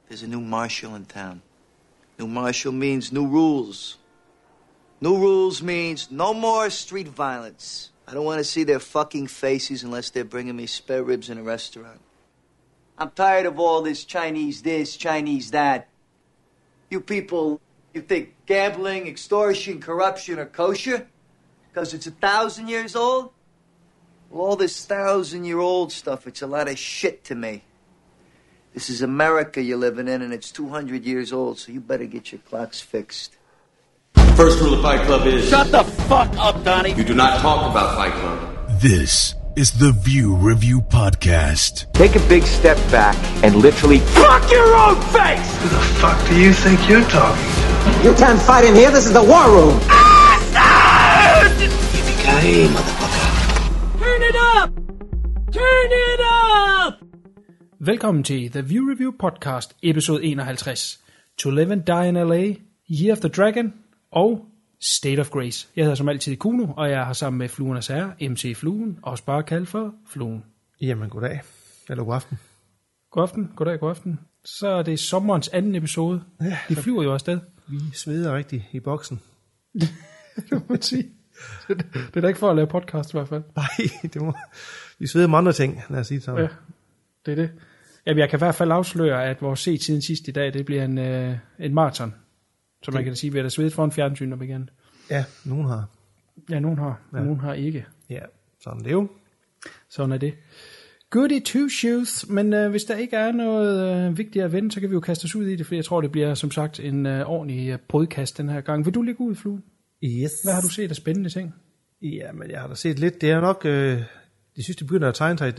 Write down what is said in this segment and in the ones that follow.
There's a new marshal in town. New marshal means new rules. New rules means no more street violence. I don't want to see their fucking faces unless they're bringing me spare ribs in a restaurant. I'm tired of all this this, Chinese that. You people, you think gambling, extortion, corruption are kosher? Because it's 1,000 years old? Well, all this 1,000-year-old stuff, it's a lot of shit to me. This is America you're living in, and it's 200 years old, so you better get your clocks fixed. First rule of Fight Club is... Shut the fuck up, Donnie! You do not talk about Fight Club. This is the View Review Podcast. Take a big step back and literally fuck your own face! Who the fuck do you think you're talking to? You can't fight in here, this is the war room! Yippee-ki-yay, motherfucker. Turn it up! Turn it up! Velkommen til The View Review Podcast, episode 51. To Live and Die in L.A., Year of the Dragon og State of Grace. Jeg hedder som altid Kuno, og jeg har sammen med Fluernes Herre, MC Fluen, også bare kaldt for Fluen. Jamen, goddag. Eller god aften. God aften, goddag, god aften. Så er det sommerens anden episode. Ja, de flyver jo afsted. Vi sveder rigtig i boksen. Det må man sige. Det er da ikke for at lave podcast i hvert fald. Nej, det må... Vi sveder med andre ting, lad os sige sådan. Ja, det er det. Jamen, jeg kan i hvert fald afsløre, at vores set-tiden sidst i dag, det bliver en maraton. Så man kan sige, at vi har da svedet foran fjernsyn op igen. Ja, nogen har. Ja, nogen har. Ja. Nogen har ikke. Ja, sådan er det jo. Sådan er det. Goody two shoes, men hvis der ikke er noget vigtigt at vende, så kan vi jo kaste os ud i det, for jeg tror, det bliver som sagt en ordentlig brødkast den her gang. Vil du ligge ud, Flue? Yes. Hvad har du set af spændende ting? Ja, men jeg har da set lidt. Det er nok, de synes, det begynder at tegne sig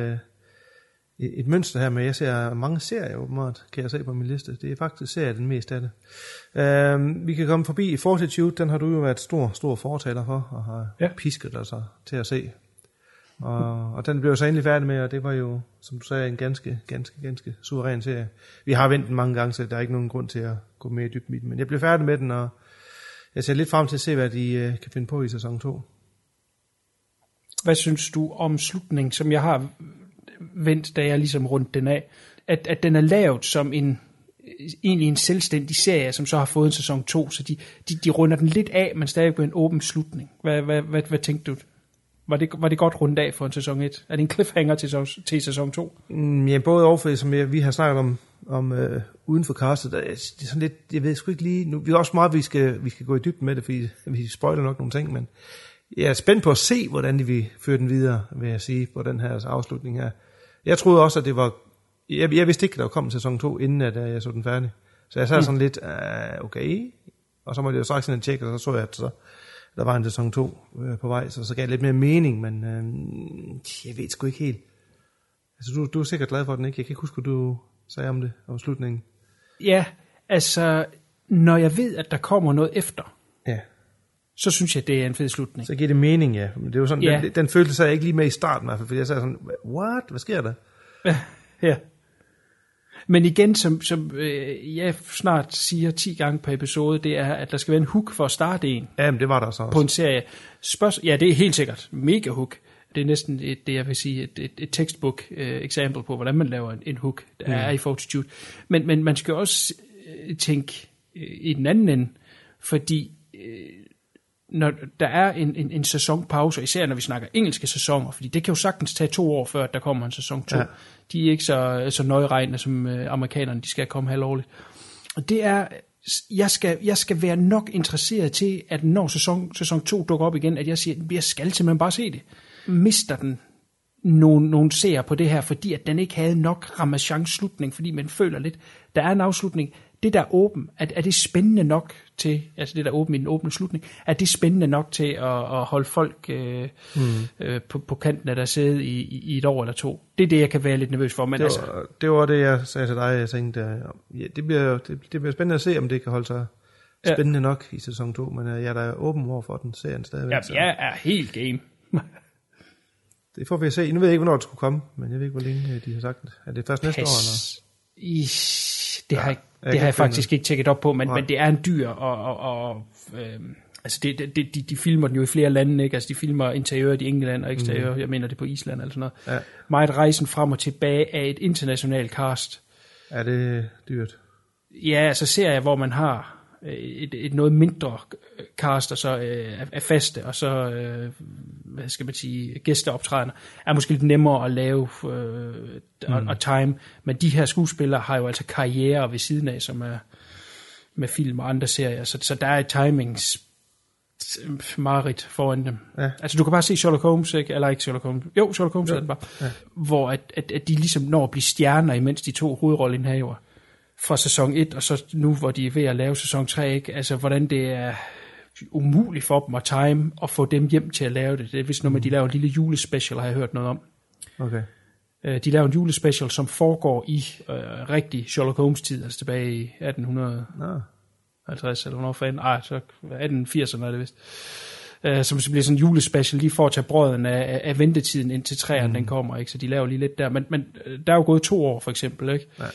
et mønster her, men jeg ser mange serier åbenbart, kan jeg se på min liste. Det er faktisk serier den mest af det. Vi kan komme forbi i Fortitude, den har du jo været stor fortaler for, og har pisket dig så til at se. Og den blev jeg så endelig færdig med, og det var jo, som du sagde, en ganske suveræn serie. Vi har ventet den mange gange, så der er ikke nogen grund til at gå mere i dybden i den, men jeg blev færdig med den, og jeg ser lidt frem til at se, hvad de kan finde på i sæson 2. Hvad synes du om slutningen, som jeg har vendt, da jeg ligesom rundt den af, at den er lavet som egentlig en selvstændig serie, som så har fået en sæson 2, så de runder den lidt af, men stadig på en åben slutning. Hvad tænkte du? Var det godt rundt af for en sæson 1? Er det en cliffhanger til sæson 2? Ja, både overfor, som vi har snakket om uden for castet, det er sådan lidt, jeg ved sgu ikke lige, nu, vi er også meget, vi skal gå i dybden med det, fordi vi spoiler nok nogle ting, men jeg er spændt på at se, hvordan de vil føre den videre, vil jeg sige, på den her afslutning her. Jeg troede også, at det var... Jeg vidste ikke, at der kom en sæson 2, inden at jeg så den færdig. Så jeg sad sådan lidt, okay. Og så måtte jeg jo straks ind og tjekke, og så jeg, at der var en sæson 2 på vej. Så gav det lidt mere mening, men jeg ved sgu ikke helt. Altså, du er sikkert glad for den, ikke? Jeg kan ikke huske, hvad du sagde om det, om slutningen. Ja, altså, når jeg ved, at der kommer noget efter... Ja. Så synes jeg, det er en fed slutning. Så giver det mening, ja. Det er jo sådan, ja. Den følte sig ikke lige med i starten, i hvert fald, fordi jeg sagde sådan, what? Hvad sker der? Ja. Men igen, som jeg snart siger 10 gange per episode, det er, at der skal være en hook for at starte en. Ja, men det var der så også. På en serie. Ja, det er helt sikkert. Mega hook. Det er næsten det, jeg vil sige, et textbook eksempel på, hvordan man laver en hook, der er i Fortitude. Men man skal også tænke i den anden ende, fordi... når der er en sæsonpause, især når vi snakker engelske sæsoner, fordi det kan jo sagtens tage 2 år før, at der kommer en sæson 2. Ja. De er ikke så nøjeregnende som amerikanerne, de skal komme halvårligt. Og det er, jeg skal være nok interesseret til, at når sæson 2 dukker op igen, at jeg siger, jeg skal simpelthen bare se det. Mister den nogle seere på det her, fordi at den ikke havde nok ramachan slutning, fordi man føler lidt, der er en afslutning. Det der åben, er det spændende nok til, altså det der åben i den åbne slutning, er det spændende nok til at holde folk på kanten af der sæde i et år eller 2? Det er det, jeg kan være lidt nervøs for. Men det var det, jeg sagde til dig. Jeg tænkte, det bliver spændende at se, om det kan holde sig spændende nok i sæson 2, men jeg er da åben over for den serien stadigvæk. Ja, jeg er helt game. Det får vi at se. Nu ved jeg ikke, hvornår det skulle komme, men jeg ved ikke, hvor længe de har sagt det. Er det først næste år, eller? Det har jeg faktisk ikke tjekket op på, men det er en dyr, altså de filmer den jo i flere lande, ikke? Altså de filmer interiøret i England og eksteriøret, jeg mener det på Island eller sådan noget. Ja. Meget rejsen frem og tilbage af et internationalt cast, Er det dyrt? Ja, altså serier, hvor man har et noget mindre cast, og så er faste, og så, hvad skal man sige, gæsteoptrædende, er måske lidt nemmere at lave og time, men de her skuespillere har jo altså karriere ved siden af, som er med film og andre serier, så der er et timings mareridt foran dem. Ja. Altså du kan bare se Sherlock Holmes, ikke? Eller ikke Sherlock Holmes. Jo, Sherlock Holmes er den bare. Ja. Hvor at de ligesom når at blive stjerner, imens de to hovedrolleindhaver fra sæson 1, og så nu, hvor de er ved at lave sæson 3, ikke? Altså hvordan det er umuligt for dem at time, og få dem hjem til at lave det. Det er vist noget med, de laver en lille julespecial, har jeg hørt noget om. Okay. De laver en julespecial, som foregår i rigtig Sherlock Holmes-tid, altså tilbage i 1850, eller hvornår fanden? Så 1880'erne er det vist. Som bliver sådan en julespecial, lige for at tage brøden af ventetiden, indtil træerne den kommer, ikke? Så de laver lige lidt der. Men der er jo gået 2 år, for eksempel, ikke? Ja.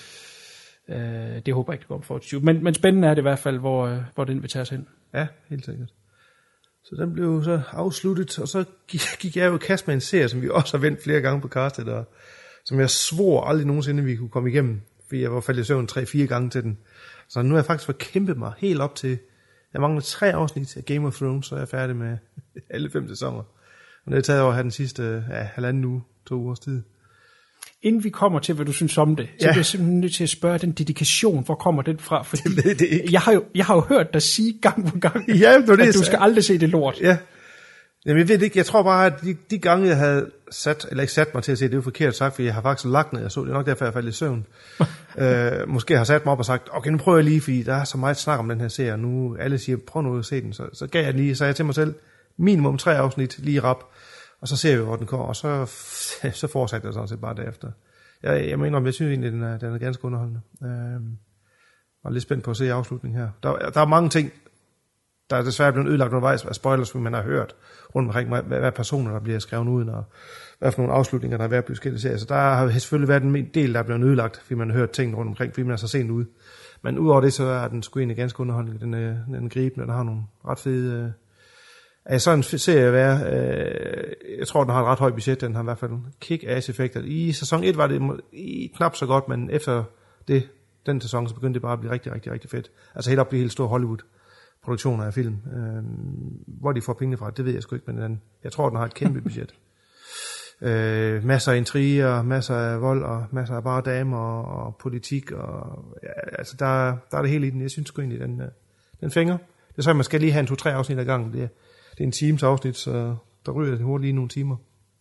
Det håber jeg ikke, det kommer for 20. Men spændende er det i hvert fald, hvor den vil tage os hen. Ja, helt sikkert. Så den blev så afsluttet, og så gik jeg jo i kast med en serie, som vi også har vendt flere gange på castet, og som jeg svor aldrig nogensinde, vi kunne komme igennem, fordi jeg var faldet i søvn 3-4 gange til den. Så nu har jeg faktisk fået kæmpet mig helt op til, jeg mangler 3 afsnit af Game of Thrones, så er jeg færdig med alle 5 sæsoner. Og det har taget over at have den sidste 1,5 uge, 2 ugers tid. Inden vi kommer til, hvad du synes om det, så er jeg simpelthen nødt til at spørge den dedikation, hvor kommer den fra? Fordi det ved det ikke. Jeg har jo hørt dig sige gang på gang, at du skal aldrig se det lort. Ja. Jamen, jeg ved det ikke. Jeg tror bare, at de gange, jeg havde ikke sat mig til at se det, er jo forkert sagt, fordi jeg har faktisk lagt ned, jeg så det nok derfor, jeg faldt i søvn. Måske har sat mig op og sagt, okay, nu prøver jeg lige, fordi der er så meget snak om den her serie, og nu alle siger, prøv nu at se den. Så gav jeg lige, så jeg til mig selv, minimum 3 afsnit, lige rap, og så ser vi, hvor den kommer, og så fortsatte jeg sådan set bare derefter. Jeg mener, jeg synes egentlig, den er ganske underholdende. Jeg er lidt spændt på at se afslutningen her. Der er mange ting, der er desværre blevet ødelagt undervejs af spoilers, som man har hørt rundt omkring, hvad personer, der bliver skrevet ud, og hvad for nogle afslutninger, der er ved at blive skilt i serien. Så der har selvfølgelig været en del, der er blevet ødelagt, fordi man har hørt ting rundt omkring, fordi man er så sent ude. Men udover det, så er den sgu egentlig ganske underholdende. Den er gribende, der har nogle ret fede... sådan en serie være, jeg tror, den har et ret højt budget, den har i hvert fald kick-ass-effekter. I sæson 1 var det knap så godt, men efter den sæson, så begyndte det bare at blive rigtig, rigtig, rigtig fedt. Altså helt op til helt store Hollywood-produktioner af film. Hvor de får pengene fra, det ved jeg sgu ikke, men jeg tror, den har et kæmpe budget. Masser af intriger, masser af vold, og masser af bare damer, og politik, og ja, altså der er det hele i den. Jeg synes sgu egentlig, den fænger. Det er så, at man skal lige have 2-3 afsnit ad gangen. Det er en times afsnit, så der ryger det hurtigt lige nogle timer.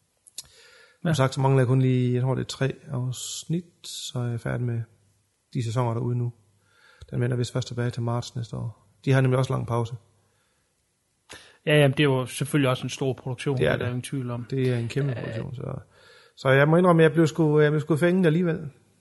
Som sagt, så mangler jeg kun lige, jeg tror det er 3 afsnit, så er jeg færdig med de sæsoner derude nu. Den vender vist først tilbage til marts næste år. De har nemlig også lang pause. Ja, jamen, det er jo selvfølgelig også en stor produktion, det er der ingen tvivl om. Det er en kæmpe produktion, så jeg må indrømme, at jeg blev sgu fænget alligevel.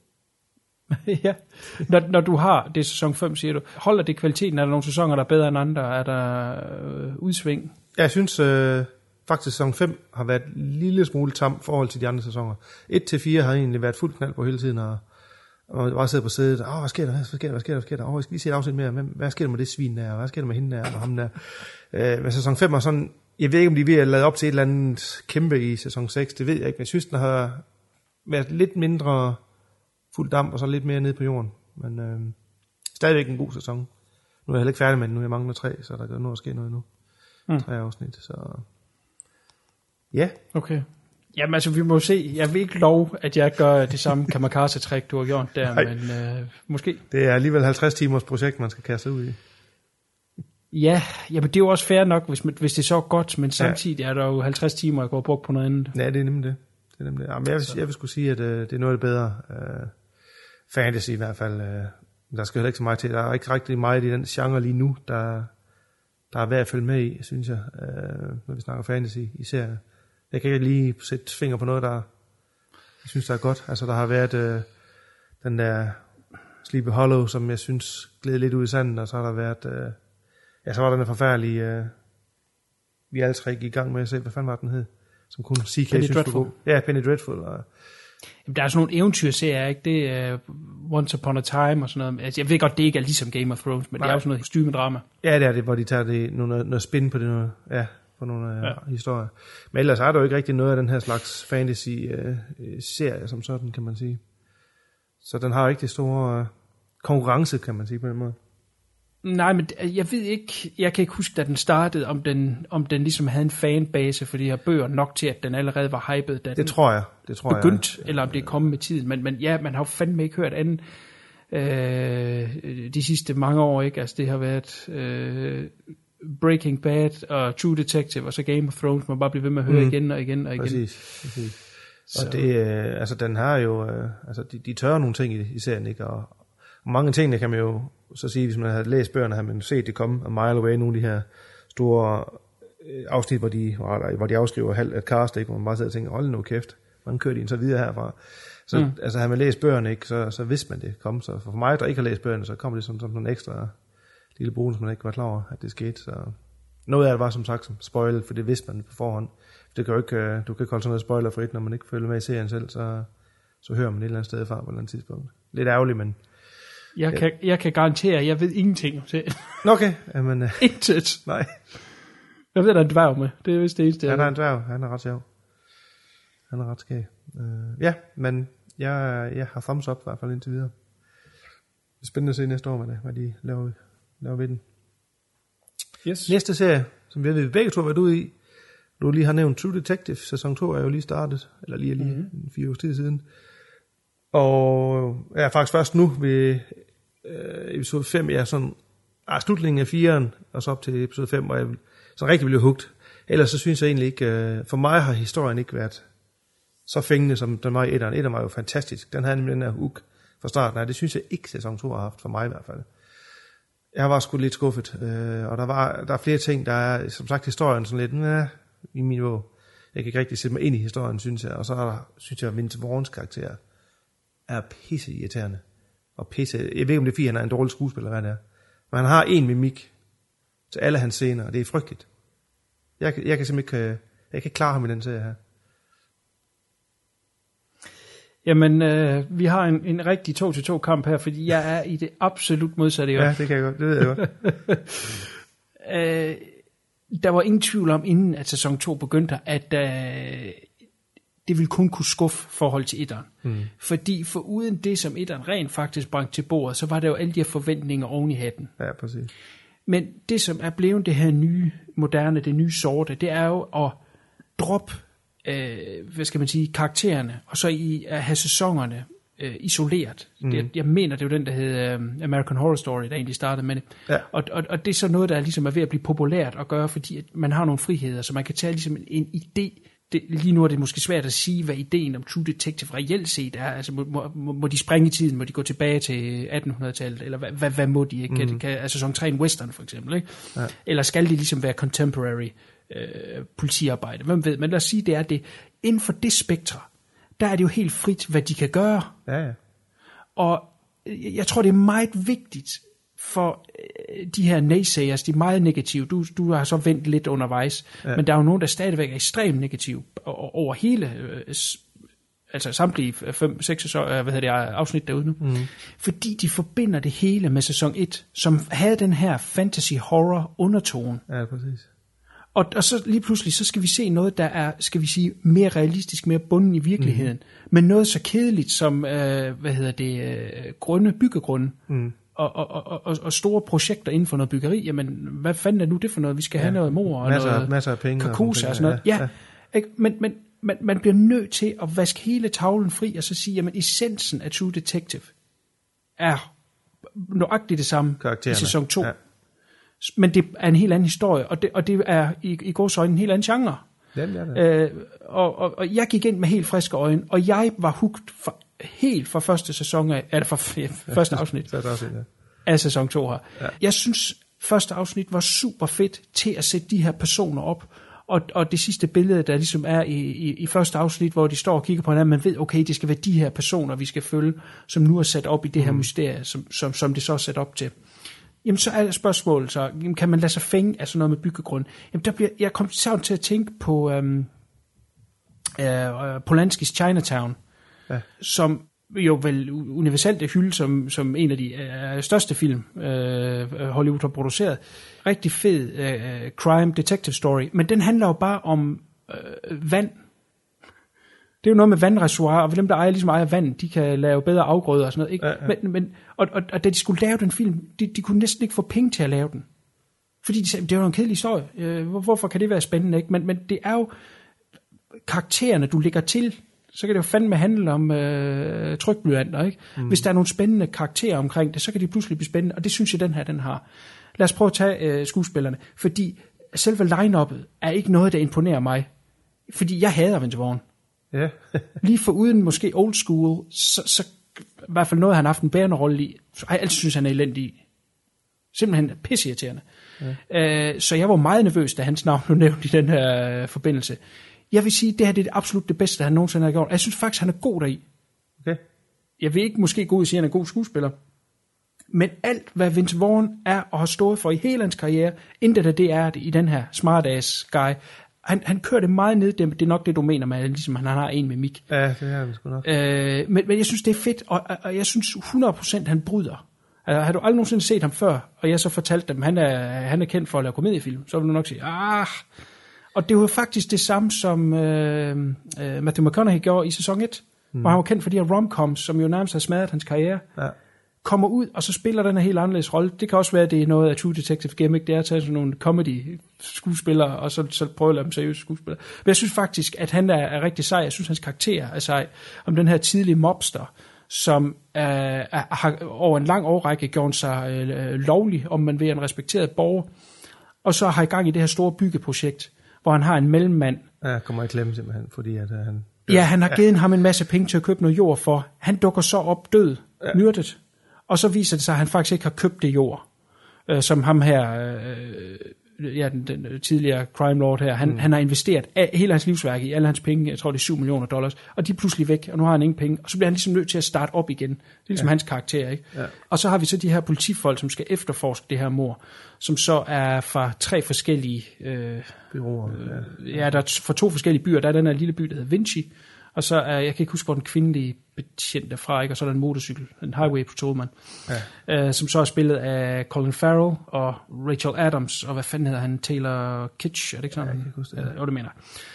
Ja. Når du har, det er sæson 5, siger du, holder det kvaliteten? Er der nogle sæsoner, der er bedre end andre? Er der udsving? Jeg synes faktisk, sæson 5 har været en lille smule tam forhold til de andre sæsoner. 1-4 har egentlig været fuldt knald på hele tiden, og bare sidder på sædet, hvad sker der? Jeg skal lige se et afsnit mere. Hvad sker der med det svin der? Hvad sker der med hende der? Og ham der? Men sæson 5 er sådan, jeg ved ikke, om de er ved at lade op til et eller andet kæmpe i sæson 6, det ved jeg ikke, men jeg synes, den har været lidt mindre fuld damp, og så lidt mere nede på jorden. Men stadigvæk en god sæson. Nu er jeg heller ikke færdig med den, nu jeg mangler 3, så der kan nå at ske noget nu. 3 afsnit, så... Ja. Okay. Jamen altså, vi må se. Jeg vil ikke love, at jeg gør det samme kamikaze-træk, du har gjort der, men måske. Det er alligevel 50 timers projekt, man skal kaste ud i. Ja, jamen det er jo også fair nok, hvis det er så godt, men samtidig er der jo 50 timer, jeg går brugt på noget andet. Ja, det er nemlig det. Jamen, jeg vil sgu sige, at det er noget af det bedre fantasy i hvert fald. Der skal heller ikke så meget til. Der er ikke rigtig meget i den genre lige nu, der er værd at følge med i, synes jeg, når vi snakker fantasy især. Jeg kan ikke lige sætte finger på noget, der jeg synes, der er godt. Altså, der har været den der Sleepy Hollow, som jeg synes gled lidt ud i sanden, og så har der været... så var der en forfærdelig... vi alle tre gik i gang med at se, hvad fanden var den hed? Som kun CK Penny Dreadful. Ja, Penny Dreadful. Jamen, der er sådan nogle eventyrserier, ikke? Det er Once Upon a Time og sådan noget. Altså, jeg ved godt, det ikke er ligesom Game of Thrones, men det er jo sådan noget stymedrama. Ja, det er det, hvor de tager det, noget spin på det, noget, på nogle historier. Men ellers er der jo ikke rigtig noget af den her slags fantasy-serie, som sådan, kan man sige. Så den har ikke det store konkurrence, kan man sige på den måde. Nej, men jeg ved ikke, jeg kan ikke huske, da den startede, om den ligesom havde en fanbase for de her bøger nok til, at den allerede var hyped, da det tror jeg. Begyndte, eller om det er kommet med tiden. Men ja, man har jo fandme ikke hørt anden de sidste mange år, ikke? Altså det har været Breaking Bad og True Detective, og så Game of Thrones, man bare bliver ved med at høre igen og igen og igen. Præcis. Og det, altså den har jo, altså de tør nogle ting i serien, ikke? Og mange ting, kan man jo så sige, hvis man har læst bøgerne, har man set det komme a mile away, nogle af de her store afsnit, hvor de afskriver halvt et cast, ikke? Hvor man bare sidder og tænker, hold nu kæft, hvordan kører de så videre herfra? Så altså har man læst bøgerne, ikke, så vidste man det kom. Så for mig, der ikke har læst bøgerne, så kommer det som sådan en ekstra lille bonus, man ikke var klar over, at det skete. Så noget af det var som sagt som spoilet, for det vidste man på forhånd. Det kan jo ikke, du kan ikke holde sådan noget spoilerfrit, når man ikke følger med i serien selv, så hører man et eller andet sted fra på et eller andet tidspunkt. Lidt ærgerligt, men... Jeg kan garantere, at jeg ved ingenting om serien. Okay, jamen... Intet. Nej. Jeg ved, der er en dværg med. Det er vist det eneste. Ja, der er en dværg. Han er ret sjov. Han er ret skæg. Ja, men jeg har thumbs up i hvert fald indtil videre. Det er spændende at se næste år, hvad de laver ved den. Yes. Næste serie, som vi begge to har været ude i, du lige har nævnt True Detective, sæson 2 er jo lige startet, eller lige 4 års tid siden. Og jeg er faktisk først nu ved episode 5, jeg er sådan slutningen af 4'eren, og så op til episode 5, hvor jeg sådan rigtig blev hugt. Ellers så synes jeg egentlig ikke, for mig har historien ikke været så fængende, som den var i 1'eren. 1'eren var jo fantastisk. Den havde nemlig den her hook fra starten af. Det synes jeg ikke, sæson 2 har haft, for mig i hvert fald. Jeg var sgu lidt skuffet, og der er flere ting, der er, som sagt, historien sådan lidt, i min niveau. Jeg kan ikke rigtig sætte mig ind i historien, synes jeg. Og så synes jeg, at Vince Vaughns karakter er pisse irriterende. Og pisse, jeg ved ikke, om det er fordi, han er en dårlig skuespiller, hvad det er. Men han har en mimik til alle hans scener, og det er frygteligt. Jeg kan simpelthen ikke, jeg kan ikke klare ham i den serie her. Jamen, vi har en rigtig 2-2 kamp her, fordi jeg er i det absolut modsatte. Ja, det kan jeg godt, det ved jeg godt. Der var ingen tvivl om, inden at sæson 2 begyndte, at det ville kun kunne skuffe forhold til 1'eren. Fordi foruden det, som 1'eren rent faktisk bragte til bordet, så var der jo alle de her forventninger oven i hatten. Ja, præcis. Men det, som er blevet det her nye, moderne, det nye sorte, det er jo at droppe, hvad skal man sige, karaktererne, og så at have sæsonerne isoleret. Jeg mener, det er jo den, der hedder American Horror Story, der egentlig startede med det. Ja. Og det er så noget, der ligesom er ved at blive populært at gøre, fordi at man har nogle friheder, så man kan tage ligesom en idé. Lige nu er det måske svært at sige, hvad ideen om True Detective reelt set er. Altså, må de springe i tiden? Må de gå tilbage til 1800-tallet? Eller hvad må de? Ikke? Kan altså sæson 3 en western, for eksempel? Ikke? Ja. Eller skal de ligesom være contemporary politiarbejde? Hvem ved? Men lad os sige, det er det. Inden for det spektre, der er det jo helt frit, hvad de kan gøre. Ja. Og jeg tror, det er meget vigtigt for de her naysayers, de er meget negative. Du har så vendt lidt undervejs, men der er jo nogen, der stadigvæk er ekstremt negative over hele, altså samtlige 5-6 afsnit derude nu. Fordi de forbinder det hele med sæson 1, som havde den her fantasy horror undertone. Ja, præcis. Og så lige pludselig, så skal vi se noget, der er, skal vi sige, mere realistisk, mere bunden i virkeligheden. Men noget så kedeligt som, byggegrunde. Og store projekter inden for noget byggeri. Jamen, hvad fanden er nu det for noget? Vi skal have noget mor og masser af penge. Kakusa og sådan noget. Ja. Men man bliver nødt til at vaske hele tavlen fri, og så sige, jamen, essensen af True Detective er nøjagtigt det samme i sæson 2. Ja. Men det er en helt anden historie, og det er i gås øjne en helt anden genre. Og jeg gik ind med helt friske øjne, og jeg var hooked helt fra første sæson af, eller fra første afsnit af sæson 2 her. Ja. Jeg synes, første afsnit var super fedt til at sætte de her personer op, og det sidste billede, der ligesom er i første afsnit, hvor de står og kigger på hinanden, man ved, okay, det skal være de her personer, vi skal følge, som nu er sat op i det her mysterie, som det så er sat op til. Jamen, så er spørgsmålet så, kan man lade sig fænge af sådan noget med byggegrund? Jamen, jeg kom sådan til at tænke på Polanskis Chinatown, som jo vel universelt er hyldet som en af de største film, Hollywood har produceret. Rigtig fed crime detective story, men den handler jo bare om vand. Det er jo noget med vandreservoir, og dem, der ejer vand, de kan lave bedre afgrøder og sådan noget. Ikke? Ja. Og da de skulle lave den film, de kunne næsten ikke få penge til at lave den. Fordi de sagde, det er jo en kedelig historie. Hvorfor kan det være spændende? Ikke? Men det er jo karaktererne, du lægger til. Så kan det jo fandme handle om trykblyanter, ikke? Hvis der er nogle spændende karakterer omkring det, så kan det pludselig blive spændende, og det synes jeg, den har. Lad os prøve at tage skuespillerne, fordi selve line-uppet er ikke noget, der imponerer mig. Fordi jeg hader Vince Vaughn. Ja. Lige for uden måske old school, så i hvert fald noget, han har haft en bærende rolle i, så jeg altid synes, han er elendig. Simpelthen pisseirriterende. Ja. Så jeg var meget nervøs, da hans navn blev nævnt i den her forbindelse. Jeg vil sige, at det her det er absolut det bedste, han nogensinde har gjort. Jeg synes faktisk, han er god deri. Okay. Jeg vil ikke måske gå ud og sige, at han er en god skuespiller. Men alt, hvad Vince Vaughn er og har stået for i hele hans karriere, intet det er det i den her smart-ass guy. Han kører det meget ned. Det er nok det, du mener med, ligesom han har en mimik. Ja, det er han sgu nok. Men jeg synes, det er fedt, og jeg synes 100% han bryder. Altså, har du aldrig nogensinde set ham før, og jeg så fortalte dem, han er kendt for at lave komediefilm, så vil du nok sige, Og det var faktisk det samme, som Matthew McConaughey gjorde i sæson 1, hvor han var kendt for de her romcoms, som jo nærmest har smadret hans karriere. Ja. Kommer ud, og så spiller den her helt anderledes rolle. Det kan også være, at det er noget af True Detective gimmick, det er at tage sådan nogle comedy-skuespillere, og så prøve at lave dem seriøse skuespillere. Men jeg synes faktisk, at han er rigtig sej. Jeg synes, hans karakter er sej. Om den her tidlige mobster, som har over en lang årrække gjort sig lovlig, om man vil en respekteret borger, og så har i gang i det her store byggeprojekt, hvor han har en mellemmand. Ja, kommer i klemme simpelthen, fordi at han... Ja, han har givet ham en masse penge til at købe noget jord for. Han dukker så op død, myrdet, og så viser det sig, at han faktisk ikke har købt det jord, som ham her, den tidligere crime lord her, han har investeret hele hans livsværk i, alle hans penge, jeg tror det er $7 million, og de er pludselig væk, og nu har han ingen penge, og så bliver han ligesom nødt til at starte op igen. Det er ligesom hans karakter, ikke? Ja. Og så har vi så de her politifolk, som skal efterforske det her mord, som så er fra 3 forskellige byråer. Der er fra 2 forskellige byer. Der er den her lille by, der hedder Vinci, og så er, jeg kan ikke huske, hvor den kvindelige betjent er fra, ikke? Og så er der en motorcykel, en highway patrolman, som så er spillet af Colin Farrell og Rachel Adams, og hvad fanden hedder han? Taylor Kitsch, er det ikke sådan? Ja, jeg kan huske det. Det mener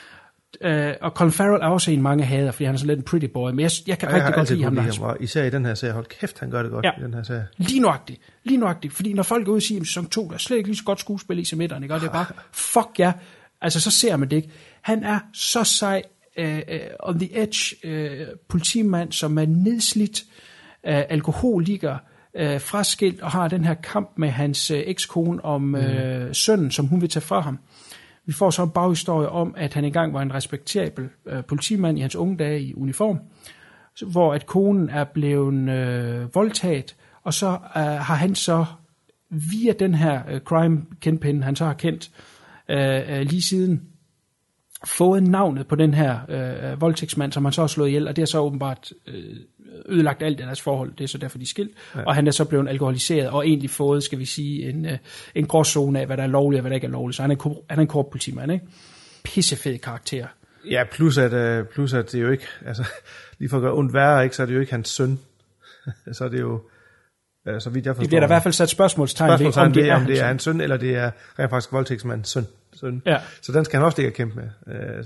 og Colin Farrell er også en mange hader, fordi han er så lidt en pretty boy, men jeg kan rigtig godt lide ham. Især i den her serie, hold kæft, han gør det godt i den her serie. Lige nuagtigt, fordi når folk går ud og siger, at sæson 2, der er slet ikke lige så godt skuespil i som etteren, ikke? Og det er bare, fuck ja, altså så ser man det ikke. Han er så sej, on the edge, politimand, som er nedslidt, alkoholiker, fraskilt og har den her kamp med hans ekskone om sønnen, som hun vil tage fra ham. Vi får så en baghistorie om, at han engang var en respektabel politimand i hans unge dage i uniform, hvor at konen er blevet voldtaget, og så har han så via den her crime kingpin, han så har kendt lige siden, fået navnet på den her voldtægtsmand, som han så har slået ihjel, og det har så åbenbart ødelagt alt i deres forhold. Det er så derfor, de er skilt. Ja. Og han er så blevet alkoholiseret, og egentlig fået, skal vi sige, en gråzone af, hvad der er lovligt og hvad der ikke er lovligt. Så han er en korrupt politimand, ikke? Pissefed karakter. Ja, plus at det er jo ikke, altså, lige for at gøre ondt værre, ikke, så er det jo ikke hans søn. Så er det jo, så vidt jeg forstår. Det bliver der i hvert fald sat spørgsmålstegn ved, om det er hans søn, eller det er rent faktisk voldtægtsmandens søn. Ja. Så den skal han også ikke kæmpe med.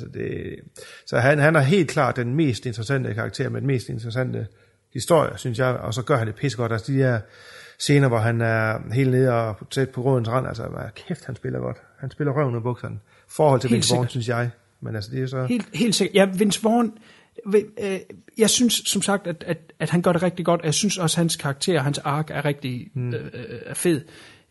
Så han er helt klart den mest interessante karakter med den mest interessante historie, synes jeg, og så gør han det pissegodt. Altså de her scener, hvor han er helt nede og tæt på grådens rand, altså kæft, han spiller godt. Han spiller røven af bukserne. Forhold til Vince Vaughn, synes jeg. Men altså det er så... Helt sikkert. Ja, Vince Vaughn, jeg synes som sagt, at han gør det rigtig godt. Jeg synes også, at hans karakter, hans ark er rigtig fed.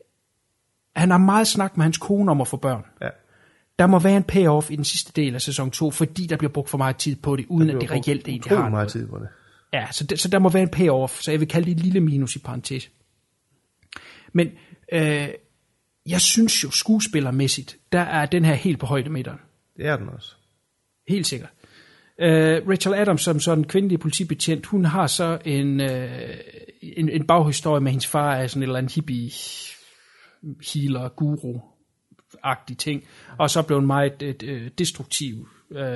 Han har meget snak med hans kone om at få børn. Ja. Der må være en payoff i den sidste del af sæson 2, fordi der bliver brugt for meget tid på det, uden at det reelt egentlig har meget tid på det. Ja, så der må være en payoff, så jeg vil kalde det et lille minus i parentes. Men jeg synes jo, skuespillermæssigt, der er den her helt på højde med den. Det er den også. Helt sikkert. Rachel Adams, som sådan en kvindelig politibetjent, hun har så en baghistorie med hendes far af sådan et eller andet hippie healer, guru-agtig ting, og så blev hun meget destruktiv.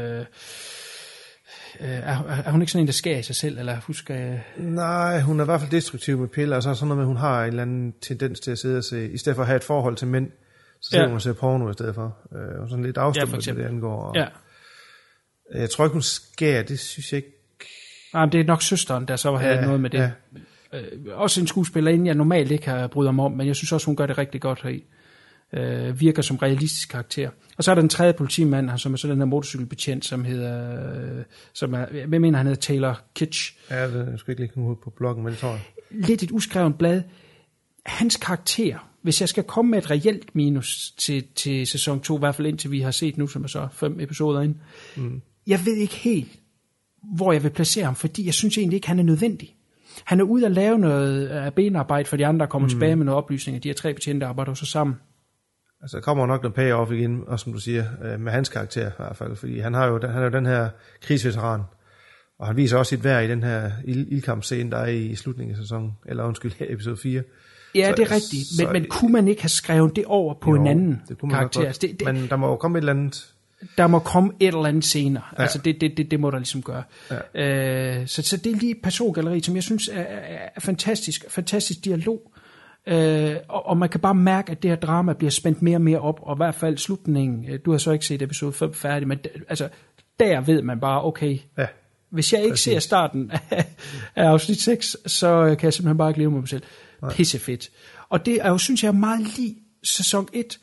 Er hun ikke sådan en, der skærer i sig selv, eller husker jeg? Nej, hun er i hvert fald destruktiv med piller, og så er sådan noget med, at hun har en eller anden tendens til at sidde og se, i stedet for at have et forhold til mænd, så sidder hun og ser porno i stedet for. Og sådan lidt afstumpet, det angår. Og, Jeg tror ikke, hun skærer, det synes jeg ikke. Nej, men det er nok søsteren, der så havde noget med det. Ja. Også en skuespillerinde, jeg normalt ikke har bryder mig om, men jeg synes også, hun gør det rigtig godt heri. Virker som realistisk karakter. Og så er der den tredje politimand, som er så den her motorcykelbetjent, som hedder, jeg mener, han hedder Taylor Kitsch. Ja, det skal ikke ligge noget på bloggen, men det tror jeg. Lidt et uskrevet blad. Hans karakter, hvis jeg skal komme med et reelt minus til sæson 2, i hvert fald indtil vi har set nu, som er så 5 episoder ind, jeg ved ikke helt, hvor jeg vil placere ham, fordi jeg synes egentlig ikke, han er nødvendig. Han er ude at lave noget benarbejde for de andre, der kommer tilbage med noget oplysninger. De her 3 betjente arbejder så sammen. Altså, der kommer nok noget payoff igen, og som du siger, med hans karakter i hvert fald, fordi han er jo den her krigsveteran, og han viser også sit værd i den her ildkampscene, der er i slutningen af sæsonen, eller episode 4. Ja, så, det er rigtigt, men kunne man ikke have skrevet det over på en anden karakter? Altså, men der må jo komme et eller andet. Der må komme et eller andet senere. Ja. Altså, det må der ligesom gøre. Ja. Så det er lige et persongalleri, som jeg synes er fantastisk dialog. Og man kan bare mærke, at det her drama bliver spændt mere og mere op, og i hvert fald slutningen, du har så ikke set episode 5 færdig, men altså, der ved man bare, okay, hvis jeg ikke ser starten af afsnit 6, så kan jeg simpelthen bare ikke leve med mig selv. Pissefedt. Og det er jo, synes jeg, er meget lige sæson 1,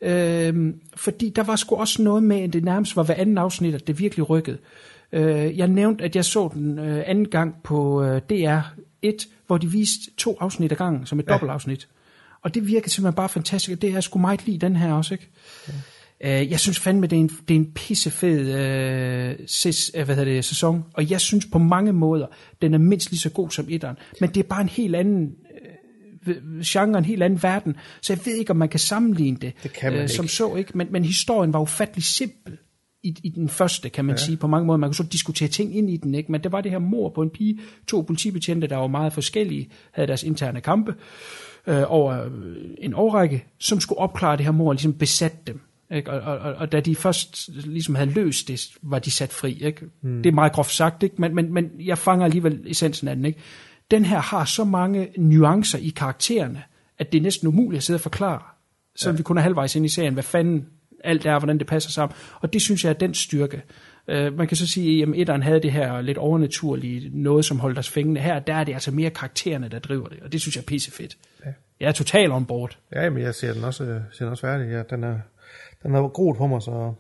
fordi der var sgu også noget med, at det nærmest var hver anden afsnit, at det virkelig rykkede. Jeg nævnte, at jeg så den anden gang på DR1, hvor de viste 2 afsnit ad gangen, som et dobbeltafsnit. Og det virkede simpelthen bare fantastisk, og det er sgu meget lige den her også, ikke? Ja. Jeg synes fandme, det er en pissefed sæson, og jeg synes på mange måder, den er mindst lige så god som etteren, men det er bare en helt anden genre, en helt anden verden, så jeg ved ikke, om man kan sammenligne det kan man som så, ikke? Men historien var ufattelig simpel i den første, kan man sige, på mange måder. Man kunne så diskutere ting ind i den, ikke? Men det var det her mord på en pige, 2 politibetjente, der var meget forskellige, havde deres interne kampe over en årrække, som skulle opklare det her mord og ligesom besatte dem. Ikke? Og da de først ligesom havde løst det, var de sat fri. Ikke? Det er meget groft sagt, ikke? Men jeg fanger alligevel essensen af den. Ikke? Den her har så mange nuancer i karaktererne, at det er næsten umuligt at sidde og forklare, så vi kun er halvvejs ind i serien, hvad fanden alt er, hvordan det passer sammen. Og det synes jeg er den styrke. Man kan så sige, at etteren havde det her lidt overnaturlige, noget som holdt os fængende. Her, der er det altså mere karaktererne, der driver det, og det synes jeg er pissefedt. Ja. Jeg er totalt on board. Ja, men jeg ser den også færdig. Ja, den er groet på mig, så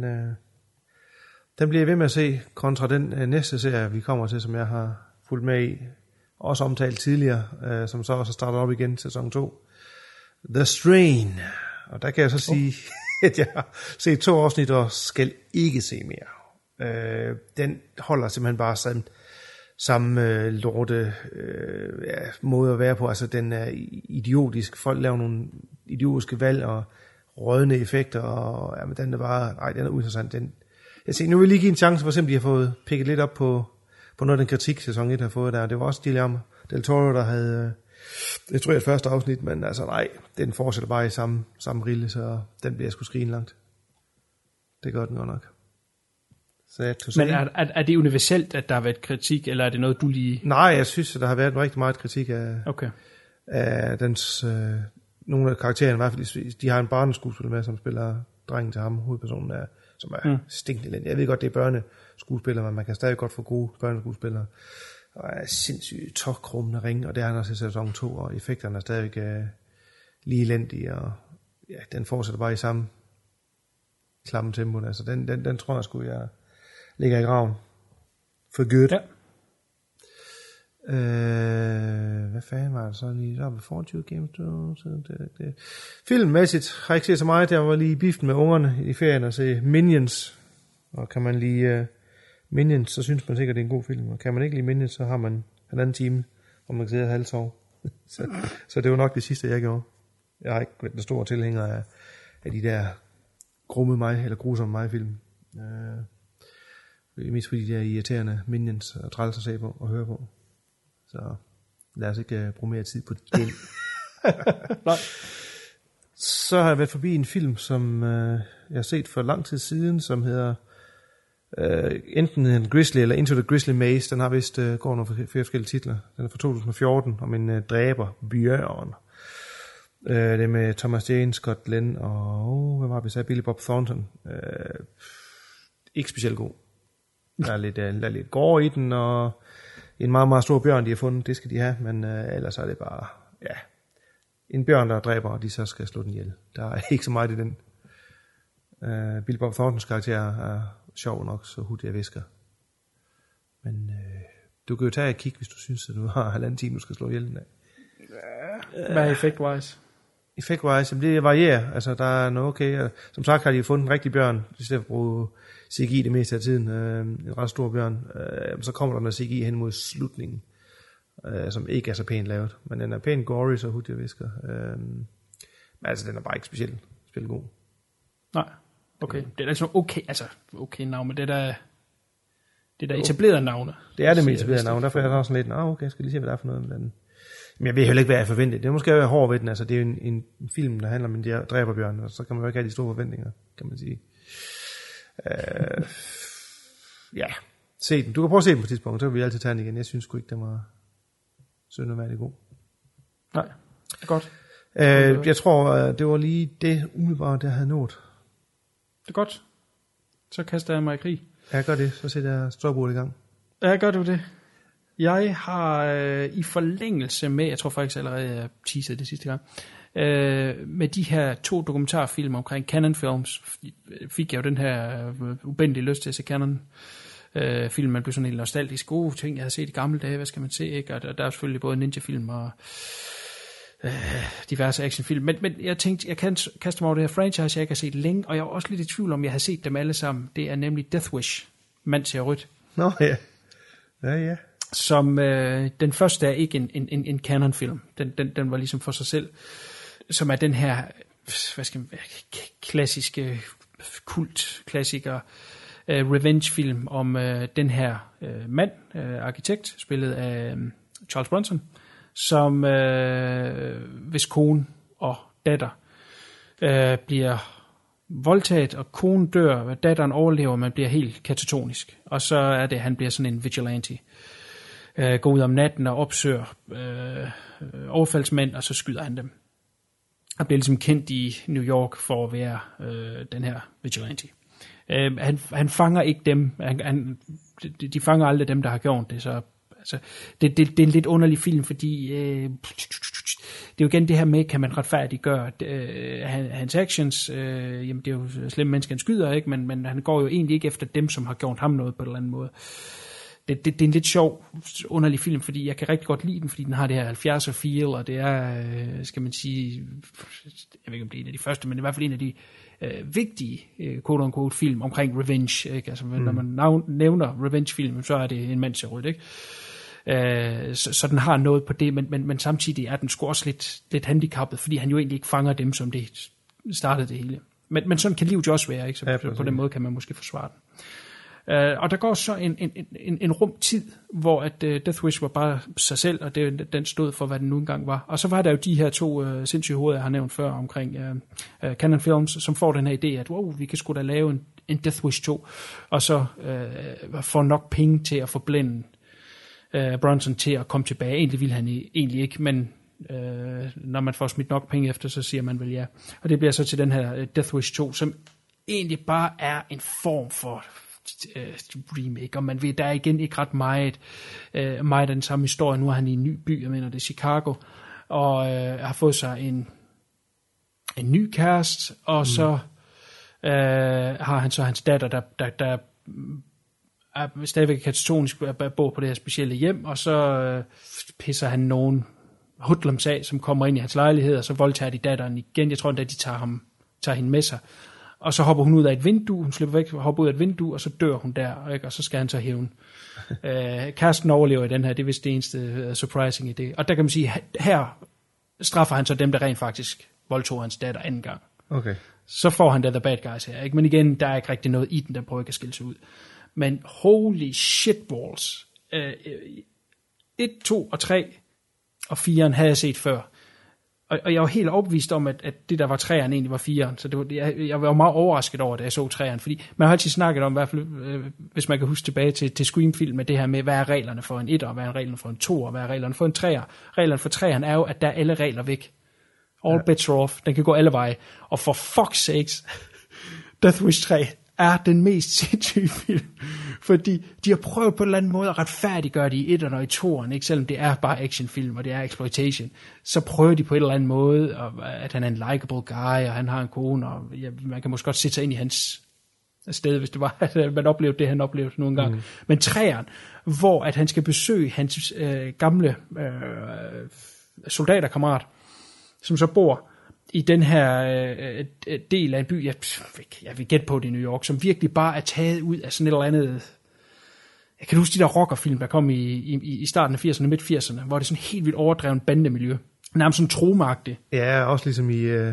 den bliver jeg ved med at se kontra den næste serie, vi kommer til, som jeg har fulgt med i, også omtalt tidligere, som så også starter op igen sæson 2. The Strain. Og der kan jeg så sige, at jeg har set 2 afsnit og skal ikke se mere. Den holder simpelthen bare samme lorte måde at være på. Altså den er idiotisk. Folk laver nogle idiotiske valg og rådne effekter, og men den er bare, den er uinteressant. Jeg siger, nu vil jeg lige give en chance, for eksempel de har fået pikket lidt op på noget af den kritik, sæson 1 har fået der. Det var også Guillermo del Toro, der havde destrueret første afsnit, men altså nej, den fortsætter bare i samme rille, så den bliver sgu skrigen langt. Det gør den godt nok. Men er det universelt, at der har været kritik, eller er det noget, du lige... Nej, jeg synes, at der har været rigtig meget kritik af dens... nogle af karaktererne, i hvert fald, de har en barneskuespiller med, som spiller drengen til ham, hovedpersonen er, som er stinkende elendig. Jeg ved godt, det er børneskuespillere, men man kan stadig godt få gode børneskuespillere. Og er sindssygt tokrummende ring, og det er han også i sæson 2, og effekterne er stadigvæk lige elendige, og ja, den fortsætter bare i samme klamme tempo. Altså, den tror jeg sgu, jeg ligger i graven. For godt. Ja. Hvad fanden var det så lige? Der var 24 Games. Filmmæssigt har jeg ikke set så meget. Jeg var lige i biften med ungerne i ferien og se Minions. Og kan man lide Minions, så synes man sikkert, det er en god film. Og kan man ikke lide Minions, så har man en anden time, hvor man kan sidde og halvsove. så det var nok det sidste, jeg gjorde. Jeg har ikke været den store tilhænger af de der grusomme mig-film. Mest fordi de der irriterende Minions og træls at se på og høre på. Så lad os ikke bruge mere tid på det. Nej. Så har jeg været forbi en film, som jeg har set for lang tid siden, som hedder enten en Grizzly eller Into the Grizzly Maze. Den har vist går nogle flere forskellige titler. Den er fra 2014 om en dræber bjørn. Det er med Thomas Jane, Scott Glenn og hvad var vi så? Billy Bob Thornton. Ikke specielt god. Der er lidt gård i den, og en meget, meget stor bjørn, de har fundet, det skal de have, men ellers er det bare, ja, en bjørn, der dræber, og de så skal slå den ihjel. Der er ikke så meget i den. Billy Bob Thorntons karakter er sjov nok, så hurtigt jeg visker. Men du kan jo tage et kig, hvis du synes, at du har 1,5 time, du skal slå ihjel den af. Hvad er effect-wise? Effect-wise, det varierer. Altså, der er noget okay. Som sagt har de fundet en rigtig bjørn, i stedet for at bruge CGI det meste af tiden. En ret stor bjørn. Så kommer der noget CGI hen mod slutningen, som ikke er så pænt lavet. Men den er pænt gory, så hurtigt jeg visker. Men altså, den er bare ikke specielt god. Nej, okay. Det er da sådan okay navn, men det er der etablerede navne. Det er det med etablerede navne. Derfor er jeg også sådan lidt, okay, jeg skal lige se, hvad der er for noget med den. Men jeg ved heller ikke, hvad jeg forventer. Det er måske være hård ved den. Altså, det er jo en film, der handler om en dræberbjørn, og så kan man jo ikke have de store forventninger, kan man sige. Ja, se den. Du kan prøve at se den på et tidspunkt, så vil vi altid tage den igen. Jeg synes sgu ikke, den var synderværdig god. Nej, godt. Jeg tror, det var lige det umiddelbart, der havde nået. Det er godt. Så kaster jeg mig i krig. Ja, gør det. Så sætter jeg stopbordet i gang. Ja, gør du det. Jeg har i forlængelse med, jeg tror faktisk allerede, jeg teasede det sidste gang, med de her 2 dokumentarfilm omkring Cannon Films, fik jeg jo den her ubendelige lyst til at se Cannon film. Man blev sådan en nostalgisk gode ting, jeg havde set i gamle dage, hvad skal man se, ikke? Og der er selvfølgelig både ninja-film og diverse actionfilm, men jeg tænkte, jeg kan kaste mig over det her franchise, jeg ikke har set længe, og jeg var også lidt i tvivl om, jeg har set dem alle sammen. Det er nemlig Death Wish, Mand ser rødt. Nå ja. Ja. Som den første er ikke en canon-film. Den var ligesom for sig selv. Som er den her, hvad skal man, klassiske kult-klassiker, revenge-film om den her mand, arkitekt, spillet af Charles Bronson, som hvis kone og datter bliver voldtaget, og konen dør, datteren overlever, man bliver helt katatonisk. Og så er det, han bliver sådan en vigilante. Går ud om natten og opsøger overfaldsmænd, og så skyder han dem. Han bliver ligesom kendt i New York for at være den her vigilante. Han fanger ikke dem. De fanger aldrig dem, der har gjort det. Så altså, det er en lidt underlig film, fordi det er jo igen det her med, kan man retfærdiggøre hans actions. Jamen, det er jo slemme mennesker, han skyder, ikke? Men han går jo egentlig ikke efter dem, som har gjort ham noget på en eller anden måde. Det er en lidt sjov, underlig film, fordi jeg kan rigtig godt lide den, fordi den har det her 70'er feel, og det er, skal man sige, jeg ved ikke om det er en af de første, men i hvert fald en af de vigtige quote-unquote film omkring revenge, ikke? Altså, når man nævner revenge-film, så er det en mand ser rødt, ikke? Så den har noget på det, men samtidig er den sgu også lidt handicappet, fordi han jo egentlig ikke fanger dem, som det startede det hele. Men sådan kan livet jo også være, ikke? Så på den måde kan man måske forsvare den. Og der går så en rum tid, hvor at Death Wish var bare sig selv, og den stod for, hvad den nu engang var. Og så var der jo de her 2 sindssyge hoveder, jeg har nævnt før, omkring Cannon Films, som får den her idé, at vi kan sgu da lave en Death Wish 2, og så får nok penge til at forblænde Bronson til at komme tilbage. Egentlig ville han egentlig ikke, men når man får smidt nok penge efter, så siger man vel ja. Og det bliver så til den her Death Wish 2, som egentlig bare er en form for remake, og man ved, der er igen ikke ret meget af den samme historie. Nu er han i en ny by, jeg mener det er Chicago, og har fået sig en ny kæreste, og så har han så hans datter, der er stadigvæk katatonisk, bor på det her specielle hjem, og så pisser han nogen hoodlums af, som kommer ind i hans lejlighed, og så voldtager de datteren igen. Jeg tror endda, de tager hende med sig. Og så hopper hun ud af et vindue, hun slipper væk, hopper ud af et vindue, og så dør hun der, ikke? Og så skal han så hævne. Kæresten overlever i den her, det er vist det eneste surprising i det. Og der kan man sige, her straffer han så dem, der rent faktisk voldtog hans datter anden gang. Okay. Så får han da the bad guys her, ikke? Men igen, der er ikke rigtig noget i den, der prøver ikke at skille sig ud. Men holy shitballs. 1, 2 og 3 og 4'eren havde jeg set før. Og jeg var helt overbevist om, at det der var 3'eren egentlig var 4'eren. Så jeg var meget overrasket over, da jeg så 3'eren. Fordi man har altid snakket om, i hvert fald, hvis man kan huske tilbage til Scream-film, med det her med, hvad er reglerne for en 1'er, hvad er reglerne for en 2'er, hvad er reglerne for en 3'er. Reglerne for 3'eren er jo, at der er alle regler væk. All bets are off. Den kan gå alle veje. Og for fuck's sakes, Death Wish 3 er den mest sindssyge film. Fordi de har prøvet på en eller anden måde at retfærdiggøre det i 1'eren og i 2'eren, ikke? Selvom det er bare actionfilm, og det er exploitation. Så prøver de på en eller anden måde, at han er en likable guy, og han har en kone, og man kan måske godt sætte sig ind i hans sted, hvis det var, at man oplevede det, han oplevede nogle gange. Men 3'eren, hvor at han skal besøge hans gamle soldaterkammerat, som så bor i den her del af en by, jeg vil gætte på det i New York, som virkelig bare er taget ud af sådan et eller andet. Jeg kan huske de der rockerfilm, der kom i starten af 80'erne, midt 80'erne, hvor det er sådan helt vildt overdrevet bandemiljø. Nærmest sådan tromagtigt. Ja, også ligesom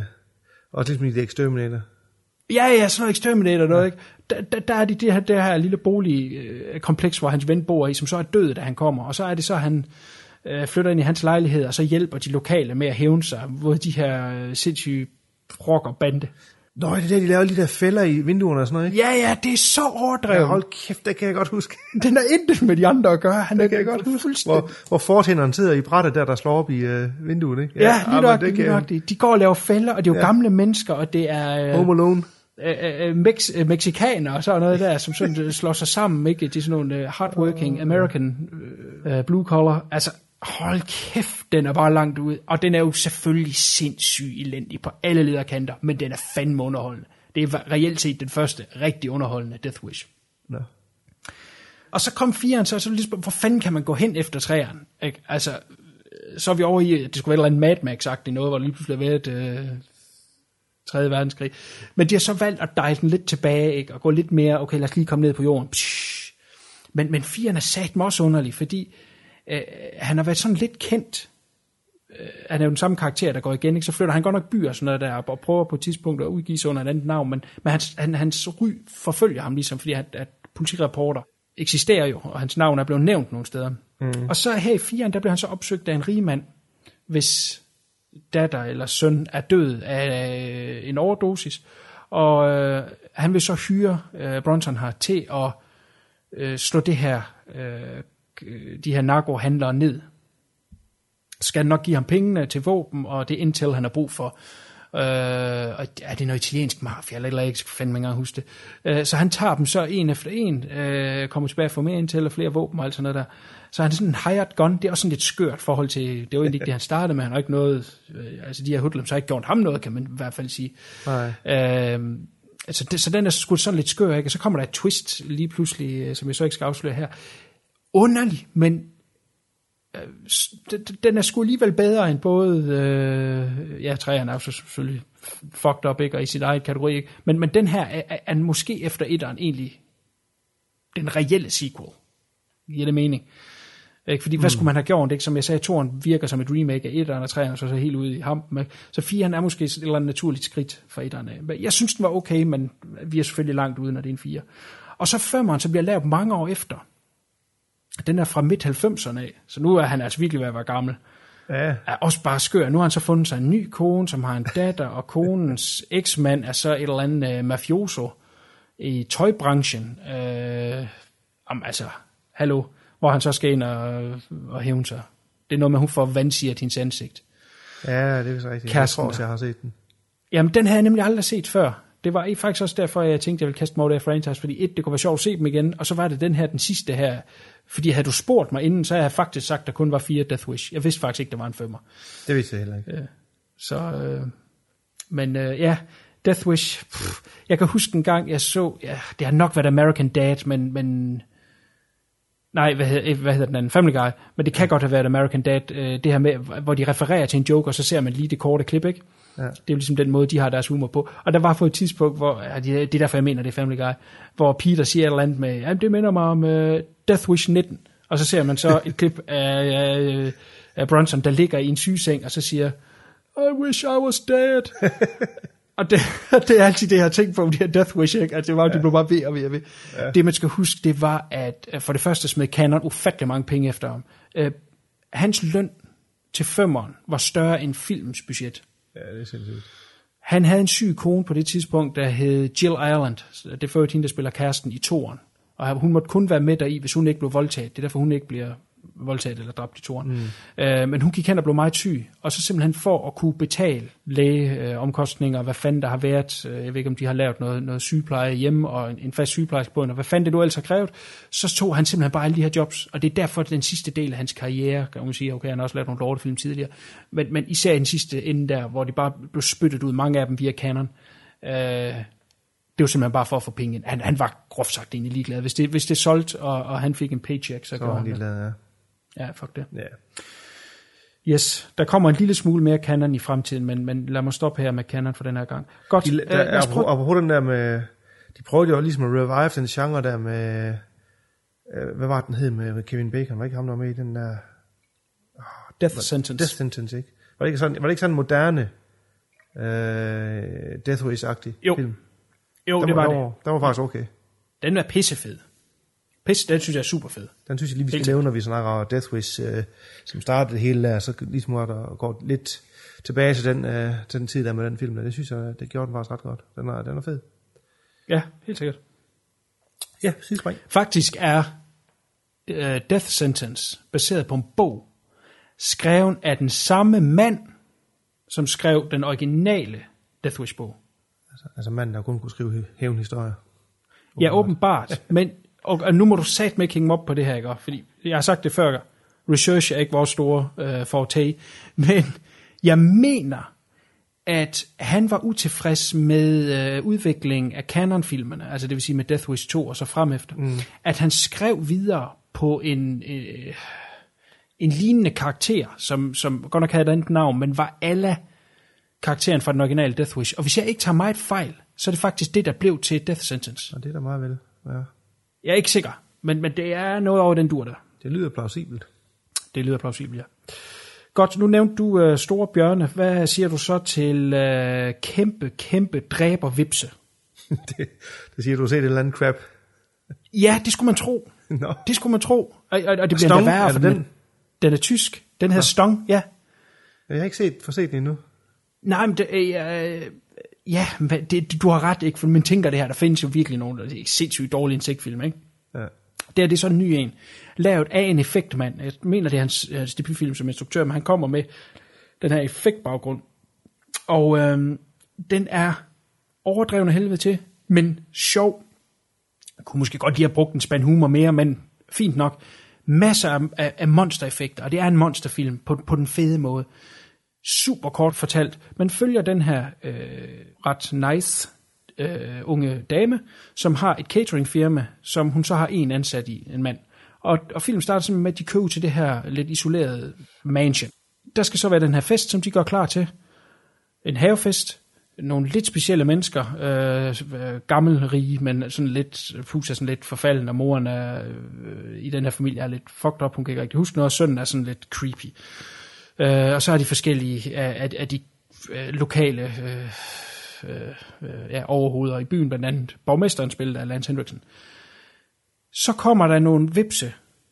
i The Exterminator. Ja, sådan noget Exterminator, noget, ikke? Der er det her lille boligkompleks, hvor hans ven bor i, som så er død, da han kommer. Og så er det så, han flytter ind i hans lejlighed, og så hjælper de lokale med at hævne sig mod de her sindssyge rockerbande. Nå, det er der, de laver de der fælder i vinduerne og sådan noget, ikke? Ja, det er så overdrevet. Ja, hold kæft, det kan jeg godt huske. Den er intet med de andre at gøre. Det kan jeg godt huske. Hvor fortænderen sidder i brættet der slår op i vinduet, ikke? Ja, lige nok det. De går og laver fælder, og det er jo gamle mennesker, og det er Home Alone. Mexikanere og sådan noget der, som sådan slår sig sammen, ikke? Det er sådan nogle hardworking American blue collar. Altså, hold kæft, den er bare langt ude. Og den er jo selvfølgelig sindssygt elendig på alle lederkanter, men den er fandme underholdende. Det er reelt set den første rigtig underholdende Death Wish. No. Og så kom 4'eren, så ligesom, hvor fanden kan man gå hen efter 3'eren? Ikke? Altså, så er vi over i, at det skulle være et eller andet Mad Max-agtigt noget, hvor det lige pludselig har været 3. verdenskrig. Men de har så valgt at dive den lidt tilbage, ikke? Og gå lidt mere, okay, lad os lige komme ned på jorden. Psh. Men 4'eren er satme også underlig, fordi han har været sådan lidt kendt. Han er jo den samme karakter, der går igen, ikke? Så flytter han godt nok byer sådan noget der, og prøver på et tidspunkt at udgive sig under et andet navn, men hans ry forfølger ham ligesom, fordi at politireporter eksisterer jo, og hans navn er blevet nævnt nogle steder. Og så her i 4'eren, der bliver han så opsøgt af en rig mand, hvis datter eller søn er død af en overdosis, og han vil så hyre Bronson her til at slå det her de her narkohandlere ned. Skal nok give ham pengene til våben, og det intel, han har brug for. Og er det noget italiensk mafia, eller ikke fandme ikke engang huske det. Så han tager dem så en efter en, kommer tilbage for mere intel og flere våben og alt sådan noget der. Så han er sådan en hired gun. Det er også sådan lidt skørt forhold til, det var egentlig ikke det, han startede med. Han har ikke noget, altså de her hoodlums har ikke gjort ham noget, kan man i hvert fald sige. Så den er sgu sådan lidt skør, ikke? Og så kommer der et twist lige pludselig, som jeg så ikke skal afsløre her. Underlig, men den er sgu alligevel bedre end både, 3'eren er jo selvfølgelig fucked up, ikke, og i sit eget kategori, ikke? Men den her er måske efter 1'eren egentlig den reelle sequel. Giver det mening? Ikke? Fordi hvad skulle man have gjort? Ikke? Som jeg sagde, 2'eren virker som et remake af 1'eren, og 3'eren så helt ude i hampen. Så 4'eren er måske et eller andet naturligt skridt fra 1'eren. Jeg synes, den var okay, men vi er selvfølgelig langt ude, når det er en 4. Og så 5'eren, så bliver lavet mange år efter. Den er fra midt-90'erne af, så nu er han altså virkelig ved at være gammel. Ja. Er også bare skør. Nu har han så fundet sig en ny kone, som har en datter, og konens eksmand er så et eller andet mafioso i tøjbranchen. Altså, hallo, hvor han så skal ind og hævne sig. Det er noget med, hun får vandsiger til hendes ansigt. Ja, det er så rigtigt. Jeg tror også, jeg har set den. Jamen, den har jeg nemlig aldrig set før. Det var faktisk også derfor, jeg tænkte, jeg ville kaste mig over det her franchise, fordi det kunne være sjovt at se dem igen, og så var det den sidste her, fordi havde du spurgt mig inden, så havde jeg faktisk sagt, at der kun var 4 Death Wish. Jeg vidste faktisk ikke, der var en 5'er. Det vidste jeg heller ikke. Death Wish, jeg kan huske en gang, jeg så, det har nok været American Dad, men nej, hvad hedder den anden? Family Guy, men det kan godt have været American Dad, det her med, hvor de refererer til en joke, og så ser man lige det korte klip, ikke? Ja. Det er jo ligesom den måde, de har deres humor på. Og der var på et tidspunkt, hvor, det er derfor, jeg mener, det er Family Guy, hvor Peter siger et eller andet med, jamen det minder mig om Death Wish 19, og så ser man så et klip af Bronson, der ligger i en sygeseng, og så siger, I wish I was dead. Og det er altid det, jeg har tænkt på om de her Death Wish, ikke? Altså, det blev bare ved og ved og ved. Ja. Det, man skal huske, det var, at for det første smed Cannon ufattelig mange penge efter ham. Hans løn til 5'eren var større end filmens budget. Ja, det er sindssygt. Han havde en syg kone på det tidspunkt, der hed Jill Ireland. Det er for hende, der spiller kæresten i 2'eren. Og hun måtte kun være med deri, hvis hun ikke blev voldtaget. Det er derfor, hun ikke bliver voldtaget eller dræbt i toren. Men hun gik hen og blev meget syg, og så simpelthen for at kunne betale lægeomkostninger, hvad fanden der har været, jeg ved ikke om de har lavet noget sygepleje hjemme, og en fast sygeplejerske på hende, og hvad fanden det nu ellers har krævet, så tog han simpelthen bare alle de her jobs, og det er derfor den sidste del af hans karriere, kan man sige, okay, han har også lavet nogle lortefilm tidligere, men især i den sidste ende der, hvor de bare blev spyttet ud, mange af dem via Canon, det var simpelthen bare for at få penge ind. Han var groft sagt egentlig ligeglad. Hvis det solgte, og han fik en paycheck, så gjorde han ligeglad, ja, fuck det. Ja. Yes, der kommer en lille smule mere Canon i fremtiden, men lad mig stoppe her med Canon for den her gang. Godt. Apropos den der med, de prøvede jo ligesom at revive den genre der med, hvad var den hed med Kevin Bacon? Var ikke ham der med i den der? Death Sentence. Death Sentence, ikke? Var det ikke sådan en moderne Death Wish-agtig film? Jo, det var det. Den var faktisk okay. Den er pissefed. Den synes jeg er super fed. Den synes jeg lige, vi skal nævne, når vi snakker Death Wish, som startede det hele der, så ligesom der går lidt tilbage til den tid der med den film der. Det synes jeg, det gjorde den faktisk ret godt. Den er fed. Ja, helt sikkert. Ja, sidespring. Faktisk er Death Sentence baseret på en bog, skrevet af den samme mand, som skrev den originale Death Wish-bog. Altså manden, der kun kunne skrive hævnhistorier. Ja, åbenbart. Men og nu må du satme ikke hænge op på det her, ikke? Fordi jeg har sagt det før, research er ikke vores store forte, men jeg mener, at han var utilfreds med udviklingen af Canon-filmerne, altså det vil sige med Death Wish 2 og så fremefter, at han skrev videre på en lignende karakter, som godt nok havde et andet navn, men var alle karakteren fra den originale Death Wish. Og hvis jeg ikke tager meget fejl, så er det faktisk det, der blev til Death Sentence. Og det er da meget vel, ja. Jeg er ikke sikker, men det er noget over den dur der. Det lyder plausibelt. Det lyder plausibelt, ja. Godt, nu nævnte du store bjørne. Hvad siger du så til kæmpe dræbervipse? det siger du set et eller andet crap. Ja, det skulle man tro. No. Det skulle man tro. Og det bliver Stong, værre, for den er tysk. Den her Stong, ja. Jeg har ikke set den endnu. Nej, men ja, du har ret, ikke? For man tænker det her, der findes jo virkelig nogle, der er sindssygt dårlige insektfilm, ikke? Ja. Det er sådan en ny en, lavet af en effektmand. Jeg mener, det er hans debutfilm som instruktør, men han kommer med den her effektbaggrund. Og den er overdreven af helvede til, men sjov. Jeg kunne måske godt lige have brugt en spand humor mere, men fint nok. Masser af monstereffekter, og det er en monsterfilm på den fede måde. Super kort fortalt. Man følger den her ret nice unge dame, som har et cateringfirma, som hun så har en ansat i, en mand. Og filmen starter simpelthen med, at de køber til det her lidt isolerede mansion. Der skal så være den her fest, som de gør klar til. En havefest. Nogle lidt specielle mennesker. Gammelrige, men sådan lidt, huset er sådan lidt forfalden, og moren er, i den her familie er lidt fucked up. Hun kan ikke rigtig huske noget, og sønnen er sådan lidt creepy. Og så er de forskellige af de lokale overhoveder i byen, blandt andet borgmesteren spillet af Lance Henriksen. Så kommer der nogle vipse,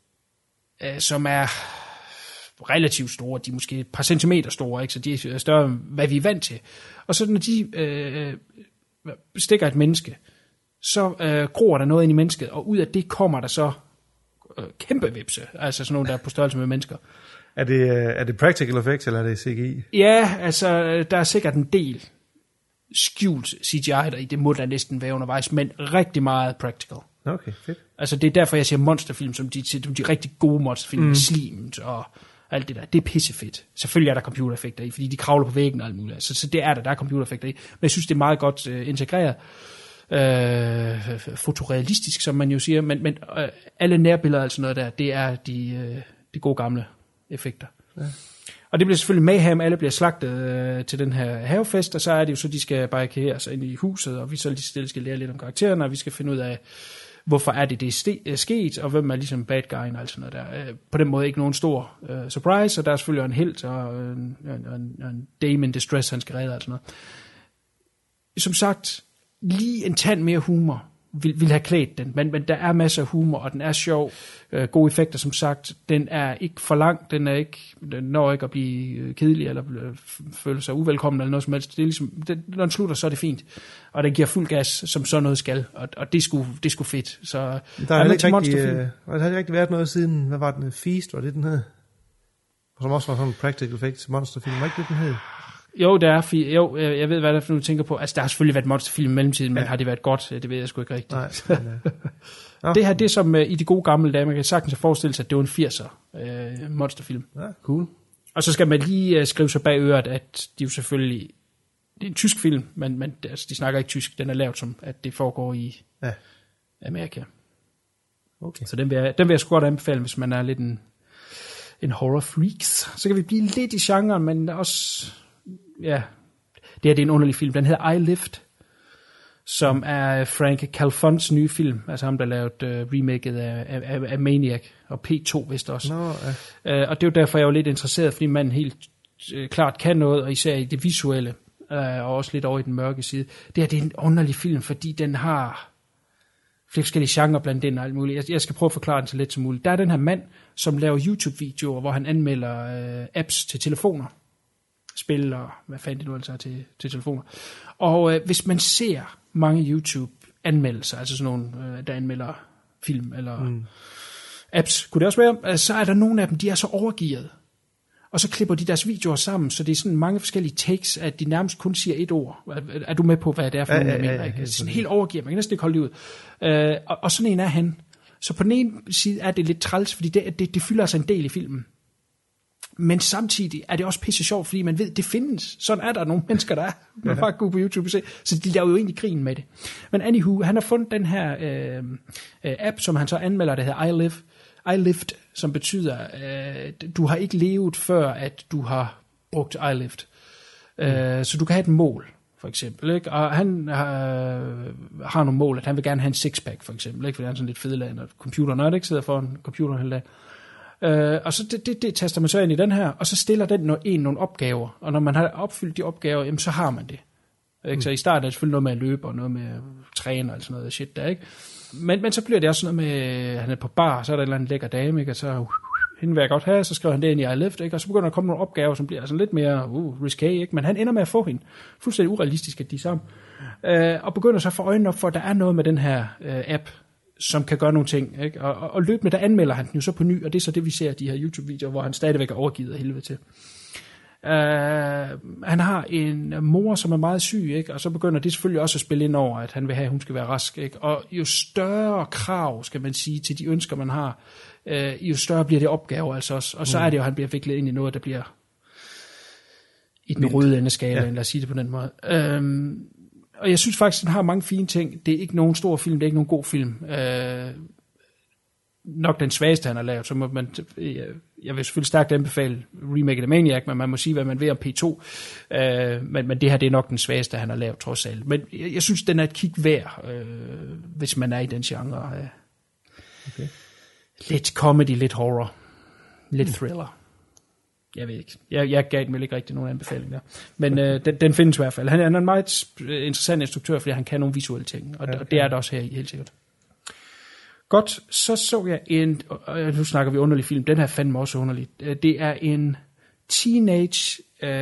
som er relativt store, de er måske et par centimeter store, ikke? Så de er større end hvad vi er vant til. Og så når de stikker et menneske, så gror der noget ind i mennesket, og ud af det kommer der så kæmpe vipse, altså sådan nogle, der er på størrelse med mennesker. Er det practical effects, eller er det CGI? Ja, altså, der er sikkert en del skjult CGI der i, det må der næsten være undervejs, men rigtig meget practical. Okay, fedt. Altså, det er derfor, jeg siger monsterfilm, som de rigtig gode monsterfilm, slimt og alt det der. Det er pissefedt. Selvfølgelig er der computereffekter i, fordi de kravler på væggen og alt muligt. Så det er der er computereffekter i. Men jeg synes, det er meget godt integreret. Fotorealistisk, som man jo siger, men alle nærbilleder og sådan noget der, det er de gode gamle effekter. Ja. Og det bliver selvfølgelig mayhem, alle bliver slagtet til den her havefest, og så er det jo så, de skal barrikere sig ind i huset, og vi så lige stille skal lære lidt om karaktererne, og vi skal finde ud af, hvorfor er det er sket, og hvem er ligesom bad guyen og alt sådan noget der. På den måde ikke nogen stor surprise, og der er selvfølgelig en helt og en dame in distress, han skal redde og sådan noget. Som sagt, lige en tand mere humor, vil have klædt den, men der er masser af humor, og den er sjov, gode effekter, som sagt. Den er ikke for lang, den når ikke at blive kedelig, eller føle sig uvelkommen, eller noget som helst. Det er ligesom, når den slutter, så er det fint, og den giver fuld gas, som sådan noget skal, og det er sgu fedt. Så der har ikke rigtig været noget siden, hvad var den, Feast, var det den hed? Som også var sådan en practical effects monsterfilm, var ikke det den hed? Jo, jeg ved, hvad der er, du tænker på. Altså, der har selvfølgelig været monsterfilm i mellemtiden, men har det været godt? Det ved jeg sgu ikke rigtigt. Nej, det her, det er som i de gode gamle dage, man kan sagtens forestille sig, at det var en 80'er monsterfilm. Ja, cool. Og så skal man lige skrive sig bag øret, at de jo selvfølgelig, det er en tysk film, men altså, de snakker ikke tysk, den er lavet som, at det foregår i Amerika. Okay. Så den vil jeg sgu godt anbefale, hvis man er lidt en horror freaks. Så kan vi blive lidt i genren, men også... Ja, det er en underlig film. Den hedder I Lived, som er Frank Calfons nye film. Altså ham, der lavede remaket af Maniac, og P2 vist også. Og det er jo derfor, jeg var lidt interesseret, fordi man helt klart kan noget, og især i det visuelle, og også lidt over i den mørke side. Det er en underlig film, fordi den har flere forskellige genrer blandt den og alt muligt. Jeg skal prøve at forklare den så let som muligt. Der er den her mand, som laver YouTube-videoer, hvor han anmelder apps til telefoner. Spil og hvad fanden det nu altså er til telefoner. Og hvis man ser mange YouTube-anmeldelser, altså sådan nogle, der anmelder film eller apps, kunne det også være, så er der nogle af dem, de er så overgearet. Og så klipper de deres videoer sammen, så det er sådan mange forskellige takes, at de nærmest kun siger et ord. Er du med på, hvad det er for nogle, jeg mener? Ikke? Sådan helt overgearet, man kan næsten ikke holde det ud. Og sådan en er han. Så på den ene side er det lidt træls, fordi det fylder altså en del i filmen. Men samtidig er det også pisse sjovt, fordi man ved, det findes. Sådan er der nogle mennesker, der er. Man bare går på YouTube og se. Så de laver jo egentlig grin med det. Men anywho, han har fundet den her app, som han så anmelder, der hedder I Lived, som betyder, du har ikke levet før, at du har brugt I Lived. Så du kan have et mål, for eksempel. Ikke? Og han har nogle mål, at han vil gerne have en sixpack, for eksempel. Ikke? Fordi han er sådan lidt fedeland, og computeren ikke sidder foran computeren hele dagen. Og så det taster man så ind i den her, og så stiller den nogle opgaver, og når man har opfyldt de opgaver, jamen, så har man det. Ikke? Så i starten er det selvfølgelig noget med at løbe, og noget med at træne, og sådan noget shit der, ikke? Men så bliver det også noget med, han er på bar, så er der en eller anden lækker dame, ikke? Og så, hende vil jeg godt have, så skriver han det ind i I Lived, ikke? Og så begynder der at komme nogle opgaver, som bliver altså lidt mere risky, ikke? Men han ender med at få hende. Fuldstændig urealistisk, at de er sammen. Og begynder så at få øjnene op for, at der er noget med den her app, som kan gøre nogle ting, ikke? Og løbende, der anmelder han den jo så på ny, og det er så det, vi ser de her YouTube-videoer, hvor han stadigvæk er overgivet af helvede til. Han har en mor, som er meget syg, ikke? Og så begynder det selvfølgelig også at spille ind over, at han vil have, at hun skal være rask, ikke? Og jo større krav, skal man sige, til de ønsker, man har, jo større bliver det opgave altså også. Og så er det jo, at han bliver viklet ind i noget, der bliver i den røde ende skala, lad os sige det på den måde. Og jeg synes faktisk, den har mange fine ting. Det er ikke nogen stor film, det er ikke nogen god film. Nok den svageste, han har lavet. Så må man, jeg vil selvfølgelig stærkt anbefale remake af Maniac, men man må sige, hvad man vil om P2. Men det her, det er nok den svageste, han har lavet, trods alt. Men jeg synes, den er et kig værd, hvis man er i den genre. Okay. Lidt comedy, lidt horror, lidt thriller. Jeg ved ikke. Jeg gav den vel ikke rigtig nogen anbefaling der. Men den findes i hvert fald. Han er en meget interessant instruktør, fordi han kan nogle visuelle ting. Og det er det også her helt sikkert. Godt, så jeg en... Nu snakker vi underlig film. Den her fandme også underlig. Det er en teenage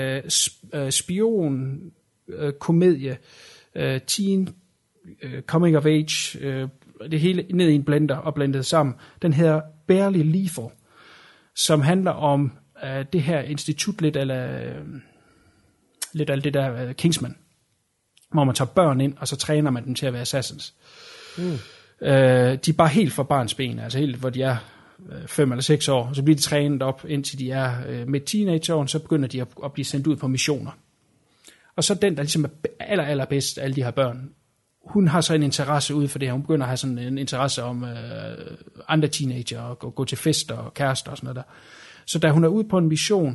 spion komedie. Teen coming of age. Det hele ned i en blender og blendet sammen. Den hedder Barely Lethal, som handler om det her institut lidt af det der Kingsman, hvor man tager børn ind, og så træner man dem til at være assassins. De er bare helt fra barnsben, altså helt, hvor de er 5 eller 6 år, og så bliver de trænet op, indtil de er midt teenageåren, så begynder de at blive sendt ud på missioner. Og så den, der ligesom er allerbedst af alle de her børn, hun har så en interesse ud for det her. Hun begynder at have sådan en interesse om andre teenager, og gå til fester og kærester og sådan noget der. Så da hun er ude på en mission,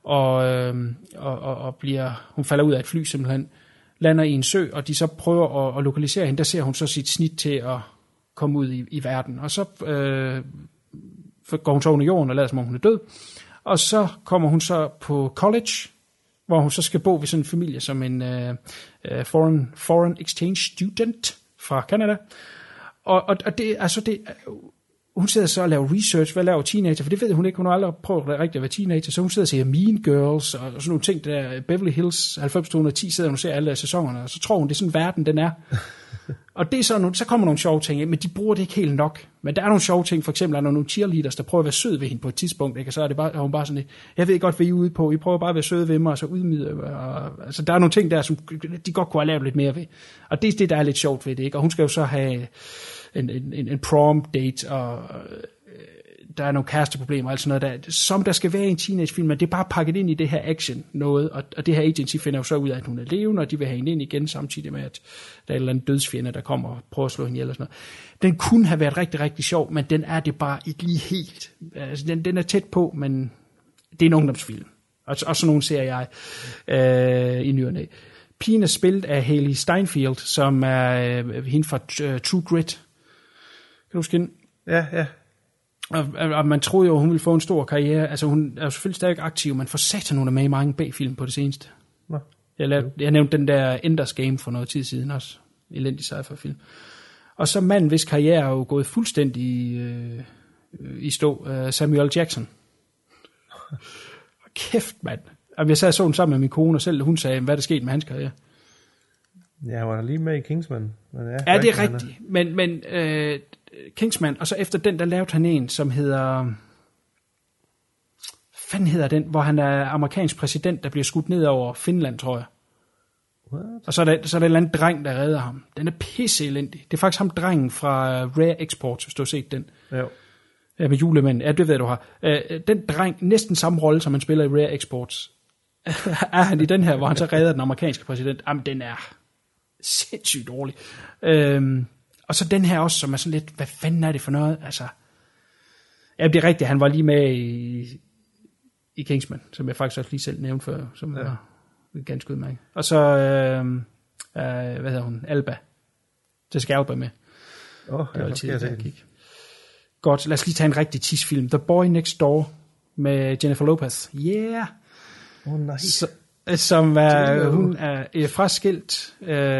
og hun falder ud af et fly simpelthen, lander i en sø, og de så prøver at lokalisere hende, der ser hun så sit snit til at komme ud i verden. Og så går hun så under jorden og lader som om hun er død. Og så kommer hun så på college, hvor hun så skal bo ved sådan en familie som en foreign exchange student fra Canada. Og det, altså det, hun sidder så og laver research, hvad laver teenager, for det ved hun ikke, hun har aldrig prøvet rigtig at være teenager, så hun sidder og ser Mean Girls, og sådan nogle ting, der Beverly Hills 90-210 sidder hun og ser alle af sæsonerne, og så tror hun, det er sådan verden, den er. Og det er sådan, så kommer nogle sjove ting, men de bruger det ikke helt nok. Men der er nogle sjove ting, for eksempel er der nogle cheerleaders, der prøver at være sød ved hende på et tidspunkt, ikke? Og så er det bare, hun bare sådan, jeg ved godt, hvad I er ude på, I prøver bare at være søde ved mig, og så ydmyge. Altså der er nogle ting der, som de godt kunne have lavet lidt mere ved. Og det er det, der er lidt sjovt ved det, ikke? Og hun skal jo så have en prom date, og der er nogle kæresteproblemer og alt sådan noget der, som der skal være i en teenagefilm, men det er bare pakket ind i det her action noget, og det her agency finder jo så ud af, at hun er levende, og de vil have hende ind igen, samtidig med, at der er en eller anden dødsfjende, der kommer og prøver at slå hende ihjel og sådan noget. Den kunne have været rigtig, rigtig sjov, men den er det bare ikke lige helt. Altså, den er tæt på, men det er en ungdomsfilm. Og sådan nogle ser jeg i ny og næ. Pigen er spillet af Hailee Steinfeld, som er hende fra True Grit. Kan du huske hende? Ja. Og man troede jo, hun ville få en stor karriere. Altså hun er jo selvfølgelig stadig aktiv, men for satan, hun er med i mange B-film på det seneste. Nå. Jeg nævnte den der Enders Game for noget tid siden også. Elendig sci-fi-film. Og så manden, hvis karriere er jo gået fuldstændig i stå. Samuel Jackson. Kæft, mand. Jeg sad så den sammen med min kone, og selv hun sagde, hvad der skete med hans karriere. Ja, han var lige med i Kingsman. Men ja, det er rigtigt. Men Kingsman, og så efter den, der lavede han en, som hedder... Hvad fanden hedder den? Hvor han er amerikansk præsident, der bliver skudt ned over Finland, tror jeg. What? Og så er der en eller anden dreng, der redder ham. Den er pisse elendig. Det er faktisk ham drengen fra Rare Exports, hvis du har set den. Jo. Ja, med julemanden. Ja, det ved du har. Den dreng, næsten samme rolle, som han spiller i Rare Exports, er han i den her, hvor han så redder den amerikanske præsident. Jamen, den er sindssygt dårlig. Og så den her også, som er sådan lidt, hvad fanden er det for noget? Altså, ja, det er rigtigt, han var lige med i Kingsman, som jeg faktisk også lige selv nævnte før, som var ganske udmærket. Og så, hvad hedder hun? Alba. Det skal Alba med. Det var altid at kigge. Godt, lad os lige tage en rigtig tidsfilm. The Boy Next Door med Jennifer Lopez. Yeah! Nice. Som er, hun er fraskilt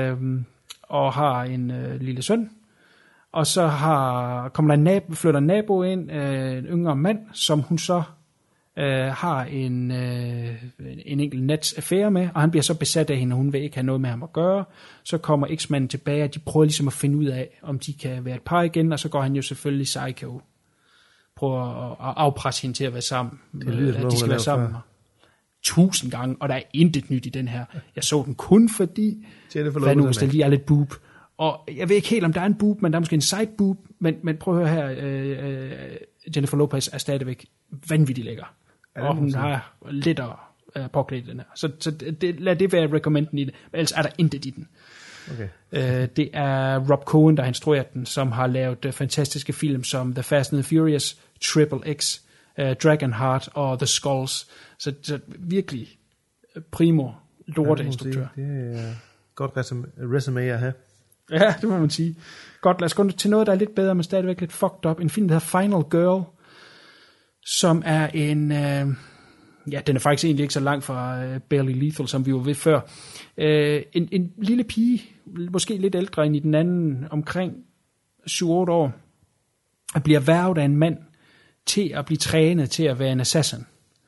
og har en lille søn. Og så kommer der flytter en nabo ind, en yngre mand, som hun så har en enkelt nats affære med, og han bliver så besat af hende, og hun vil ikke have noget med ham at gøre. Så kommer eksmanden tilbage, og de prøver ligesom at finde ud af, om de kan være et par igen, og så går han jo selvfølgelig psycho. Prøver at afpresse hende til at være sammen. Det lyder, at de skal være sammen. 1000 gange, og der er intet nyt i den her. Jeg så den kun fordi, hvad nu hvis der lige er lidt boob. Og jeg ved ikke helt, om der er en boob, men der er måske en side boob, men prøv at høre her, Jennifer Lopez er stadigvæk vanvittigt lækker. Og hun har lidt at påklæde den her. Så lad det være recommenden i det, men ellers er der intet i den. Okay. Det er Rob Cohen, der har instrueret den, som har lavet fantastiske film som The Fast and the Furious, Triple X, Dragonheart og The Skulls. Så virkelig primo lorteinstruktør. Det er godt resume at have. Ja, det må man sige. Godt, lad os gå til noget, der er lidt bedre, men stadigvæk lidt fucked up. En film, der hedder Final Girl, som er en... den er faktisk egentlig ikke så langt fra Barely Lethal, som vi var ved før. En lille pige, måske lidt ældre end i den anden, omkring 7-8 år, bliver hvervet af en mand til at blive trænet til at være en assassin.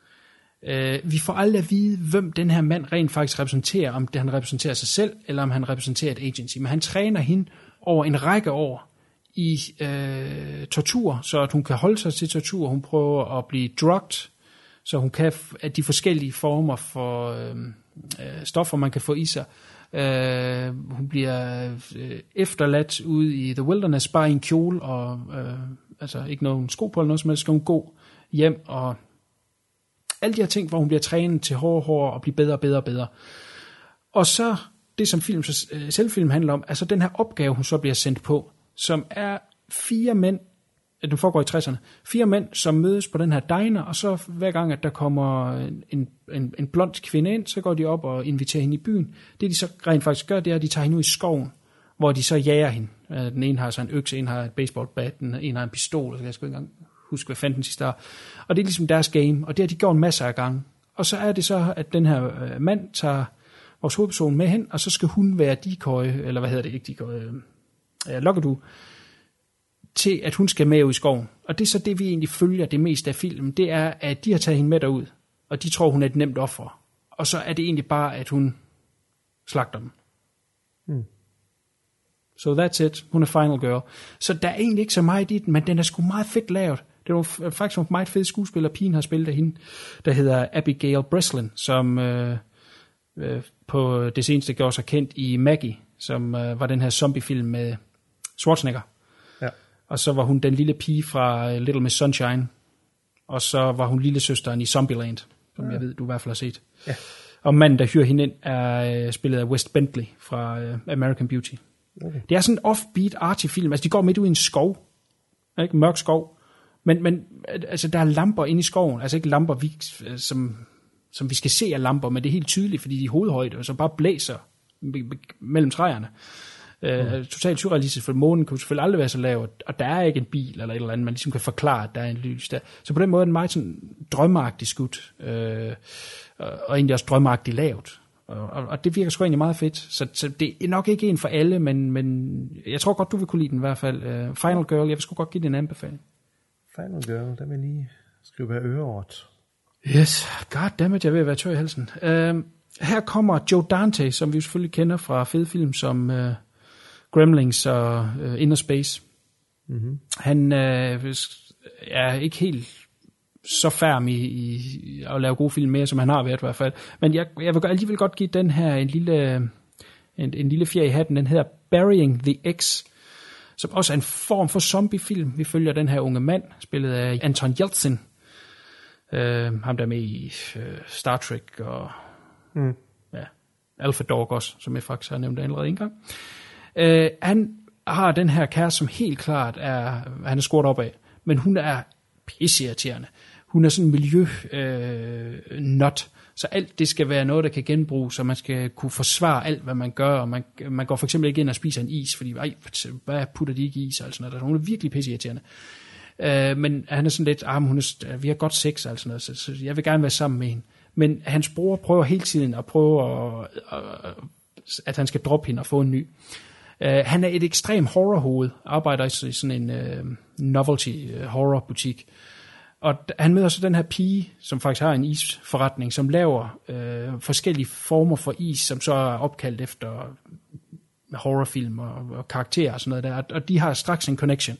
Vi får aldrig at vide, hvem den her mand rent faktisk repræsenterer, om det han repræsenterer sig selv, eller om han repræsenterer et agency. Men han træner hende over en række år i tortur, så at hun kan holde sig til tortur. Hun prøver at blive drugged, så hun kan at de forskellige former for stoffer, man kan få i sig. Hun bliver efterladt ude i The Wilderness, bare i en kjole, og altså ikke nogen sko på eller noget som helst, skal hun gå hjem, og alle de her ting, hvor hun bliver trænet til hårdere og blive bedre og bedre og bedre. Og så det, som selvfilm handler om, altså den her opgave, hun så bliver sendt på, som er 4 mænd, den foregår i 60'erne, 4 mænd, som mødes på den her diner, og så hver gang, at der kommer en blond kvinde ind, så går de op og inviterer hende i byen. Det, de så rent faktisk gør, det er, at de tager hende ud i skoven, hvor de så jager hende. Den ene har så en økse, en har et baseballbat, den ene har en pistol, så jeg skal ikke engang huske, hvad fanden den sidste er. Og det er ligesom deres game, og det har de gjort en masse af gange. Og så er det så, at den her mand tager vores hovedperson med hen, og så skal hun være decoy, eller hvad hedder det, ikke decoy, lokkedue, til at hun skal med ud i skoven. Og det er så det, vi egentlig følger det meste af filmen, det er, at de har taget hende med derud, og de tror, hun er et nemt offer. Og så er det egentlig bare, at hun slagter dem. So that's it. Hun er final girl. Så der er egentlig ikke så meget i den, men den er sgu meget fedt lavet. Det var faktisk en meget fed skuespiller, pigen har spillet af hende, der hedder Abigail Breslin, som på det seneste gjorde sig kendt i Maggie, som var den her zombiefilm med Schwarzenegger. Ja. Og så var hun den lille pige fra Little Miss Sunshine, og så var hun lillesøsteren i Zombieland, som jeg ved, du i hvert fald har set. Ja. Og manden, der hyrer hende ind, er spillet af Wes Bentley fra American Beauty. Okay. Det er sådan en offbeat arty film. Altså, de går midt ud i en skov. Ikke? Mørk skov. Men altså, der er lamper inde i skoven. Altså ikke lamper, som vi skal se af lamper, men det er helt tydeligt, fordi de er hovedhøjde, og så bare blæser mellem træerne. Totalt surrealistisk, for månen kunne selvfølgelig aldrig være så lav, og der er ikke en bil eller et eller andet, man ligesom kan forklare, at der er en lys der. Så på den måde er den meget sådan drømmeagtig skudt, og egentlig også drømmeagtig lavt. Og det virker sgu egentlig meget fedt. Så det er nok ikke en for alle, men jeg tror godt, du vil kunne lide den i hvert fald. Final Girl, jeg vil sgu godt give den en anbefaling. Final Girl, der vil jeg lige skrive bag øreort. Yes, goddammit, jeg er ved at være tør i halsen. Her kommer Joe Dante, som vi selvfølgelig kender fra fede film som Gremlins og Inner Space. Mm-hmm. Han er ikke helt så færm i at lave gode film mere, som han har været i hvert fald. Men jeg vil alligevel godt give den her en lille fjer i hatten. Den hedder Burying the X, som også er en form for zombiefilm. Vi følger den her unge mand, spillet af Anton Yeltsin. Ham der med i Star Trek og Alpha Dog også, som jeg faktisk har nævnt allerede en gang. Han har den her kæreste, som helt klart han er skåret op af, men hun er pisseirriterende. Hun er sådan en miljø-nut, så alt det skal være noget, der kan genbruges, så man skal kunne forsvare alt, hvad man gør, og man går for eksempel ikke ind og spiser en is, fordi hvad putter de ikke i is, og sådan noget. Hun er virkelig pisseirriterende. Men han er sådan lidt, vi har godt sex, altså noget, så jeg vil gerne være sammen med hende. Men hans bror prøver hele tiden at at han skal droppe hende og få en ny. Han er et ekstrem horrorhoved, arbejder i sådan en novelty horror butik. Og han møder så den her pige, som faktisk har en isforretning, som laver forskellige former for is, som så er opkaldt efter horrorfilm og karakterer og sådan noget der. Og de har straks en connection.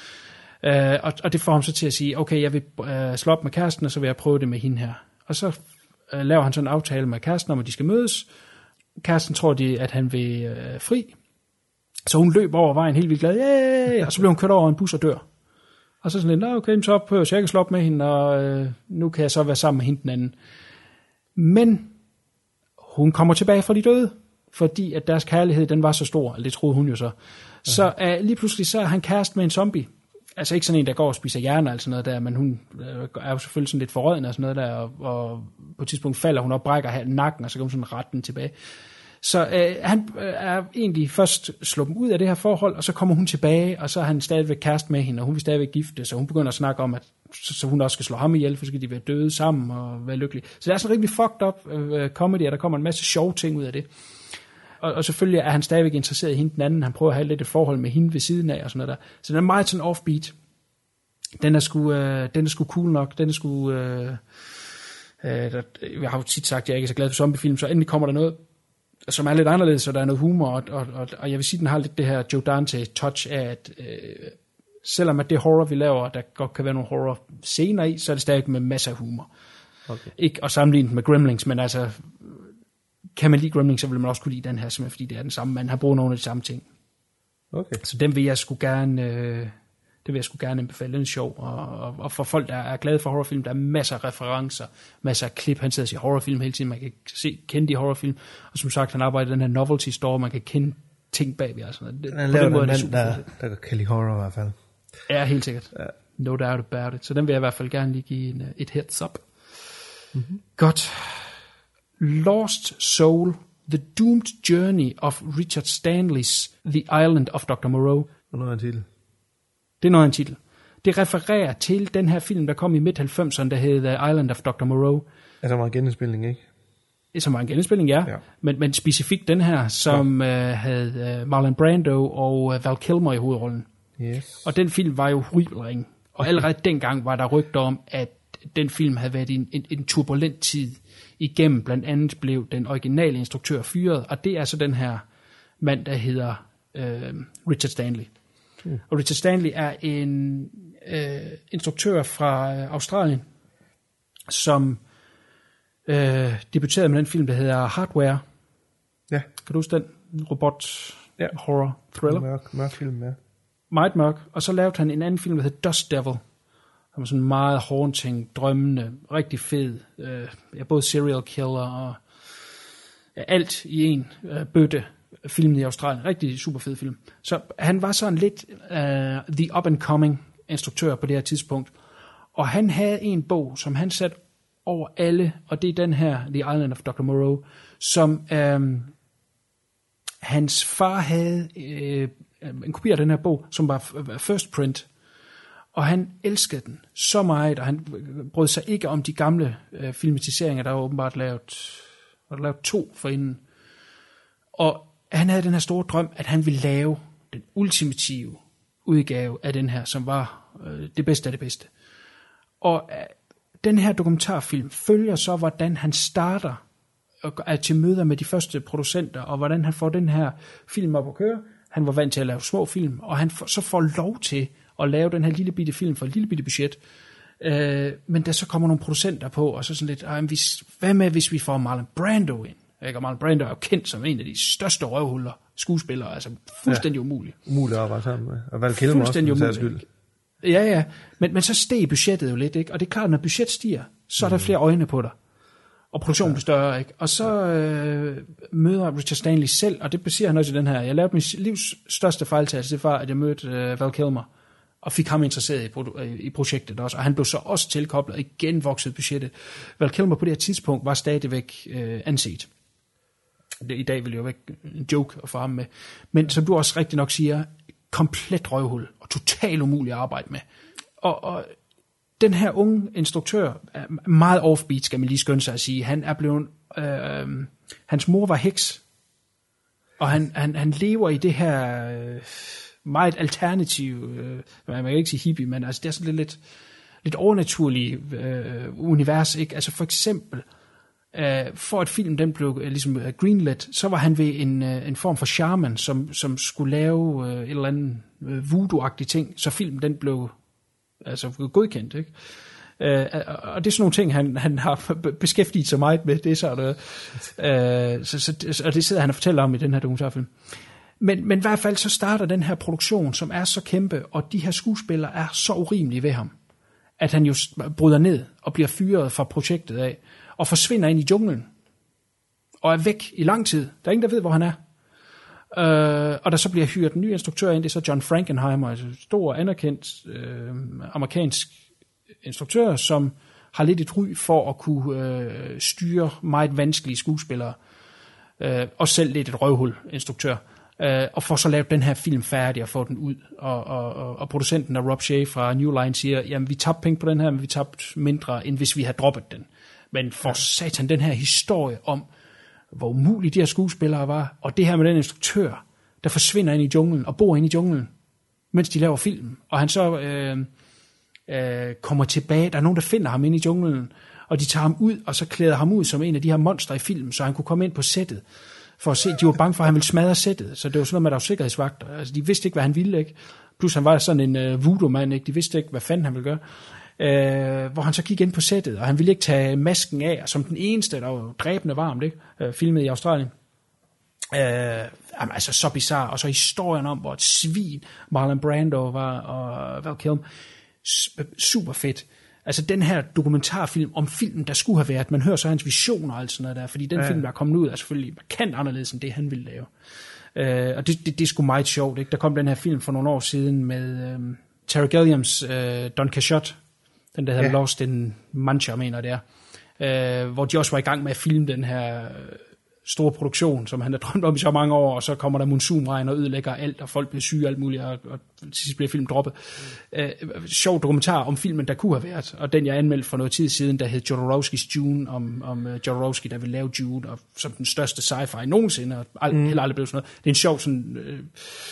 Og det får ham så til at sige, okay, jeg vil slå op med kæresten, og så vil jeg prøve det med hende her. Og så laver han sådan en aftale med kæresten om, at de skal mødes. Kæresten tror, at han vil fri. Så hun løber over vejen helt vildt glad, og så bliver hun kørt over en bus og dør. Og så sådan lidt, okay, så prøver jeg ikke slå op med hende, og nu kan jeg så være sammen med hende den anden. Men hun kommer tilbage fra de døde, fordi at deres kærlighed, den var så stor, eller det troede hun jo så. Så lige pludselig, så er han kæreste med en zombie. Altså ikke sådan en, der går og spiser hjerner eller sådan noget der, men hun er jo selvfølgelig sådan lidt forrødende og sådan noget der, og på et tidspunkt falder hun og brækker nakken, og så kommer sådan retten tilbage. Så han er egentlig først slået ud af det her forhold, og så kommer hun tilbage, og så er han stadigvæk kæreste med hende, og hun vil stadigvæk gifte, så hun begynder at snakke om, at så hun også skal slå ham ihjel, for så skal de være døde sammen og være lykkelige. Så det er sådan rimelig fucked up comedy, og der kommer en masse sjove ting ud af det. Og selvfølgelig er han stadigvæk interesseret i hende den anden, han prøver at have lidt et forhold med hende ved siden af, og sådan noget der. Så den er meget sådan offbeat. Den er sgu cool nok, den er sgu... jeg har jo tit sagt, at jeg ikke er så glad for zombiefilm, så endelig kommer der noget, som er lidt anderledes, så der er noget humor, og jeg vil sige, den har lidt det her Joe Dante-touch af, at selvom at det horror, vi laver, der godt kan være nogle horror scener i, så er det stadig med masser af humor. Okay. Ikke at sammenligne med Gremlins, men altså, kan man lide Gremlins, så vil man også kunne lide den her, simpelthen fordi det er den samme mand, har brugt nogle af de samme ting. Okay. Så den vil jeg sgu gerne... Det vil jeg sgu gerne anbefale. Den er sjov. Og for folk, der er glade for horrorfilm, der er masser af referencer, masser af klip. Han sidder og siger horrorfilm hele tiden. Man kan kende de horrorfilm. Og som sagt, han arbejder i den her novelty store. Man kan kende ting bagved. Altså. Han laver den mand, der kan lide horror i hvert fald. Ja, helt sikkert. Ja. No doubt about it. Så den vil jeg i hvert fald gerne lige give et heads up. Mm-hmm. Godt. Lost Soul. The Doomed Journey of Richard Stanley's The Island of Dr. Moreau. Hvornår er en titel? Det er noget af en titel. Det refererer til den her film, der kom i midt-90'erne, der hed The Island of Dr. Moreau. Altså var en genindspilning, ikke? Som var en genindspilning, ja. Men specifikt den her, som havde Marlon Brando og Val Kilmer i hovedrollen. Yes. Og den film var jo horribelring. Og allerede dengang var der rygter om, at den film havde været i en turbulent tid igennem. Blandt andet blev den originale instruktør fyret, og det er så den her mand, der hedder Richard Stanley. Og Richard Stanley er en instruktør fra Australien, som debuterede med den film, der hedder Hardware. Ja. Kan du huske den? Robot horror thriller. Mørk film, ja. Meget mørk. Og så lavede han en anden film, der hedder Dust Devil. Han var sådan meget haunting, drømmende, rigtig fed. Både serial killer og alt i en bøtte. Filmen i Australien. Rigtig super fed film. Så han var sådan lidt the up and coming instruktør på det her tidspunkt. Og han havde en bog, som han satte over alle, og det er den her, The Island of Dr. Moreau, som hans far havde en kopi af den her bog, som var first print. Og han elskede den så meget, og han brød sig ikke om de gamle filmatiseringer, der var åbenbart lavet 2 forinden. Og han havde den her store drøm, at han ville lave den ultimative udgave af den her, som var det bedste af det bedste. Og den her dokumentarfilm følger så, hvordan han starter og er til møder med de første producenter, og hvordan han får den her film op at køre. Han var vant til at lave små film, og han så får lov til at lave den her lille bitte film for et lille bitte budget. Men der så kommer nogle producenter på, og så sådan lidt, hvad med hvis vi får Marlon Brando ind? Og Marlon Brando er jo kendt som en af de største røvhuller skuespillere, altså fuldstændig umuligt. Umuligt at arbejde sammen med. Og Val Kilmer også, for skyld. Ja, men så steg budgettet jo lidt, ikke? Og det er klart, når budget stiger, så er der flere øjne på dig. Og produktionen bliver større, ikke? Og så møder Richard Stanley selv, og det baserer han også i den her. Jeg lavede min livs største fejltagelse, det var, at jeg mødte Val Kilmer, og fik ham interesseret i projektet også. Og han blev så også tilkoblet, igen voksede budgettet. Val Kilmer på det her tidspunkt var stadigvæk anset. I dag vil det jo være en joke at få ham med. Men som du også rigtig nok siger, komplet røvhul og totalt umuligt at arbejde med. Og den her unge instruktør er meget offbeat, skal man lige skynde sig at sige. Han er blevet... hans mor var heks, og han lever i det her meget alternative... man kan ikke sige hippie, men altså det er sådan lidt overnaturlige univers, ikke? Altså for eksempel... for at filmen den blev ligesom greenlit, så var han ved en form for shaman, som skulle lave et eller andet voodoo-agtige ting, så filmen den blev altså godkendt, ikke? Og det er sådan nogle ting, han har beskæftiget sig meget med, det er sådan, og det sidder han og fortæller om i den her dokumentarfilm. Men i hvert fald så starter den her produktion, som er så kæmpe, og de her skuespillere er så urimelige ved ham, at han jo bryder ned og bliver fyret fra projektet af, og forsvinder ind i junglen, og er væk i lang tid. Der er ingen, der ved, hvor han er. Og der så bliver hyret en ny instruktør ind, det er så John Frankenheimer, altså stor, anerkendt amerikansk instruktør, som har lidt et ry for at kunne styre meget vanskelige skuespillere, og selv lidt et røvhul-instruktør, og får så lavet den her film færdig og få den ud, og producenten af Rob Shea fra New Line siger, jamen vi tabte penge på den her, men vi tabte mindre, end hvis vi havde droppet den. Men for satan, den her historie om, hvor umulige de her skuespillere var, og det her med den instruktør, der forsvinder ind i junglen, og bor ind i junglen, mens de laver film, og han så kommer tilbage, der er nogen, der finder ham inde i junglen, og de tager ham ud, og så klæder ham ud som en af de her monster i filmen, så han kunne komme ind på sættet, for at se, de var bange for, at han ville smadre sættet, så det var sådan noget med, at der var sikkerhedsvagter, altså de vidste ikke, hvad han ville, ikke? Plus han var sådan en voodoo-mand, ikke? De vidste ikke, hvad fanden han ville gøre. Hvor han så gik ind på sættet, og han ville ikke tage masken af, som den eneste, der var dræbende varmt, ikke? Filmet i Australien. Altså så bizarre, og så historien om, hvor et svin Marlon Brando var, og Val Kilmer, super fedt. Altså den her dokumentarfilm om filmen, der skulle have været, man hører så hans visioner og alt sådan noget der, fordi den film, der er kommet ud, er selvfølgelig markant anderledes end det, han ville lave. Og det er sgu meget sjovt, ikke? Der kom den her film for nogle år siden med Terry Gilliams Don Quixote, den der hedder Lost in Mancha, mener det er, hvor de også var i gang med at filme den her store produktion, som han har drømt om i så mange år, og så kommer der monsunregn og ødelægger alt, og folk bliver syge og alt muligt, og til sidst bliver filmen droppet. Sjov dokumentar om filmen, der kunne have været, og den jeg anmeldte for noget tid siden, der hed Jodorowskis Dune, om Jodorowsky, der ville lave Dune, og som den største sci-fi nogensinde, og heller aldrig blev sådan noget. Det er en sjov sådan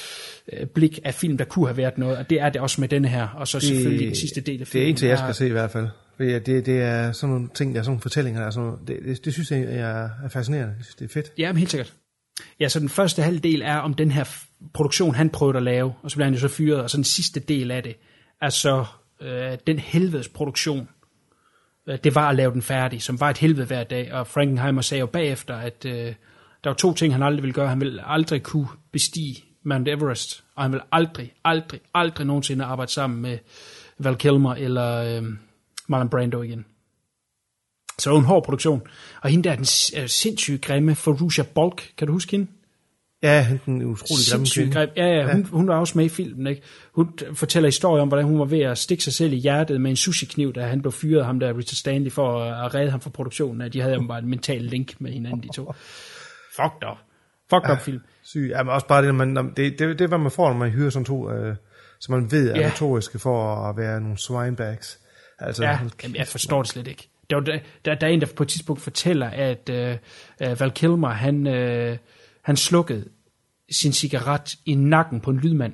blik af film, der kunne have været noget, og det er det også med denne her, og så selvfølgelig den sidste del af filmen. Det er en til, jeg skal se i hvert fald. Det er sådan nogle ting, der er sådan nogle fortællinger, der er sådan noget, det synes jeg er fascinerende. Jeg synes, det er fedt. Ja, men helt sikkert. Ja, så den første halvdel er om den her produktion, han prøvede at lave, og så bliver han jo så fyret, og så den sidste del af det er så den helvedes produktion. Det var at lave den færdig, som var et helvede hver dag, og Frankenheimer sagde jo bagefter, at der var 2 ting, han aldrig ville gøre. Han ville aldrig kunne bestige Mount Everest, og han ville aldrig nogensinde arbejde sammen med Val Kilmer eller Marlon Brando igen. Så det var en hård produktion. Og hende der er den sindssygt grimme Fairuza Balk. Kan du huske hende? Ja, den utrolig grimme kvinde. Ja. Hun var også med i filmen, ikke? Hun fortæller historier om, hvordan hun var ved at stikke sig selv i hjertet med en sushi-kniv, da han blev fyret, ham der Richard Stanley, for at redde ham fra produktionen. De havde jo bare en mental link med hinanden, de to. Fucked up film. Syg. Ja, men også bare det, det er, hvad man får, når man hyrer sådan 2, som man ved er notoriske for at være nogle swinebags. Altså, jamen, jeg forstår det slet ikke. Der er en, der på et tidspunkt fortæller, at Val Kilmer, han slukkede sin cigaret i nakken på en lydmand.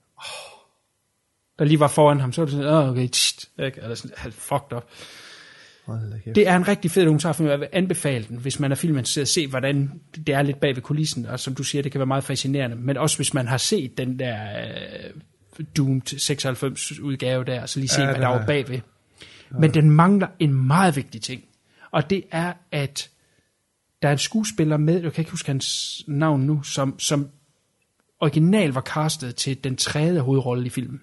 Der lige var foran ham, så var det sådan, okay, eller sådan, fucked up. Det er en rigtig fed dokumentarfilm, jeg vil anbefale den, hvis man er filminteresseret, at se, hvordan det er lidt bag ved kulissen, og som du siger, det kan være meget fascinerende, men også hvis man har set den der Doomed 96 udgave der, så lige se, hvad der var bagved. Men den mangler en meget vigtig ting, og det er, at der er en skuespiller med, jeg kan ikke huske hans navn nu, som original var castet til den 3. hovedrolle i filmen.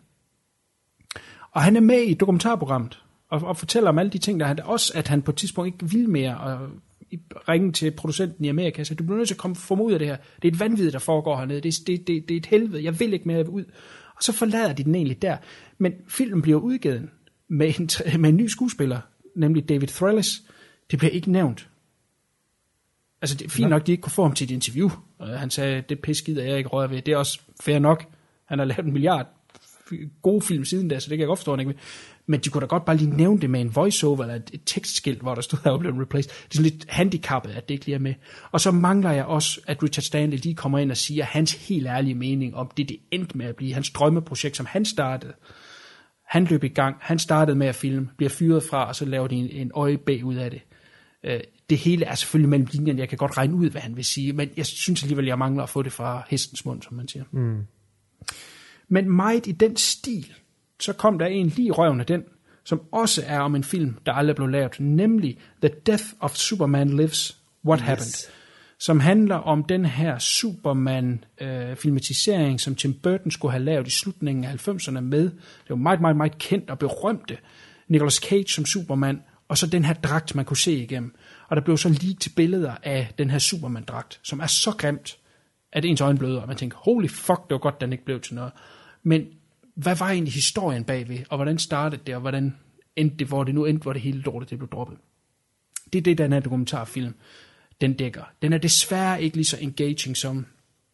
Og han er med i dokumentarprogrammet, og fortæller om alle de ting, der han også, at han på et tidspunkt ikke vil mere, og ringe til producenten i Amerika og sige, du bliver nødt til at komme ud af det her. Det er et vanvid, der foregår hernede. Det er et helvede. Jeg vil ikke mere ud. Og så forlader de den egentlig der. Men filmen bliver udgivet med en ny skuespiller, nemlig David Thewlis. Det bliver ikke nævnt. Altså, det er fint nok, de ikke kunne få ham til et interview. Han sagde, det pis gider jeg ikke røre ved. Det er også fair nok. Han har lavet 1 milliard gode film siden da, så det kan jeg godt forstå, han ikke vil. Men de kunne da godt bare lige nævne det med en voiceover eller et tekstskilt, hvor der stod her og blev replaced. Det er sådan lidt handicappet, at det ikke lige er med. Og så mangler jeg også, at Richard Stanley lige kommer ind og siger hans helt ærlige mening om det endte med at blive hans drømmeprojekt, som han startede. Han løb i gang, han startede med at filme, bliver fyret fra, og så laver de en øjebæg ud af det. Det hele er selvfølgelig mellem linjerne, jeg kan godt regne ud, hvad han vil sige, men jeg synes alligevel, jeg mangler at få det fra hestens mund, som man siger. Mm. Men meget i den stil, så kom der en lige røven af den, som også er om en film, der aldrig blev lavet, nemlig The Death of Superman Lives, What Happened, som handler om den her Superman-filmatisering, som Tim Burton skulle have lavet i slutningen af 90'erne med. Det var meget, meget, meget kendt og berømte Nicolas Cage som Superman, og så den her dragt, man kunne se igennem. Og der blev så leaked til billeder af den her Superman-dragt, som er så grimt, at ens øjne bløder, og man tænker, holy fuck, det var godt, den ikke blev til noget. Men hvad var egentlig historien bagved, og hvordan startede det, og hvordan endte det, hvor det nu endte, hvor det hele lortet det blev droppet. Det er det, den her dokumentarfilm, den dækker. Den er desværre ikke lige så engaging som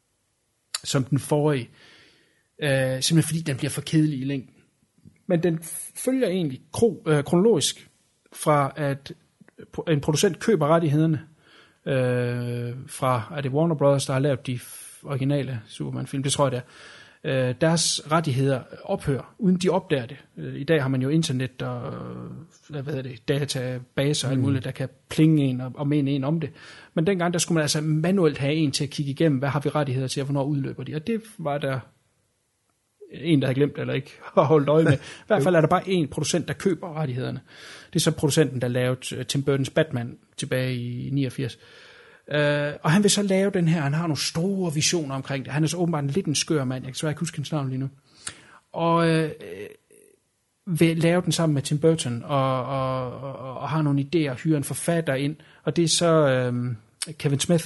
den forrige, simpelthen fordi den bliver for kedelig i længden. Men den følger egentlig kronologisk fra, at en producent køber rettighederne fra, er det Warner Brothers, der har lavet de originale Superman-film, det tror jeg det er. Deres rettigheder ophører, uden de opdager det. I dag har man jo internet og databaser og alt muligt, der kan plinge en og mene en om det. Men dengang, der skulle man altså manuelt have en til at kigge igennem, hvad har vi rettigheder til, og hvornår udløber de. Og det var der en, der havde glemt eller ikke har holdt øje med. I hvert fald er der bare en producent, der køber rettighederne. Det er så producenten, der lavede Tim Burtons Batman tilbage i 89. Og han vil så lave den her, han har nogle store visioner omkring det. Han er så åbenbart lidt en skør mand, jeg kan ikke huske hans navn lige nu. Og vil lave den sammen med Tim Burton, og har nogle idéer, hyre en forfatter ind, og det er så Kevin Smith,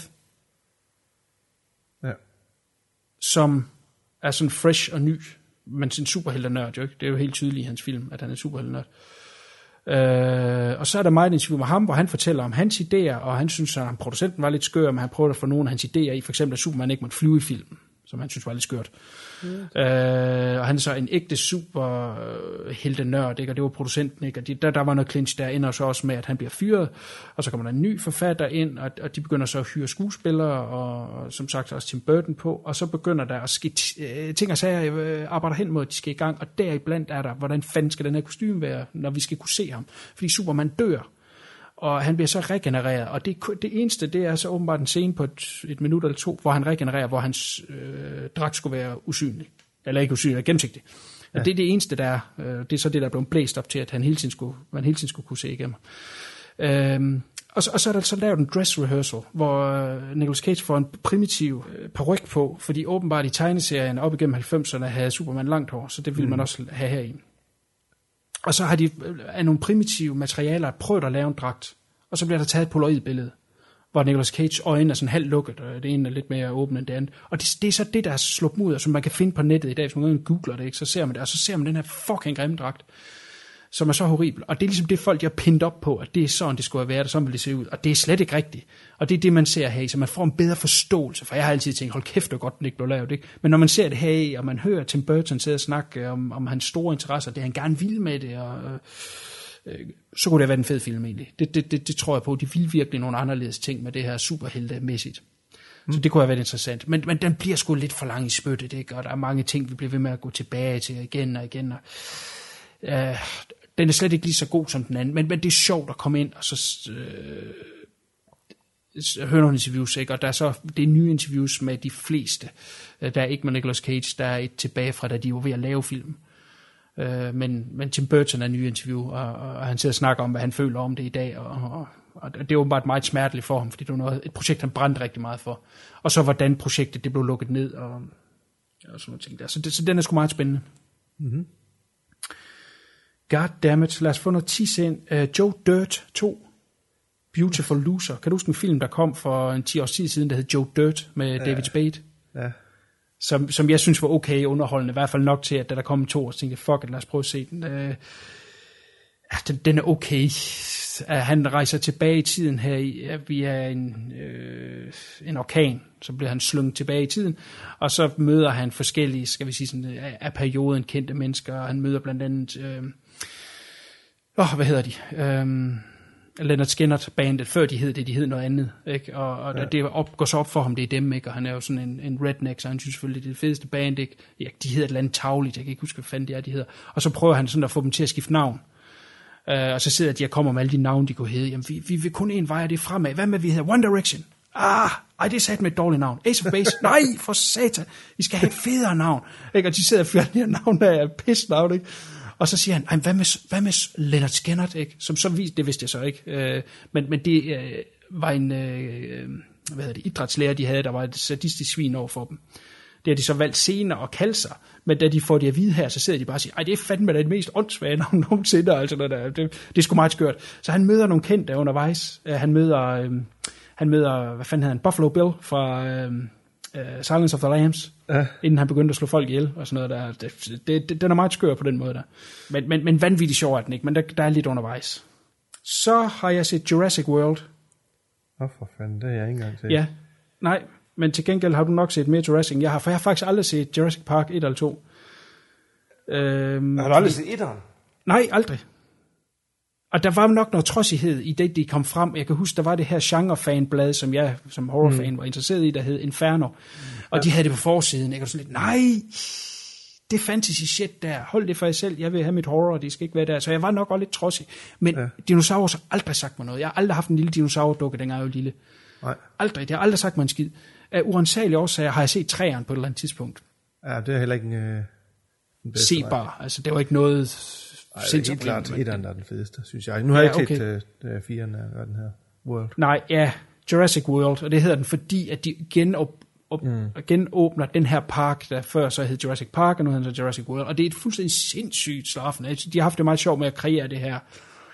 som er sådan fresh og ny, men sådan superhelternørd, jo ikke? Det er jo helt tydeligt i hans film, at han er superhelternørd. Og så er der meget interview med ham, hvor han fortæller om hans idéer, og han synes, at producenten var lidt skør, men han prøvede at få nogle af hans idéer i, for eksempel at Superman ikke måtte flyve i filmen. som han synes var lidt skørt. Og han er så en ægte superheltenørd, ikke? Og det var producenten, ikke? Og der var noget clinch der, ender så også med, at han bliver fyret, og så kommer der en ny forfatter ind, og de begynder så at hyre skuespillere, og som sagt også Tim Burton på, og så begynder der at ske ting og sager, arbejder hen mod, at de skal i gang, og deriblandt er der, hvordan fanden skal den her kostume være, når vi skal kunne se ham, fordi Superman dør, og han bliver så regenereret, og det eneste, det er så åbenbart en scene på et minut eller to, hvor han regenererer, hvor hans dragt skulle være usynlig. Eller ikke usynlig, gennemsigtig. Ja. Og det er det eneste, der er. Det er så det, der er blevet blæst op til, at man hele tiden skulle kunne se igennem. Og så er der så lavet en dress rehearsal, hvor Nicolas Cage får en primitiv paryk på, fordi åbenbart i tegneserien op igennem 90'erne havde Superman langt hår, så det ville man også have her i. Og så har de af nogle primitive materialer prøvet at lave en dragt, og så bliver der taget et polaroidbillede, hvor Nicolas Cages øjne er sådan halvt lukket, og det ene er lidt mere åbent end det andet. Og det er så det, der er slået ud, som man kan finde på nettet i dag, hvis man googler det, ikke? Så ser man det, og så ser man den her fucking grimme dragt, som er så horribel. Og det er ligesom det folk, de har pindet op på, at det er sådan, det skulle være, og sådan vil det se ud. Og det er slet ikke rigtigt. Og det er det, man ser her i, så man får en bedre forståelse. For jeg har altid tænkt, hold kæft, det godt, den ikke blev lavet. Ikke? Men når man ser det her i, og man hører Tim Burton sidde og snakke om hans store interesser, det han gerne vil med det, og så kunne det have været en fed film egentlig. Det tror jeg på. De vil virkelig nogle anderledes ting med det her superheltemæssigt. Så det kunne have været interessant. Men den bliver sgu lidt for lang i spyttet, ikke? Og der er mange ting, vi bliver ved med at gå tilbage til igen og igen. Og den er slet ikke lige så god som den anden, men det er sjovt at komme ind og så høre nogle interviews, ikke? Og der er så det er nye interviews med de fleste. Der er ikke med Nicolas Cage, der er et tilbage fra, da de var ved at lave film. Men Tim Burton er nye interview, og han sidder og snakker om, hvad han føler om det i dag, og det er åbenbart meget smerteligt for ham, fordi det var et projekt, han brændte rigtig meget for. Og så hvordan projektet det blev lukket ned, og sådan nogle ting der. Så den er sgu meget spændende. Mm-hmm. Goddammit, lad os få noget tis ind. Joe Dirt 2, Beautiful Loser. Kan du huske en film, der kom for en 10 års tid siden, der hed Joe Dirt med David Spade? Ja. Som jeg synes var okay underholdende, i hvert fald nok til, at da der kom en 2 år, så tænkte jeg, fuck it, lad os prøve at se den. Den er okay. Han rejser tilbage i tiden her via en orkan, så bliver han slynget tilbage i tiden, og så møder han forskellige, skal vi sige sådan, af perioden kendte mennesker, og han møder blandt andet, hvad hedder de? Leonard Skinner bandet, før de hed det, de hed noget andet, ikke? Og ja. Det går så op for ham, det er dem, ikke? Og han er jo sådan en redneck, så han synes selvfølgelig, det er det fedeste band, ikke? Ja, de hedder et eller andet tagligt, jeg kan ikke huske, hvad fanden det er, de hedder. Og så prøver han sådan at få dem til at skifte navn. Og så sidder de og kommer med alle de navne, de kunne hedde. Jamen, vi vil kun en vej, og det er fremad. Hvad med, vi hedder One Direction? Det er sat med et dårligt navn. Ace of Base? Nej, for satan. I skal have et federe navn. Ikke? Og de sidder og fyrer de her navn, der er pis navn, ikke? Og så siger han, hvad med Leonard Skinner, ikke? Som så viste, det vidste jeg så ikke. Men det var en idrætslærer, de havde, der var et sadistisk svin over for dem. Det har de så valgt senere at kalde sig, men da de får det at vide her, så sidder de bare og siger, det er fandme det mest åndssvage navn nogensinde, altså det er sgu meget skørt. Så han møder nogle kendte undervejs. Han møder, hvad fanden hedder han, Buffalo Bill fra Silence of the Lambs, inden han begyndte at slå folk ihjel og sådan noget der. Den er meget skør på den måde der. Men vanvittigt sjov er den ikke, men der er lidt undervejs. Så har jeg set Jurassic World. For fanden, det har jeg ikke engang set. Ja, nej. Men til gengæld har du nok set mere Jurassic, end jeg har. For jeg har faktisk aldrig set Jurassic Park 1 eller 2. Har du aldrig set 1'eren? Nej, aldrig. Og der var nok noget trodsighed i det, de kom frem. Jeg kan huske, der var det her genre-fanblad, som jeg som horrorfan var interesseret i, der hed Inferno. Og de havde det på forsiden. Jeg var sådan lidt, nej, det er fantasy shit der. Hold det for jer selv. Jeg vil have mit horror, og det skal ikke være der. Så jeg var nok også lidt trodsig. Men dinosaurer har aldrig sagt mig noget. Jeg har aldrig haft en lille dinosaurdukke, dengang jeg var lille. Nej. Aldrig. Det har aldrig sagt mig en skid. Af uansagelige årsager har jeg set 3'eren på et eller andet tidspunkt. Ja, det er heller ikke en bedste. Sebar. Altså, det var ikke noget sindssygt. Det er klart 1'eren, der er den fedeste, synes jeg. Nu har jeg ikke set 4'eren af den her World. Nej, ja. Jurassic World, og det hedder den, fordi at de genåbner den her park, der før så hed Jurassic Park, og nu hedder den Jurassic World. Og det er et fuldstændig sindssygt slaffen. De har haft det meget sjovt med at kreere det her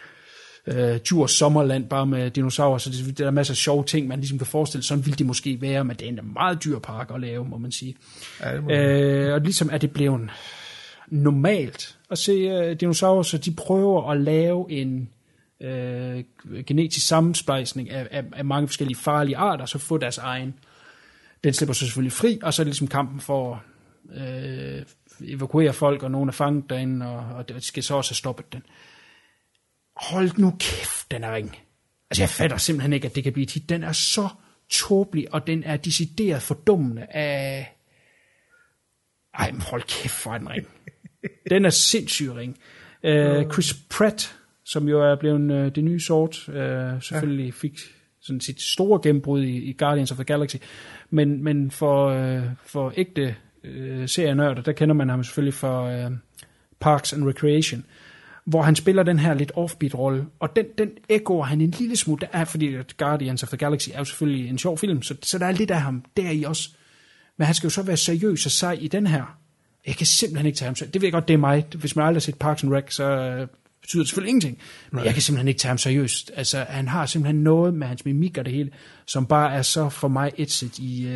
Djurs sommerland, bare med dinosaurer, så det er masser af sjove ting, man ligesom kan forestille, sådan ville det måske være, men det er en meget dyr park at lave, må man sige. Ja, og ligesom er det blevet normalt at se dinosaurer, så de prøver at lave en genetisk sammensplejsning af mange forskellige farlige arter, så få deres egen. Den slipper så selvfølgelig fri, og så er det ligesom kampen for at evakuere folk, og nogen er fanget derinde, og det skal så også have stoppet den. Hold nu kæft, den er ring. Altså jeg fatter simpelthen ikke, at det kan blive et hit. Den er så tåbelig, og den er decideret fordummende af... Ej, men hold kæft, hvor er den ring. Den er sindssyg ring. Chris Pratt, som jo er blevet det nye sort, selvfølgelig fik sådan sit store gennembrud i Guardians of the Galaxy, men for ægte serienørder, der kender man ham selvfølgelig for Parks and Recreation, hvor han spiller den her lidt offbeat-rolle, og den echoer han en lille smule, der er, fordi Guardians of the Galaxy er jo selvfølgelig en sjov film, så der er lidt af ham deri også, men han skal jo så være seriøs og sej i den her. Jeg kan simpelthen ikke tage ham seriøst. Det ved jeg godt, det er mig. Hvis man aldrig har set Parks and Rec, så betyder det selvfølgelig ingenting. Men jeg kan simpelthen ikke tage ham seriøst. Altså, han har simpelthen noget med hans mimik og det hele, som bare er så for mig etset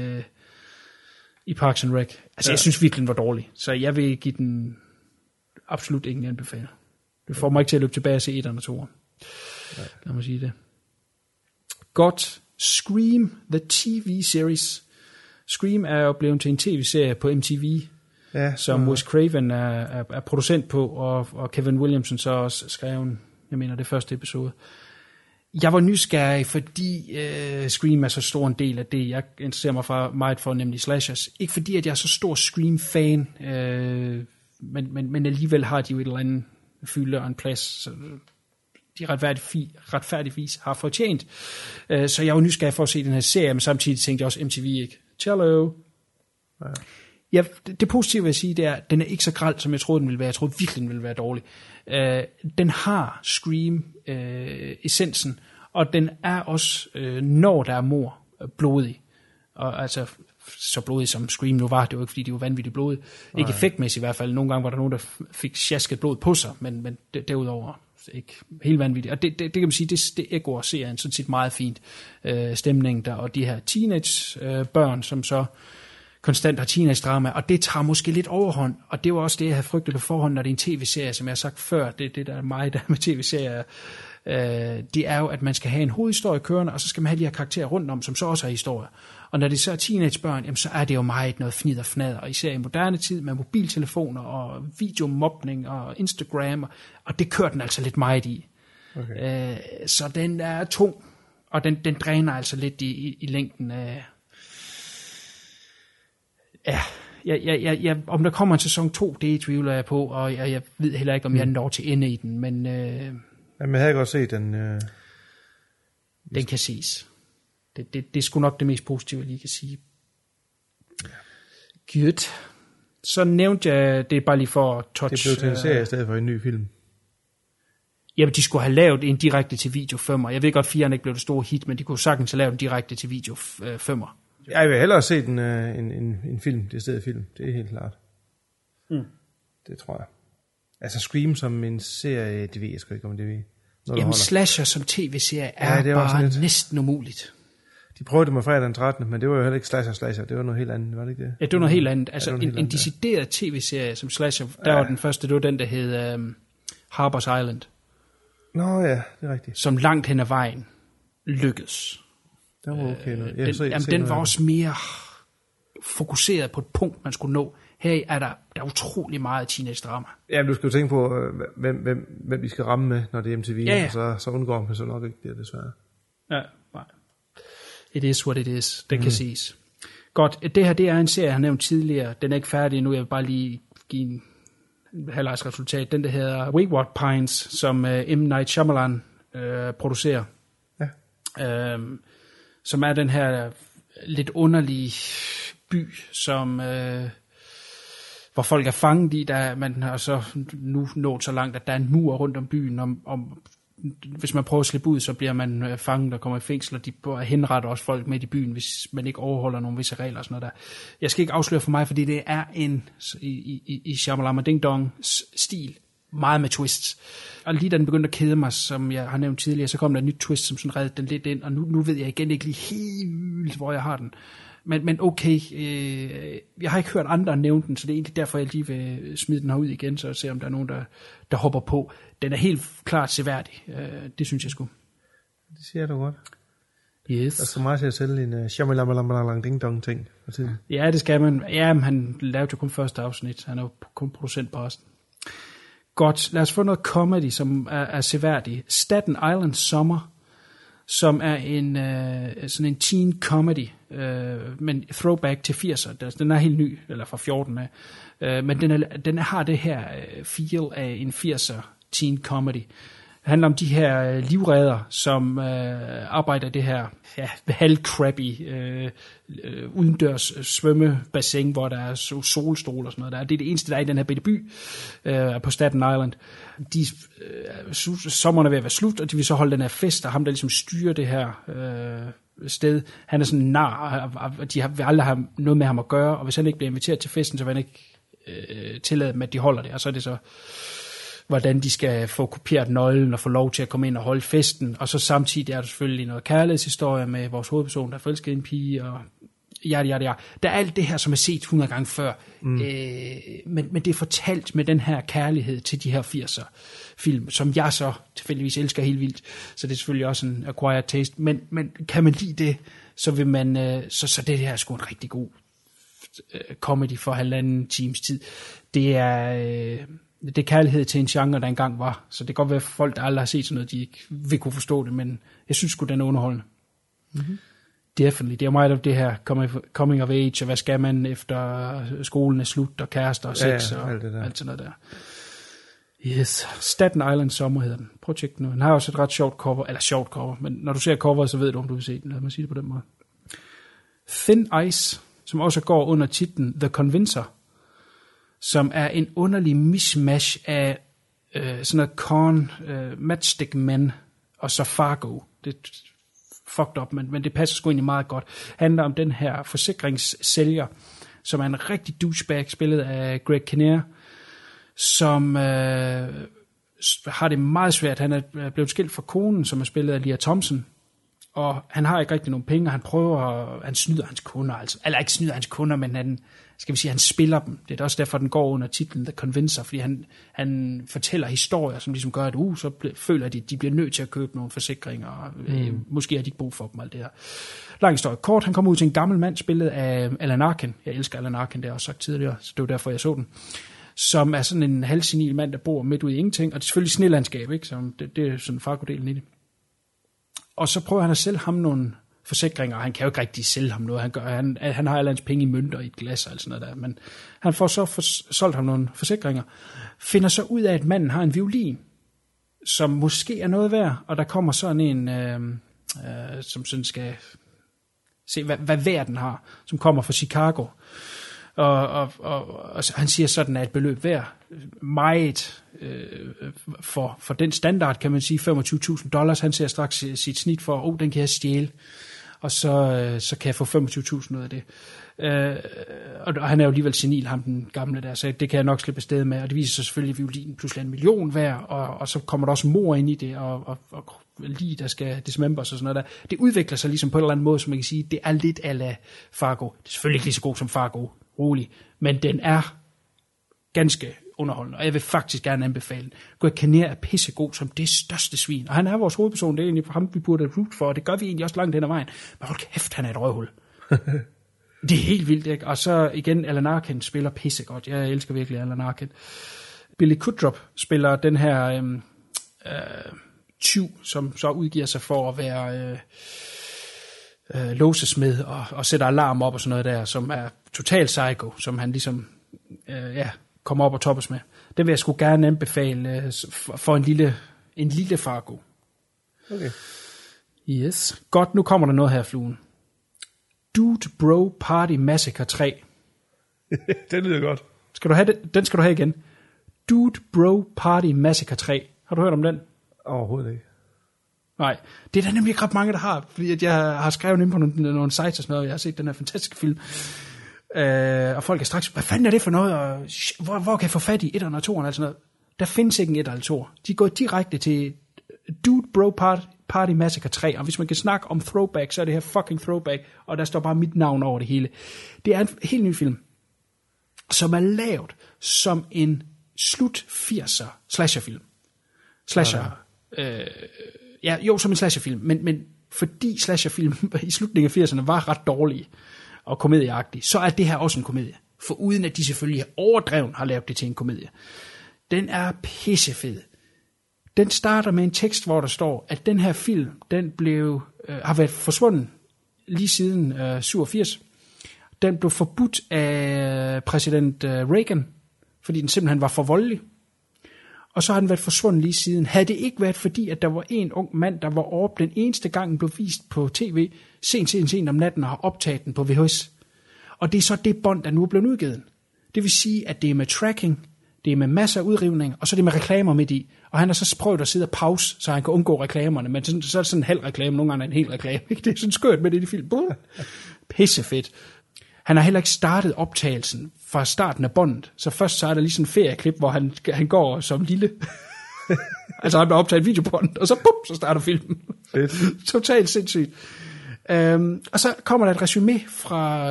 i Parks and Rec. Altså, jeg synes virkelig, den var dårlig. Så jeg vil give den absolut ingen anbefaling. Det får mig ikke til at løbe tilbage og se 1'eren og 2'eren. Lad mig sige det. Godt. Scream, the TV series. Scream er jo blevet til en tv-serie på MTV, som Wes Craven er producent på, og Kevin Williamson så også skrev, jeg mener, det første episode. Jeg var nysgerrig, fordi Scream er så stor en del af det, jeg interesserer mig meget for, nemlig slashers. Ikke fordi, at jeg er så stor Scream-fan, men alligevel har de jo et eller andet fylde og en plads, så de retfærdigvis har fortjent. Så jeg var nysgerrig for at se den her serie, men samtidig tænkte jeg også MTV ikke. Cello. Ja, det positive vil jeg sige, det er, at den er ikke så grel, som jeg troede, den ville være. Jeg troede virkelig, den ville være dårlig. Den har Scream-essensen, og den er også, når der er mor, blodig. Og altså, så blodig som Scream nu var, det var ikke, fordi de var vanvittigt blodige. Ikke effektmæssigt i hvert fald. Nogle gange var der nogen, der fik sjasket blod på sig, men derudover ikke helt vanvittigt. Og det kan man sige, det echoer serien sådan set meget fint. Stemningen der, og de her teenage-børn, som så konstant har teenage-drama, og det tager måske lidt overhånd, og det var også det, jeg havde frygtet på forhånd, når det er en tv-serie, som jeg har sagt før, det der er mig, der med tv-serier, det er jo, at man skal have en hovedhistorie kørende, og så skal man have de her karakterer rundt om, som så også har historier. Og når det så er teenagebørn, jamen, så er det jo meget noget fnid og fnader, og især i moderne tid med mobiltelefoner og videomobning og Instagram, og det kører den altså lidt meget i. Okay. Så den er tung, og den dræner altså lidt i længden af... Ja, om der kommer en sæson 2, det tvivler jeg på, og jeg ved heller ikke, om jeg når til ende i den, men... Jamen, jeg havde godt set den... Den kan ses. Det er sgu nok det mest positive, jeg lige kan sige. Godt. Så nævnte jeg, det er bare lige for at touch... Det blev til en serie i stedet for en ny film. Jamen, de skulle have lavet en direkte til video 5'er. Jeg ved godt, 4'eren ikke blev det store hit, men de kunne sagtens have lavet en direkte til video 5'er. Jeg vil hellere se en film, det stedet film. Det er helt klart. Det tror jeg. Altså Scream som en serie, det ved jeg sgu ikke, om det ved. Jamen slasher som tv-serie er bare næsten umuligt. De prøvede det med fredag den 13., men det var jo heller ikke slasher. Det var noget helt andet, var det ikke det? Ja, det var noget helt andet. Altså en decideret tv-serie som slasher, der var den første, det var den, der hed Harper's Island. Nå ja, det er rigtigt. Som langt hen ad vejen lykkedes. Det var okay. Den var også mere fokuseret på et punkt, man skulle nå. Her er der utrolig meget teenage-drama. Ja, men du skal jo tænke på, hvem vi skal ramme med, når det er MTV, og så undgår man så nok ikke det, desværre. Ja, nej. It is what it is. Den kan ses. Godt, det her det er en serie, jeg har nævnt tidligere. Den er ikke færdig nu. Jeg vil bare lige give en halvvejsresultat. Den der hedder Wayward Pines, som M. Night Shyamalan producerer. Ja. Som er den her lidt underlige by, som hvor folk er fanget i, der man har så nu nået så langt, at der er en mur rundt om byen, om hvis man prøver at slippe ud, så bliver man fanget og kommer i fængsel, og de henretter også folk med i byen, hvis man ikke overholder nogle visse regler og sådan noget der. Jeg skal ikke afsløre for mig, fordi det er en i Shyamalan Ding Dong stil, meget med twists. Og lige da den begyndte at kede mig, som jeg har nævnt tidligere, så kom der et nyt twist, som sådan reddede den lidt ind, og nu ved jeg igen ikke lige helt, hvor jeg har den. Men okay, jeg har ikke hørt andre nævne den, så det er egentlig derfor, jeg lige vil smide den her ud igen, så se om der er nogen, der hopper på. Den er helt klart seværdig. Det synes jeg sgu. Det siger du godt. Yes. Der skal meget til at sælge en Shyamalan Ding Dong ting for tiden. Ja, det skal man. Ja, men han lavede jo kun første afsnit. Han er jo kun producent på resten. Godt, lad os få noget comedy, som er seværdigt. Staten Island Summer, som er en sådan en teen comedy, men throwback til 80'er. Den er helt ny, eller fra 14 af. Men den har det her feel af en 80'er teen comedy. Det handler om de her livredder, som arbejder i det her halvcrappy udendørs svømmebassin, hvor der er solstol og sådan noget. Det er det eneste, der er i den her bitte by på Staten Island. Sommeren er ved at være slut, og de vil så holde den her fest, og ham, der ligesom styrer det her sted, han er sådan nar, og de vil aldrig have noget med ham at gøre, og hvis han ikke bliver inviteret til festen, så vil han ikke tillade dem, at de holder det, og så er det så hvordan de skal få kopieret nøglen og få lov til at komme ind og holde festen. Og så samtidig er der selvfølgelig noget kærlighedshistorie med vores hovedperson, der er forelsket en pige, og ja. Der er alt det her, som er set 100 gange før. Men det er fortalt med den her kærlighed til de her 80'er film, som jeg så tilfældigvis elsker helt vildt. Så det er selvfølgelig også en acquired taste. Men kan man lide det, så vil man... Så det her er sgu en rigtig god comedy for 1,5 times tid. Det er kærlighed til en genre, der engang var. Så det kan godt være, at folk, der aldrig har set sådan noget, de ikke vil kunne forstå det, men jeg synes sgu, den er underholdende. Mm-hmm. Definitely. Det er meget af det her coming of age, og hvad skal man efter skolen er slut, og kærester og sex, og alt sådan noget der. Yes. Staten Island Summer hedder den. Prøv at tjekke den nu. Den har også et ret sjovt cover, men når du ser coveret, så ved du, om du vil se den. Lad mig sige det på den måde. Thin Ice, som også går under titlen The Convincer, som er en underlig mismatch af sådan noget Matchstick Men og så Fargo. Det er fucked up, men det passer sgu egentlig meget godt. Det handler om den her forsikringssælger, som er en rigtig douchebag, spillet af Greg Kinnear, som har det meget svært. Han er blevet skilt fra konen, som er spillet af Lea Thompson, og han har ikke rigtig nogen penge, og han snyder hans kunder, altså. Eller ikke snyder hans kunder, men han spiller dem. Det er også derfor, den går under titlen The Convincer, fordi han fortæller historier, som ligesom gør, at så føler de bliver nødt til at købe nogle forsikringer, og måske har de ikke brug for dem, alt det her. Lang historie kort, han kommer ud til en gammel mand, spillet af Alan Arkin. Jeg elsker Alan Arkin, det har jeg også sagt tidligere, så det var derfor, jeg så den. Som er sådan en halvsenil mand, der bor midt ude i ingenting, og det er selvfølgelig snelandskab, ikke? Så det er sådan Fargo-delen i det. Og så prøver han at sælge ham nogle forsikringer, og han kan jo ikke rigtig sælge ham noget. Han har alle hans penge i mønter i et glas og alt sådan noget der, men han får så solgt ham nogle forsikringer, finder så ud af, at manden har en violin, som måske er noget værd, og der kommer sådan en, som sådan skal se, hvad værd den har, som kommer fra Chicago. Og han siger sådan, at et beløb værd meget for den standard, kan man sige, $25,000. Han ser straks sit snit for, den kan jeg stjæle, og så kan jeg få 25.000 ud af det. Og han er jo alligevel senil, ham den gamle der, så det kan jeg nok slippe afsted med, og det viser sig selvfølgelig, at violinen pludselig er 1 million værd, og så kommer der også mor ind i det, og lige der skal dismembers og sådan noget der. Det udvikler sig ligesom på en eller anden måde, som man kan sige, det er lidt a la Fargo. Det er selvfølgelig ikke lige så god som Fargo, rolig, men den er ganske underholdende, og jeg vil faktisk gerne anbefale den. Greg Kinnear er pissegod som det største svin, og han er vores hovedperson, det er egentlig ham, vi burde root for, og det gør vi egentlig også langt hen ad vejen, men hold kæft, han er et røvhul. Det er helt vildt, ikke? Og så igen, Alan Arkin spiller pissegodt. Jeg elsker virkelig Alan Arkin. Billy Crudup spiller den her tyv, som så udgiver sig for at være låsesmed og sætter alarm op og sådan noget der, som er total psycho, som han ligesom kommer op og toppes med. Den vil jeg sgu gerne anbefale for en lille Fargo. Okay. Yes. Godt, nu kommer der noget her, fluen. Dude Bro Party Massacre 3. Det lyder godt. Skal du have det? Den skal du have igen. Dude Bro Party Massacre 3. Har du hørt om den? Overhovedet ikke. Nej, det er der nemlig ikke ret mange, der har, fordi jeg har skrevet ind på nogle sites og sådan noget, og jeg har set den her fantastiske film. Og folk er straks, hvad fanden er det for noget, og hvor kan jeg få fat i 1'eren og 2'eren og sådan noget. Der findes ikke en 1'er eller 2'er. De går direkte til Dude Bro Party Massacre 3, og hvis man kan snakke om throwback, så er det her fucking throwback, og der står bare mit navn over det hele. Det er en helt ny film, som er lavet som en slut 80'er slasherfilm. Slasher. Som en slasherfilm, men fordi slasherfilm i slutningen af 80'erne var ret dårlige og komedieagtige, så er det her også en komedie. For uden at de selvfølgelig overdreven har lavet det til en komedie. Den er pissefed. Den starter med en tekst, hvor der står, at den her film, den har været forsvundet lige siden 87. Den blev forbudt af præsident Reagan, fordi den simpelthen var for voldelig. Og så har den været forsvundet lige siden. Havde det ikke været fordi, at der var en ung mand, der var oppe den eneste gang, den blev vist på tv, sent om natten og har optaget den på VHS. Og det er så det bånd, der nu er blevet udgivet. Det vil sige, at det er med tracking, det er med masser af udrivning, og så er det med reklamer midt i. Og han har så prøvet at sidde og pause, så han kan undgå reklamerne. Men så er det sådan en halv reklame, nogle gange er en hel reklame. Det er sådan skørt med det i film. Pissefedt. Han har heller ikke startet optagelsen fra starten af båndet. Så først så er der lige sådan en ferieklip, hvor han går som lille. Altså han bliver optaget videobånd, og så starter filmen. Totalt sindssygt. Og så kommer der et resume fra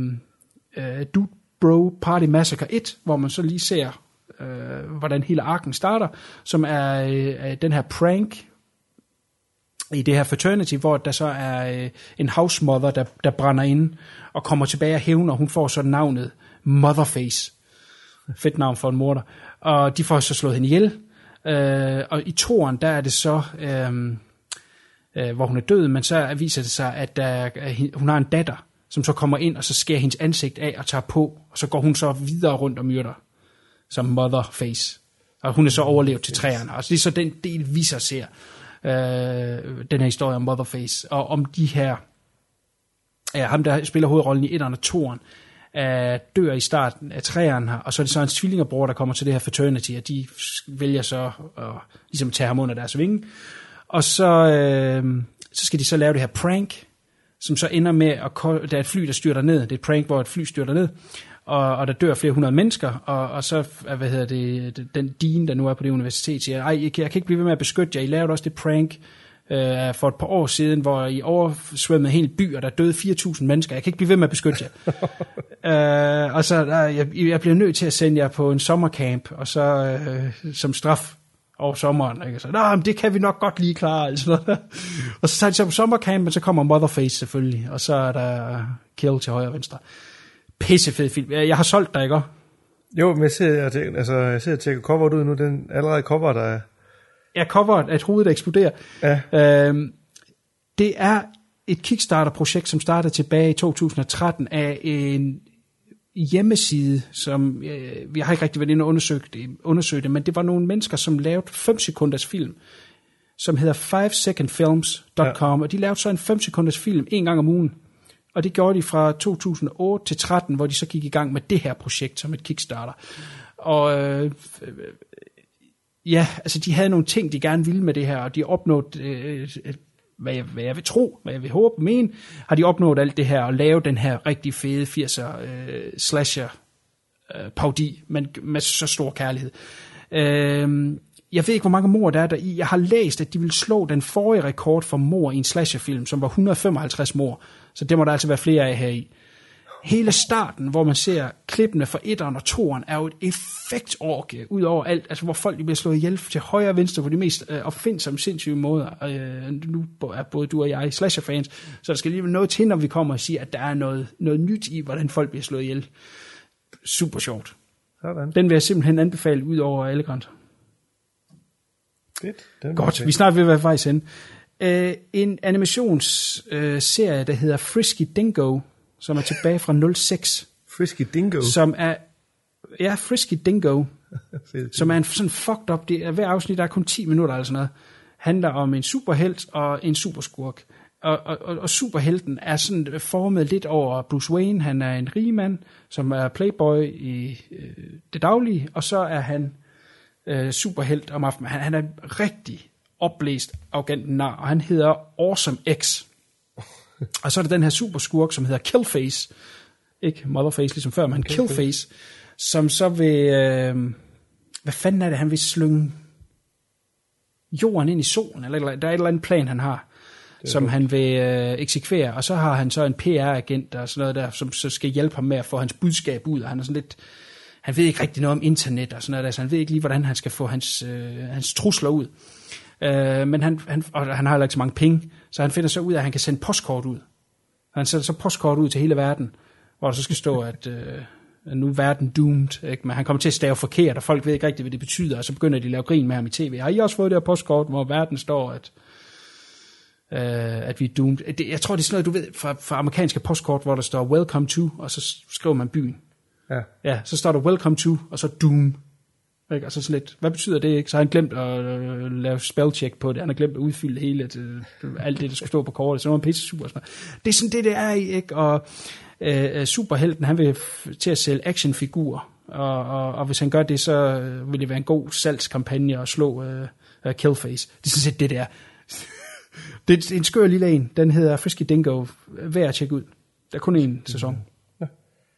Dude Bro Party Massacre 1, hvor man så lige ser, hvordan hele arken starter, som er den her prank i det her fraternity, hvor der så er en house mother, der brænder ind og kommer tilbage og hævner, og hun får så navnet Motherface. Fedt navn for en morder. Og de får så slået hende ihjel. Og i toren, der er det så, hvor hun er død, men så viser det sig, at hun har en datter, som så kommer ind, og så skærer hendes ansigt af og tager på, og så går hun så videre rundt og myrder, som Motherface. Og hun er så overlevet til træerne. Altså det er så den del, vi så ser, den her historie om Motherface, og om de her, ham der spiller hovedrollen i 1'eren og 2'eren, dør i starten af træerne her, og så er det så hans tvillingerbror, der kommer til det her fraternity, og de vælger så at ligesom tage ham under deres vinge, og så skal de så lave det her prank, som så ender med, der er et fly, der styrter ned. Det er et prank, hvor et fly styrter ned, og der dør flere hundrede mennesker, og så, den dean, der nu er på det universitet, siger, jeg kan ikke blive ved med at beskytte jer. I lavede også det prank for et par år siden, hvor I oversvømmede en hel by, og der døde 4.000 mennesker. Jeg kan ikke blive ved med at beskytte jer. Og så, jeg bliver nødt til at sende jer på en sommercamp, og så som straf over sommeren, ikke? Så, men det kan vi nok godt lige klare, altså. Og så tager de så på sommercamp, og så kommer Motherface selvfølgelig, og så er der kill til højre og venstre. Pissefed film. Jeg har solgt dig, ikke? Jo, men jeg sidder og tjekker coveret ud nu, den allerede cover, der er... Ja, coveret af et hoved, der eksploderer. Ja. Det er et Kickstarter-projekt, som startede tilbage i 2013 af en hjemmeside, som jeg har ikke rigtig været inde og undersøge det, men det var nogle mennesker, som lavede 5-sekunders film, som hedder 5secondfilms.com, og de lavede så en 5-sekunders film en gang om ugen. Og det gjorde de fra 2008 til 13, hvor de så gik i gang med det her projekt som et Kickstarter. Og altså de havde nogle ting, de gerne ville med det her, og de opnåede, hvad jeg vil tro, hvad jeg vil håbe, men har de opnået alt det her, og lavet den her rigtig fede 80'er slasher parodi, men med så stor kærlighed. Jeg ved ikke, hvor mange mord der er der i. Jeg har læst, at de vil slå den forrige rekord for mord i en slasherfilm, som var 155 mord. Så det må der altså være flere af her i. Hele starten, hvor man ser klippene fra 1'eren og 2'eren, er jo et effektorgie ud over alt, altså hvor folk bliver slået ihjel til højre og venstre på de mest opfindsomme, sindssyge måder. Nu er både du og jeg slasher-fans, så der skal lige noget til, når vi kommer og siger, at der er noget nyt i, hvordan folk bliver slået ihjel. Super sjovt. Sådan. Den vil jeg simpelthen anbefale ud over alle grænser. Godt, vi snart vil være vejs hen. En animationsserie, der hedder Frisky Dingo, som er tilbage fra 06. Frisky Dingo? Som er, Frisky Dingo, som er en sådan fucked up, det er hver afsnit, der er kun 10 minutter eller sådan noget, handler om en superhelt og en superskurk. Og superhelten er sådan formet lidt over Bruce Wayne. Han er en rig mand, som er playboy i det daglige, og så er han superhelt om aftenen. Han er rigtig opblæst, arrogant nar, og han hedder Awesome X. Og så er der den her superskurk, som hedder Killface. Ikke Motherface ligesom før, men Killface, som så vil... hvad fanden er det? Han vil slynge jorden ind i solen, eller der er et eller andet plan, han har, som han vil eksekvere. Og så har han så en PR-agent og sådan noget der, som så skal hjælpe ham med at få hans budskab ud. Og han er sådan lidt... Han ved ikke rigtig noget om internet og sådan noget der, så han ved ikke lige, hvordan han skal få hans trusler ud. Men han har heller ikke så mange penge, Så han finder så ud af, at han kan sende postkort ud. Han sender så postkort ud til hele verden, hvor der så skal stå, at nu er verden doomed. Ikke? Men han kommer til at stave forkert, og folk ved ikke rigtigt, hvad det betyder, og så begynder de at lave grin med ham i tv. Har I også fået det her postkort, hvor verden står, at vi er doomed? Jeg tror, det er sådan noget, du ved, fra amerikanske postkort, hvor der står welcome to, og så skriver man byen. Ja, så står der welcome to, og så doom. Ikke? Og så sådan lidt, hvad betyder det, ikke? Så har han glemt at lave spellcheck på det. Han har glemt at udfylde hele alt det, der skal stå på kortet. Så var han pisse super. Det er sådan det er i, ikke? Og superhelten, han vil til at sælge actionfigurer. Og hvis han gør det, så vil det være en god salgskampagne at slå Killface. Det er sådan set det der. Det er en skør lille en. Den hedder Frisky Dingo. Værd at tjekke ud. Der er kun en sæson. Ja.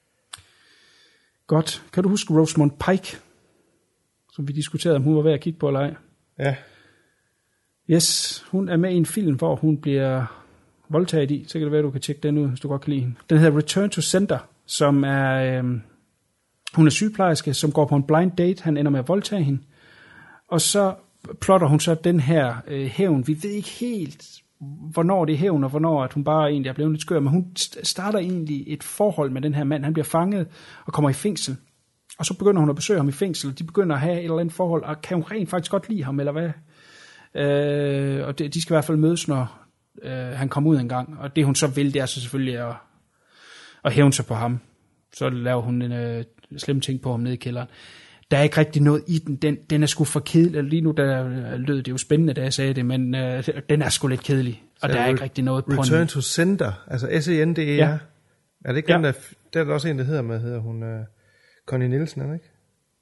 Godt. Kan du huske Rosamund Pike? Som vi diskuterede, om hun var værd at kigge på eller ej. Ja. Hun er med i en film, hvor hun bliver voldtaget i. Så kan det være, du kan tjekke den ud, hvis du godt kan lide hende. Den hedder Return to Sender, som er... hun er sygeplejerske, som går på en blind date. Han ender med at voldtage hende. Og så plotter hun så den her hævn. Vi ved ikke helt, hvornår det er hævn, og hvornår at hun bare egentlig er blevet lidt skør. Men hun starter egentlig et forhold med den her mand. Han bliver fanget og kommer i fængsel. Og så begynder hun at besøge ham i fængsel, og de begynder at have et eller andet forhold, og kan hun rent faktisk godt lide ham, eller hvad? Og de skal i hvert fald mødes, når han kommer ud en gang. Og det hun så vil, det er så selvfølgelig at hævne sig på ham. Så laver hun en slem ting på ham nede i kælderen. Der er ikke rigtig noget i den. Den er sgu for kedelig. Lige nu der lød det jo spændende, da jeg sagde det, men den er sgu lidt kedelig. Og der er ikke rigtig noget på den. Return to Sender, altså SENDER. Ja. Er det ikke den, der er der også en, der hedder hun... Connie Nielsen, er det ikke?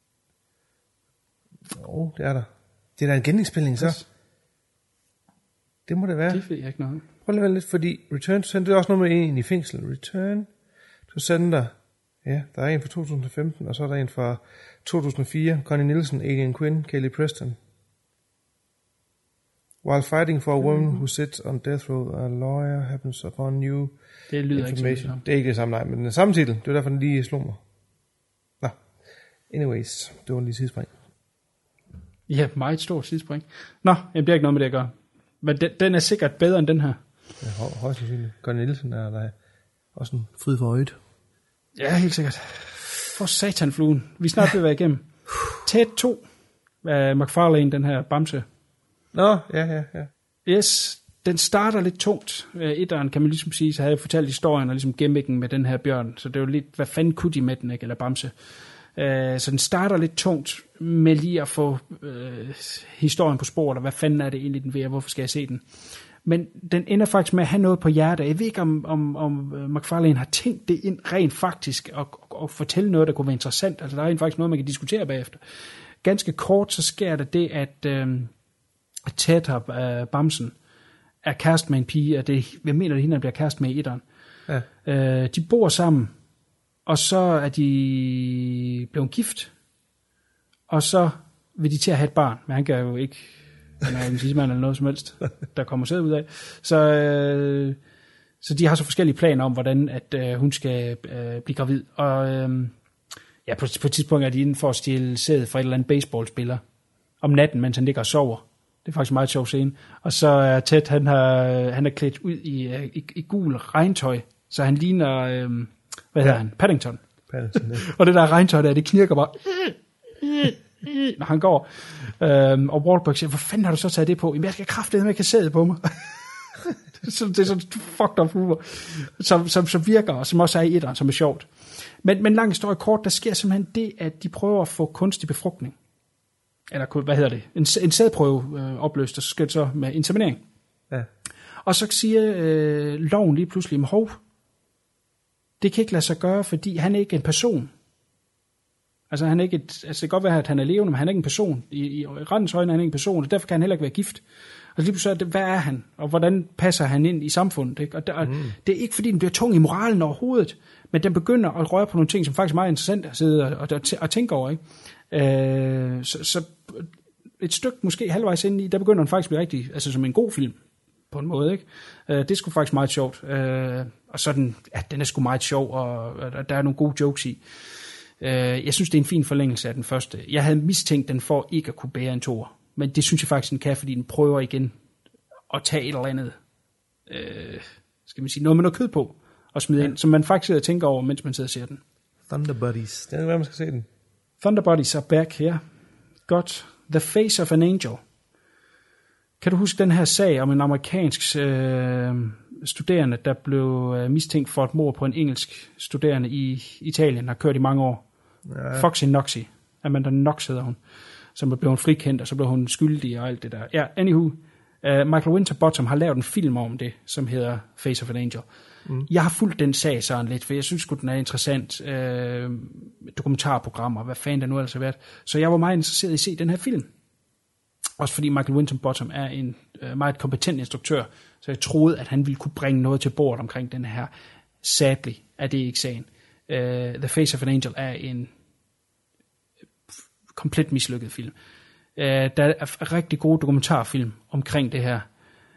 Jo, det er der. Det er da en genindspilning, så. Yes. Det må det være. Det ved jeg ikke noget. Prøv lige lidt, fordi Return to Sender, det er også noget med en i fængsel. Return to Sender. Ja, der er en fra 2015, og så er der en fra 2004. Connie Nielsen, Adrian Quinn, Kelly Preston. While fighting for a woman who sits on death row, a lawyer happens upon new det lyder information. Ikke det er ikke det samme, nej, men den samme titel. Det er derfor, den lige slog mig. Anyways, det var en lige sidespring. Ja, meget stort sidespring. Nå, jamen, det er ikke noget med det at gøre. Men den er sikkert bedre end den her. Ja, højst sandsynligt. Connie Nielsen er der også en fryd for øjet. Ja, helt sikkert. For satanfluen. Vi er snart ved at være igennem. Ted 2 af McFarlane, den her bamse. Nå, ja. Yes, den starter lidt tungt. Etteren kan man ligesom sige, så havde jeg fortalt historien og ligesom gimmicken med den her bjørn. Så det var lidt, hvad fanden kunne de med den, ikke? Eller bamse. Så den starter lidt tungt med lige at få historien på sporet, og hvad fanden er det egentlig, den vil, og hvorfor skal jeg se den? Men den ender faktisk med at have noget på hjertet. Jeg ved ikke, om McFarlane har tænkt det ind rent faktisk, og fortælle noget, der kunne være interessant. Altså, der er rent faktisk noget, man kan diskutere bagefter. Ganske kort, så sker der det, at Ted Bamsen er kæreste med en pige, og jeg mener, at hende bliver kæreste med i etteren. Ja. De bor sammen, og så er de blevet gift, og så vil de til at have et barn, men han kan jo ikke, han er en tidsmand eller noget som helst, der kommer sæd ud af. Så de har så forskellige planer om, hvordan at hun skal blive gravid. Og ja, på et tidspunkt er de inden for at stjæle sæd fra et eller andet baseballspiller om natten, mens han ligger og sover. Det er faktisk en meget sjov scene. Og så er Ted, han er klædt ud i gul regntøj, så han ligner... hvad hedder han? Paddington. Ja. Og det der regntøj der, det knirker bare, når han går. Og Wahlberg siger, hvor fanden har du så taget det på? Jamen, jeg skal kraftedeme, jeg kan sæde på mig. Det er sådan fucked up humor, som virker, og som også er i etteren, som er sjovt. Men lang historie kort, der sker simpelthen det, at de prøver at få kunstig befrugtning. Eller, hvad hedder det? En sædprøve opløst, og så skal det så med inseminering. Ja. Og så siger loven lige pludselig, hov, det kan ikke lade sig gøre, fordi han er ikke en person. Altså, han er ikke det kan godt være, at han er levende, men han er ikke en person. I rettens øjne er han ikke en person, og derfor kan han heller ikke være gift. Og lige pludselig, hvad er han? Og hvordan passer han ind i samfundet? Ikke? Og det er ikke, fordi den bliver tung i moralen overhovedet, men den begynder at røre på nogle ting, som faktisk er meget interessant at sidde og tænke over. Ikke? Så et stykke, måske halvvejs ind i, der begynder den faktisk at blive rigtig, altså som en god film, på en måde. Ikke? Det er sgu faktisk meget sjovt. Og sådan, den er sgu meget sjov, og der er nogle gode jokes i. Jeg synes, det er en fin forlængelse af den første. Jeg havde mistænkt den for ikke at kunne bære en toer, men det synes jeg faktisk, den kan, fordi den prøver igen at tage et eller andet skal man sige, noget med noget kød på, og smide ind, som man faktisk sidder og tænker over, mens man sidder og ser den. Thunder Buddies. Det er hvad man skal se den. Thunder Buddies er back, ja. Godt. The Face of an Angel. Kan du huske den her sag om en amerikansk studerende, der blev mistænkt for et mord på en engelsk studerende i Italien, har kørt i mange år? Ja. Foxy Knoxy. Amanda Knox hedder hun. Så blev hun frikendt, og så blev hun skyldig og alt det der. Ja, anywho. Michael Winterbottom har lavet en film om det, som hedder Face of an Angel. Jeg har fulgt den sag sådan lidt, for jeg synes den er interessant. Dokumentarprogrammer, hvad fanden der nu ellers har været. Så jeg var meget interesseret i at se den her film. Også fordi Michael Winterbottom er en meget kompetent instruktør, så jeg troede, at han ville kunne bringe noget til bordet omkring den her. Sadly er det ikke sagen. The Face of an Angel er en komplet mislykket film. Der er rigtig gode dokumentarfilm omkring det her.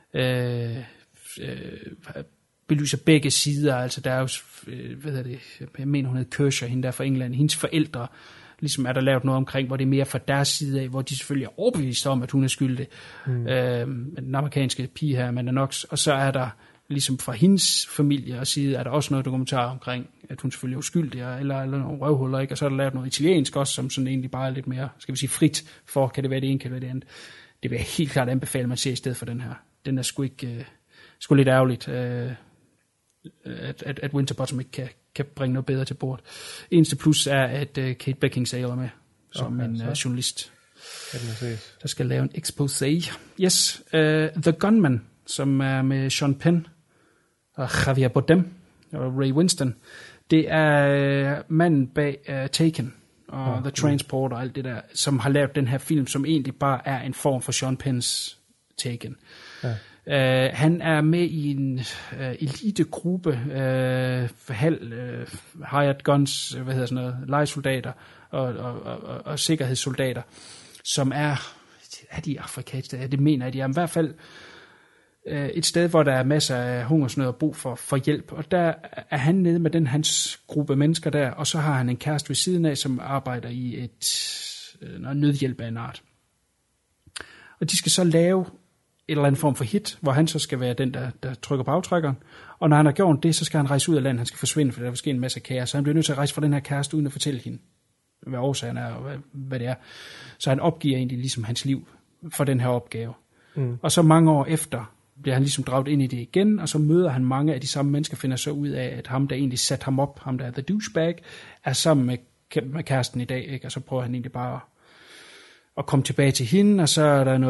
Belyser begge sider, altså der er jo, jeg mener hun hed Kershaw, hende der fra England, hendes forældre, ligesom er der lavet noget omkring, hvor det er mere fra deres side af, hvor de selvfølgelig er overbevist om, at hun er skyldig. Den amerikanske pige her, Amanda Knox, og så er der ligesom fra hendes familie og side, er der også noget dokumentar omkring, at hun selvfølgelig er uskyldig, eller nogle røvhuller, ikke? Og så er der lavet noget italiensk også, som sådan egentlig bare er lidt mere, skal vi sige, frit for, kan det være det ene, kan det være det andet. Det vil jeg helt klart anbefale, at man ser i stedet for den her. Den er sgu lidt ærgerligt, at Winterbottom ikke kan bringe noget bedre til bord. Eneste plus er, at Kate Beckinsale er med, som en journalist, der skal lave en exposé. Yes, The Gunman, som er med Sean Penn og Javier Bardem og Ray Winston. Det er manden bag Taken og The Transport og alt det der, som har lavet den her film, som egentlig bare er en form for Sean Penns Taken. Ja. Han er med i en elitegruppe hired guns, lejesoldater og sikkerhedssoldater, som er de afrikanske, det mener jeg, de er i hvert fald et sted, hvor der er masser af hungersnød og brug for hjælp, og der er han nede med hans gruppe mennesker der, og så har han en kæreste ved siden af, som arbejder i noget nødhjælp af en art. Og de skal så lave et eller andet form for hit, hvor han så skal være den, der trykker på aftrækkeren. Og når han har gjort det, så skal han rejse ud af landet. Han skal forsvinde, for der vil ske en masse kaos. Så han bliver nødt til at rejse fra den her kæreste, uden at fortælle hende, hvad årsagen er, og hvad det er. Så han opgiver egentlig ligesom hans liv for den her opgave. Og så mange år efter bliver han ligesom draget ind i det igen, og så møder han mange af de samme mennesker, finder så ud af, at ham, der egentlig satte ham op, ham der er the douchebag, er sammen med kæresten i dag, ikke? Og så prøver han egentlig bare at komme tilbage til hende, og så er der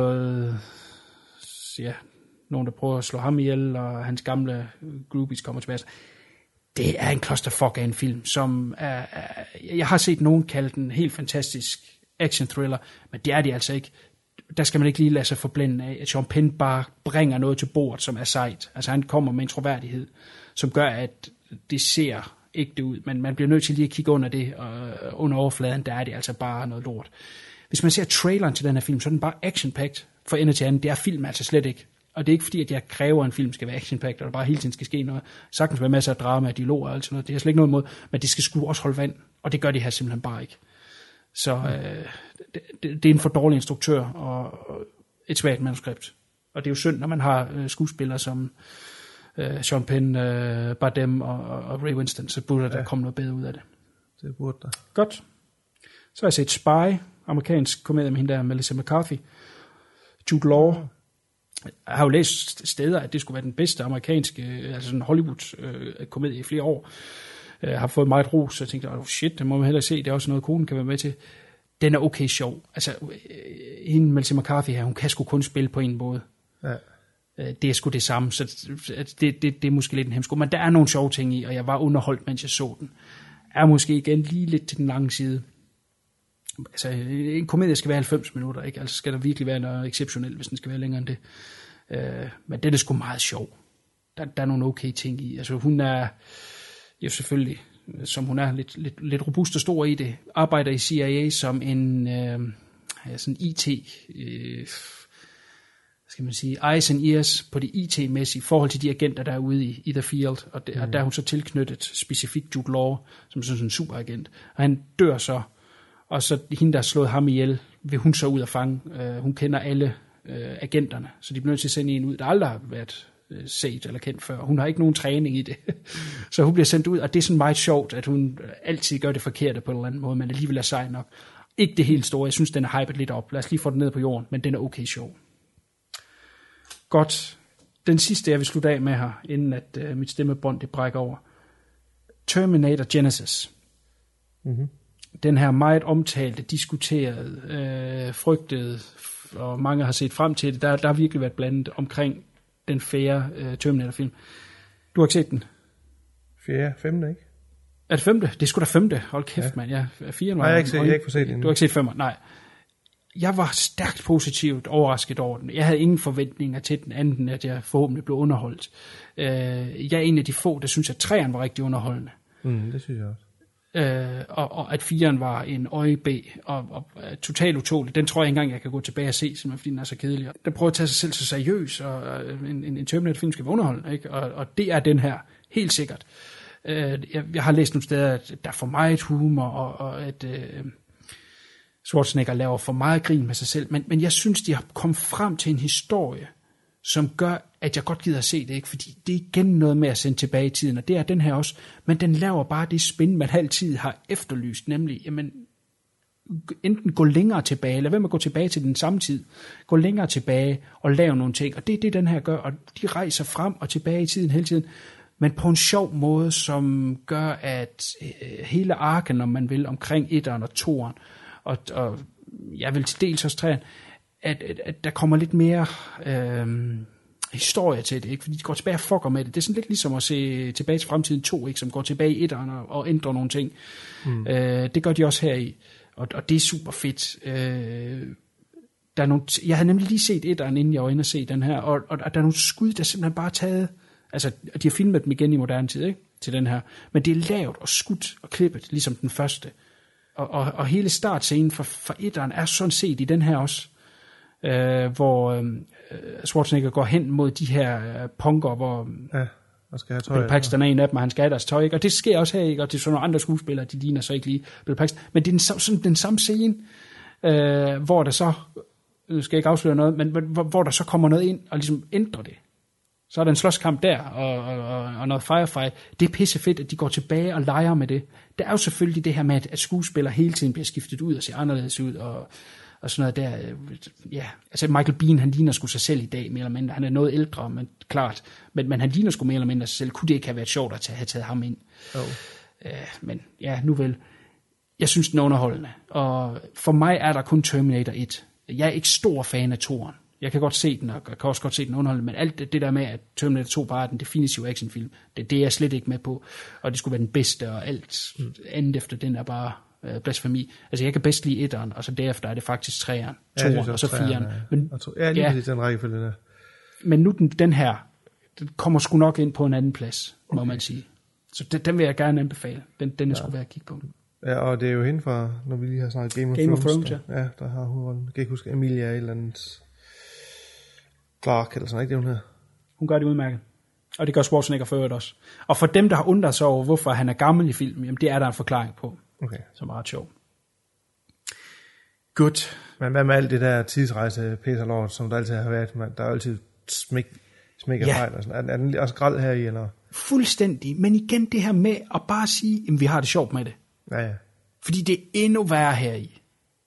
nogen, der prøver at slå ham ihjel, og hans gamle groupies kommer tilbage. Det er en clusterfuck af en film, som jeg har set nogen kalde den helt fantastisk action thriller, men det er de altså ikke. Der skal man ikke lige lade sig forblænde af, at Sean Penn bare bringer noget til bordet, som er sejt. Altså han kommer med en troværdighed, som gør, at det ser ægte ud, men man bliver nødt til lige at kigge under det, og under overfladen, der er det altså bare noget lort. Hvis man ser traileren til den her film, så er den bare action-packed for ende til anden. Det er film altså slet ikke. Og det er ikke fordi, at jeg kræver, at en film skal være action-packed, og der bare hele tiden skal ske noget. Sagtens være masser af drama og dialoger og alt sådan noget. Det er slet ikke noget imod, men det skal sgu også holde vand, og det gør de her simpelthen bare ikke. Så det er en for dårlig instruktør og et svagt manuskript. Og det er jo synd, når man har skuespillere som Sean Penn, Bardem og Ray Winston, så burde der komme noget bedre ud af det. Det burde der. Godt. Så har jeg set Spy, amerikansk komedie med hende der, Melissa McCarthy. Jude Law. Jeg har jo læst steder, at det skulle være den bedste amerikanske, altså sådan Hollywood-komedie i flere år. Jeg har fået meget ros, så jeg tænkte, shit, det må man hellere se, det er også noget, konen kan være med til. Den er okay sjov. Altså, hende, Melissa McCarthy her, hun kan sgu kun spille på en måde. Ja. Det er sgu det samme, så det er måske lidt en hemsko. Men der er nogle sjove ting i, og jeg var underholdt, mens jeg så den. Er måske igen lige lidt til den lange side. Altså, en komedie skal være 90 minutter, ikke? Altså skal der virkelig være noget exceptionelt, hvis den skal være længere end det. Men det er sgu meget sjov. Der er nogle okay ting i. Altså, hun er jo selvfølgelig, som hun er lidt robust og stor i det, arbejder i CIA som en sådan IT, skal man sige, eyes and ears på det IT-mæssige forhold til de agenter, der er ude i the field, og der er hun så tilknyttet specifikt Jude Law, som sådan en superagent, og han dør så, og så hende, der har slået ham ihjel, vil hun så ud og fange. Hun kender alle agenterne, så de bliver nødt til at sende en ud, der aldrig har været set eller kendt før. Hun har ikke nogen træning i det. Så hun bliver sendt ud, og det er sådan meget sjovt, at hun altid gør det forkerte på en eller anden måde, men alligevel er sej nok. Ikke det helt store. Jeg synes, den er hypet lidt op. Lad os lige få den ned på jorden, men den er okay sjov. Godt. Den sidste, jeg vil slutte af med her, inden at mit stemmebånd det brækker over. Terminator Genesis. Mm-hmm. Den her meget omtalte, diskuterede, frygtede, og mange har set frem til det. Der har virkelig været blandet omkring den fjerde Terminator-film. Du har ikke set den? Femte, ikke? Er det femte? Det er sgu da femte. Hold kæft, mand. Ja, nej, jeg har ikke fået set den. Du har ikke set femmer? Nej. Jeg var stærkt positivt overrasket over den. Jeg havde ingen forventninger til den, anden at jeg forhåbentlig blev underholdt. Jeg er en af de få, der synes, at 3'eren var rigtig underholdende. Det synes jeg også. Og at 4'eren var en øje-B, og totalt utålig. Den tror jeg ikke engang, jeg kan gå tilbage og se, simpelthen fordi den er så kedelig. Den prøver at tage sig selv så seriøs, og en Terminator-film skal være underholdende, ikke? Og det er den her, helt sikkert. Jeg har læst nogle steder, at der er for meget humor, og at Schwarzenegger laver for meget grin med sig selv, men jeg synes, de har kommet frem til en historie, som gør, at jeg godt gider at se det, ikke? Fordi det er igen noget med at sende tilbage i tiden, og det er den her også, men den laver bare det spin, man altid har efterlyst, nemlig, jamen, enten gå længere tilbage, lad være med at gå tilbage til den samme tid, gå længere tilbage og lave nogle ting, og det er det, den her gør, og de rejser frem og tilbage i tiden hele tiden, men på en sjov måde, som gør, at hele arken, om man vil, omkring 1'eren og 2'eren, og jeg vil til dels også 3'eren, at der kommer lidt mere historie til det, ikke? Fordi de går tilbage og fucker med det. Det er sådan lidt ligesom at se Tilbage til fremtiden 2, ikke? Som går tilbage i 1'eren og ændrer nogle ting. Det gør de også her i, og det er super fedt. Der er nogle, jeg havde nemlig lige set 1'eren, inden jeg var inde og se den her, og der er nogle skud, der simpelthen bare taget, altså de har filmet dem igen i moderne tid, ikke? Til den her, men det er lavet og skudt og klippet, ligesom den første. Og hele startscenen for 1'eren er sådan set i den her også, hvor Schwarzenegger går hen mod de her punker, hvor skal have tøj, Bill Paxton er en af dem, og han skal have deres tøj, ikke? Og det sker også her, ikke? Og det er sådan nogle andre skuespillere, de ligner så ikke lige Bill Paxton, men det er den samme scene, hvor der så, nu skal jeg ikke afsløre noget, men hvor der så kommer noget ind og ligesom ændrer det. Så er der en slåskamp der, og noget firefight. Det er pissefedt, at de går tilbage og leger med det. Der er jo selvfølgelig det her med, at skuespillere hele tiden bliver skiftet ud og ser anderledes ud, og sådan noget der. Ja, altså Michael Biehn, han ligner sgu sig selv i dag, mere eller mindre. Han er noget ældre, men klart. Men han ligner sgu mere eller mindre sig selv. Kunne det ikke have været sjovt at have taget ham ind? Men ja, nu vel. Jeg synes, den er underholdende. Og for mig er der kun Terminator 1. Jeg er ikke stor fan af 2'eren. Jeg kan godt se den, og jeg kan også godt se den underholdende, men alt det der med, at Terminator 2 bare er den definitive actionfilm, det er jeg slet ikke med på, og det skulle være den bedste, og alt andet efter den er bare blasfemi. Altså jeg kan bedst lide 1'eren, og så derefter er det faktisk 3'eren, 2'eren, og så 4'eren. Men, den rækkefølge der. Men nu den her, den kommer sgu nok ind på en anden plads, må man sige. Så den vil jeg gerne anbefale. Den er sgu værd at kigge på. Ja, og det er jo hende fra, når vi lige har snakket Game of Thrones. Ja, der har hovedrollen. Jeg kan ikke huske, Emilia eller andet Clark, eller sådan, ikke det, hun hedder? Hun gør det udmærket. Og det gør Schwarzenegger for øvrigt også. Og for dem, der har undret sig over, hvorfor han er gammel i filmen, jamen det er der en forklaring på. Okay. Som er ret sjov. Good. Men hvad med alt det der tidsrejse, Peter Lord, som der altid har været? Der er altid smæk af fejl og sådan. Er den også græd her i, eller? Fuldstændig. Men igen det her med at bare sige, jamen vi har det sjovt med det. Ja. Fordi det er endnu værre her i.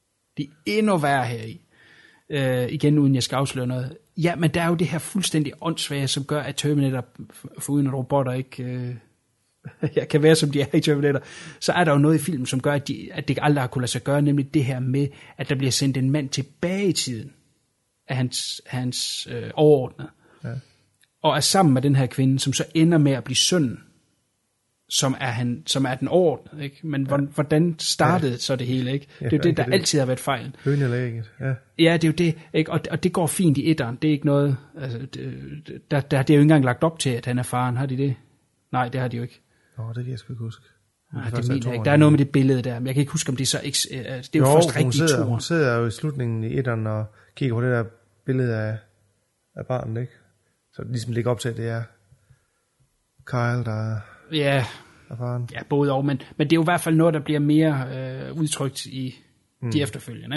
Igen uden jeg skal afsløre noget. Ja, men der er jo det her fuldstændig åndssvage, som gør, at Terminator, foruden at robotter ikke kan være, som de er i Terminator, så er der jo noget i filmen, som gør, at det aldrig har kunnet lade sig gøre, nemlig det her med, at der bliver sendt en mand tilbage i tiden af hans overordnede. Ja. Og er sammen med den her kvinde, som så ender med at blive sønnen, som er den overordnede, ikke? Men hvordan startede så det hele, ikke? Det er jo det, der altid har været fejlen. Høn eller ægget, ja. Ja, det er jo det, ikke? Og det går fint i 1'eren. Det er ikke noget, altså, det er jo ikke engang lagt op til, at han er faren. Har de det? Nej, det har de jo ikke. Det kan jeg sgu ikke huske. Nej, det mener ikke. Der er noget med det billede der, men jeg kan ikke huske, om det er så det er jo først rigtigt i 2'eren. Hun sidder jo i slutningen i 1'eren og kigger på det der billede af barnet, ikke? Så det ligesom ligger op til, at det er Kyle, der ja, både og, men det er jo i hvert fald noget, der bliver mere udtrykt i de efterfølgende,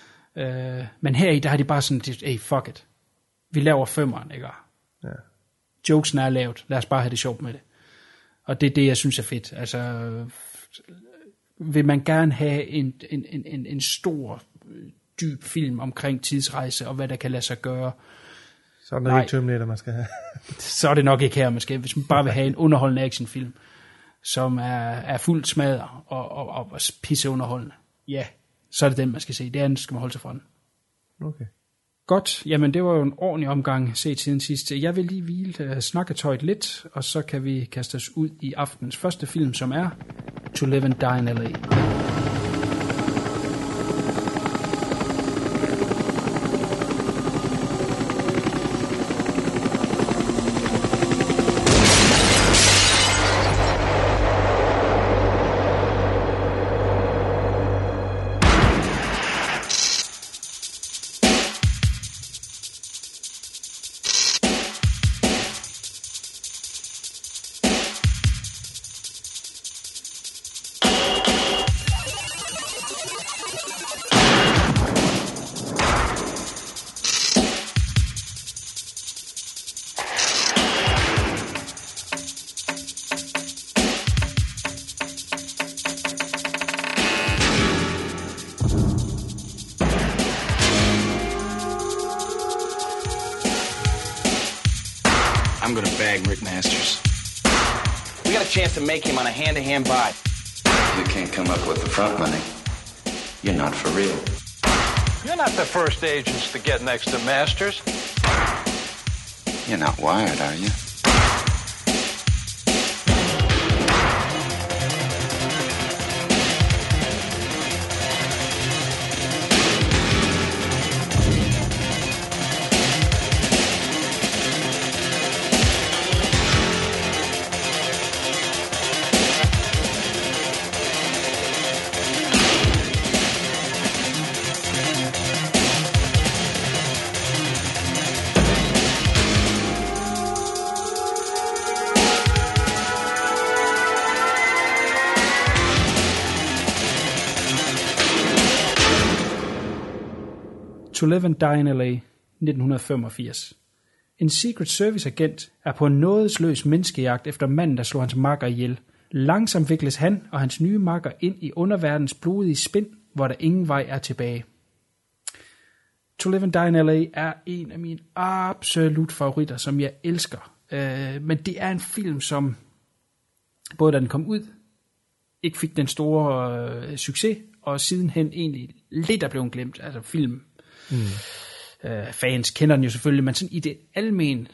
ikke? Men her i, der har de bare sådan, hey, fuck it. Vi laver 5'eren, ikke? Ja. Jokesen er lavet. Lad os bare have det sjovt med det. Og det er det, jeg synes er fedt. Altså, vil man gerne have en stor, dyb film omkring tidsrejse, og hvad der kan lade sig gøre, så er det nok ikke Terminator, man skal have. Så er det nok ikke her, man skal. Hvis man bare vil have en underholdende actionfilm, som er fuldt smadret og pisseunderholdende, ja, så er det den, man skal se. Det andet skal man holde sig fra den. Okay. Godt, jamen det var jo en ordentlig omgang set siden sidst. Jeg vil lige hvile snakketøjet lidt, og så kan vi kaste os ud i aftens første film, som er To Live and Die in L.A. I'm gonna bag Rick Masters. We got a chance to make him on a hand-to-hand buy. You can't come up with the front money. You're not for real. You're not the first agents to get next to Masters. You're not wired, are you? To Live and Die in L.A. 1985. En Secret Service agent er på en nådesløs menneskejagt efter manden, der slog hans makker ihjel. Langsomt vikles han og hans nye makker ind i underverdens blodige spind, hvor der ingen vej er tilbage. To Live and Die in L.A. er en af mine absolut favoritter, som jeg elsker. Men det er en film, som både da den kom ud, ikke fik den store succes, og sidenhen egentlig lidt er blevet glemt. Altså film. Fans kender den jo selvfølgelig, men sådan i det almen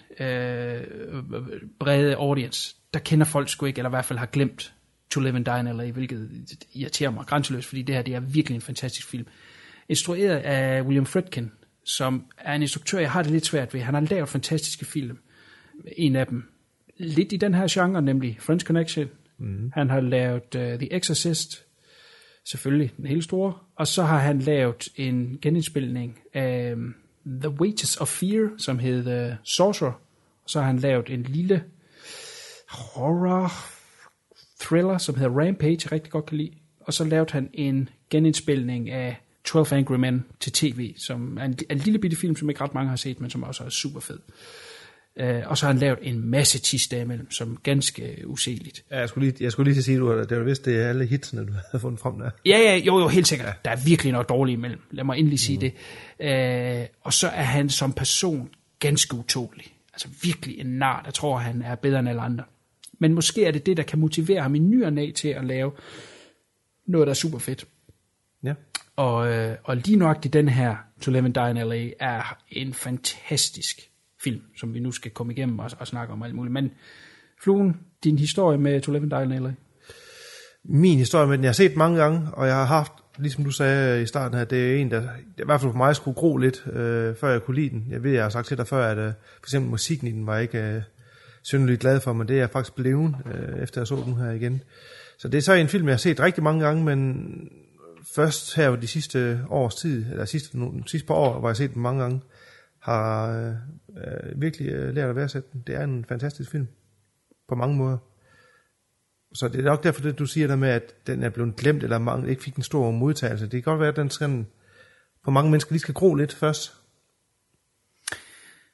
brede audience, der kender folk sgu ikke, eller i hvert fald har glemt To Live and Die in L.A., hvilket irriterer mig grænseløst, fordi det her det er virkelig en fantastisk film. Instrueret af William Friedkin, som er en instruktør, jeg har det lidt svært ved. Han har lavet fantastiske film. En af dem lidt i den her genre, nemlig French Connection. Han har lavet The Exorcist, selvfølgelig den helt store, og så har han lavet en genindspilning af The Wages of Fear, som hed Sorcerer, og så har han lavet en lille horror thriller, som hedder Rampage, jeg rigtig godt kan lide, og så lavede han en genindspilning af 12 Angry Men til tv, som er en lille bitte film, som ikke ret mange har set, men som også er super fed. Og så har han lavet en masse tidsdage imellem, som ganske useligt. Ja, jeg skulle lige til at sige, at det var vist, det er alle hitsene, du havde fundet frem der. Ja, jo, helt sikkert. Ja. Der er virkelig noget dårligt imellem. Lad mig endelig sige det. Og så er han som person ganske utålig. Altså virkelig en nar, der tror, han er bedre end alle andre. Men måske er det det, der kan motivere ham i ny og næ til at lave noget, der er super fedt. Ja. Og lige nøjagtigt den her, To Live and Die in L.A., er en fantastisk film, som vi nu skal komme igennem og snakke om alt muligt. Men Fluen, din historie med To Live and Die in L.A.? Min historie med den, jeg har set mange gange, og jeg har haft, ligesom du sagde i starten her, det er en, der i hvert fald for mig skulle gro lidt, før jeg kunne lide den. Jeg ved, jeg har sagt til dig før, at for eksempel musikken i den var ikke synderligt glad for, men det er jeg faktisk blevet, efter jeg så den her igen. Så det er så en film, jeg har set rigtig mange gange, men først her de sidste års tid, eller sidste par år, hvor jeg har set den mange gange, har virkelig lært at værdsætte den. Det er en fantastisk film, på mange måder. Så det er nok derfor, det du siger der med, at den er blevet glemt, eller mange ikke fik en stor modtagelse. Det kan godt være, at den skal, for mange mennesker lige skal gro lidt først.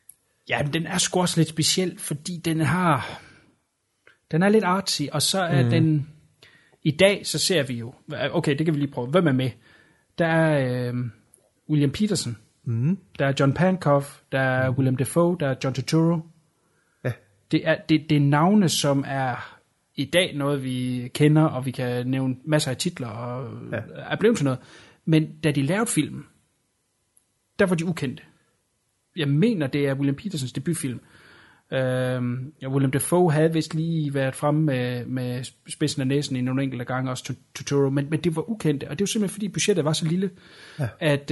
Ja, men den er sgu også lidt speciel, fordi den er lidt artsy, og så er den... I dag, så ser vi jo... Okay, det kan vi lige prøve. Hvem er med? Der er William Peterson. Der er John Pankow. Der er Willem Dafoe. Der er John Turturro. Ja. Det er navne, som er i dag noget, vi kender, og vi kan nævne masser af titler, og er blevet til noget. Men da de lavede filmen, der var de ukendte. Jeg mener, det er William Petersons debutfilm. Willem Dafoe havde vist lige været fremme med spidsen af næsen i nogle enkelte gange, også Turturro, men det var ukendte, og det var simpelthen fordi budgettet var så lille, at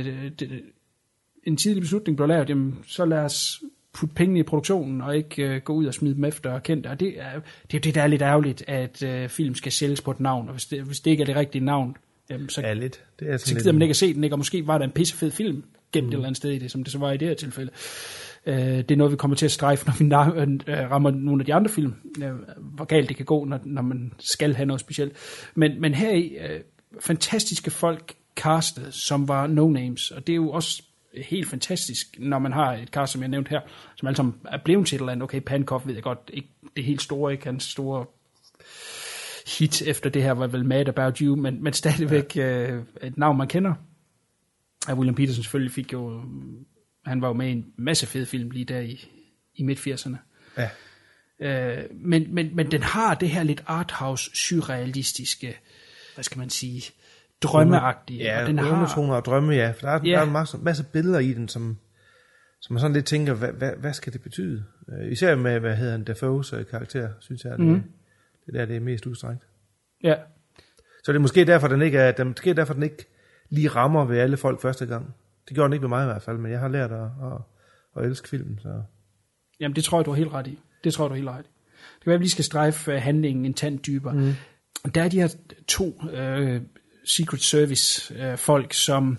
en tidlig beslutning blev lavet, jamen, så lad os putte pengene i produktionen, og ikke gå ud og smide dem efter kendte, og det er det, der er lidt ærgerligt, at film skal sælges på et navn, og hvis det ikke er det rigtige navn, så, ja, lidt. Det er så gider man ikke at se den, ikke? Og måske var der en pissefed film gemt et eller andet sted i det, som det så var i det her tilfælde. Det er noget, vi kommer til at strejfe, når vi rammer nogle af de andre film, hvor galt det kan gå, når man skal have noget specielt. Men her i fantastiske folk castet, som var no-names, og det er jo også helt fantastisk, når man har et cast, som jeg nævnte her, som alle sammen er blevet til et eller andet. Okay, Pankow ved jeg godt, ikke det helt store, ikke hans store hit efter det her var vel Mad About You, men stadigvæk et navn, man kender. Og William Peterson selvfølgelig fik jo... Han var jo med i en masse fede film lige der i midt-80'erne. Ja. Men den har det her lidt arthouse, surrealistiske, hvad skal man sige, drømmeagtige. Ja, og den har undertoner og drømme, ja. For der er en masse billeder i den, som man sådan lidt tænker, hvad skal det betyde? Især med, hvad hedder han, Dafoes karakter, synes jeg, det er mest udstrækt. Ja. Så det er måske derfor, den ikke lige rammer ved alle folk første gang. Det gjorde den ikke ved mig i hvert fald, men jeg har lært at elske filmen. Så. Jamen, det tror jeg, du har helt ret i. Det kan være, at vi lige skal strejfe handlingen en tand dybere. Der er de her 2 Secret Service folk, som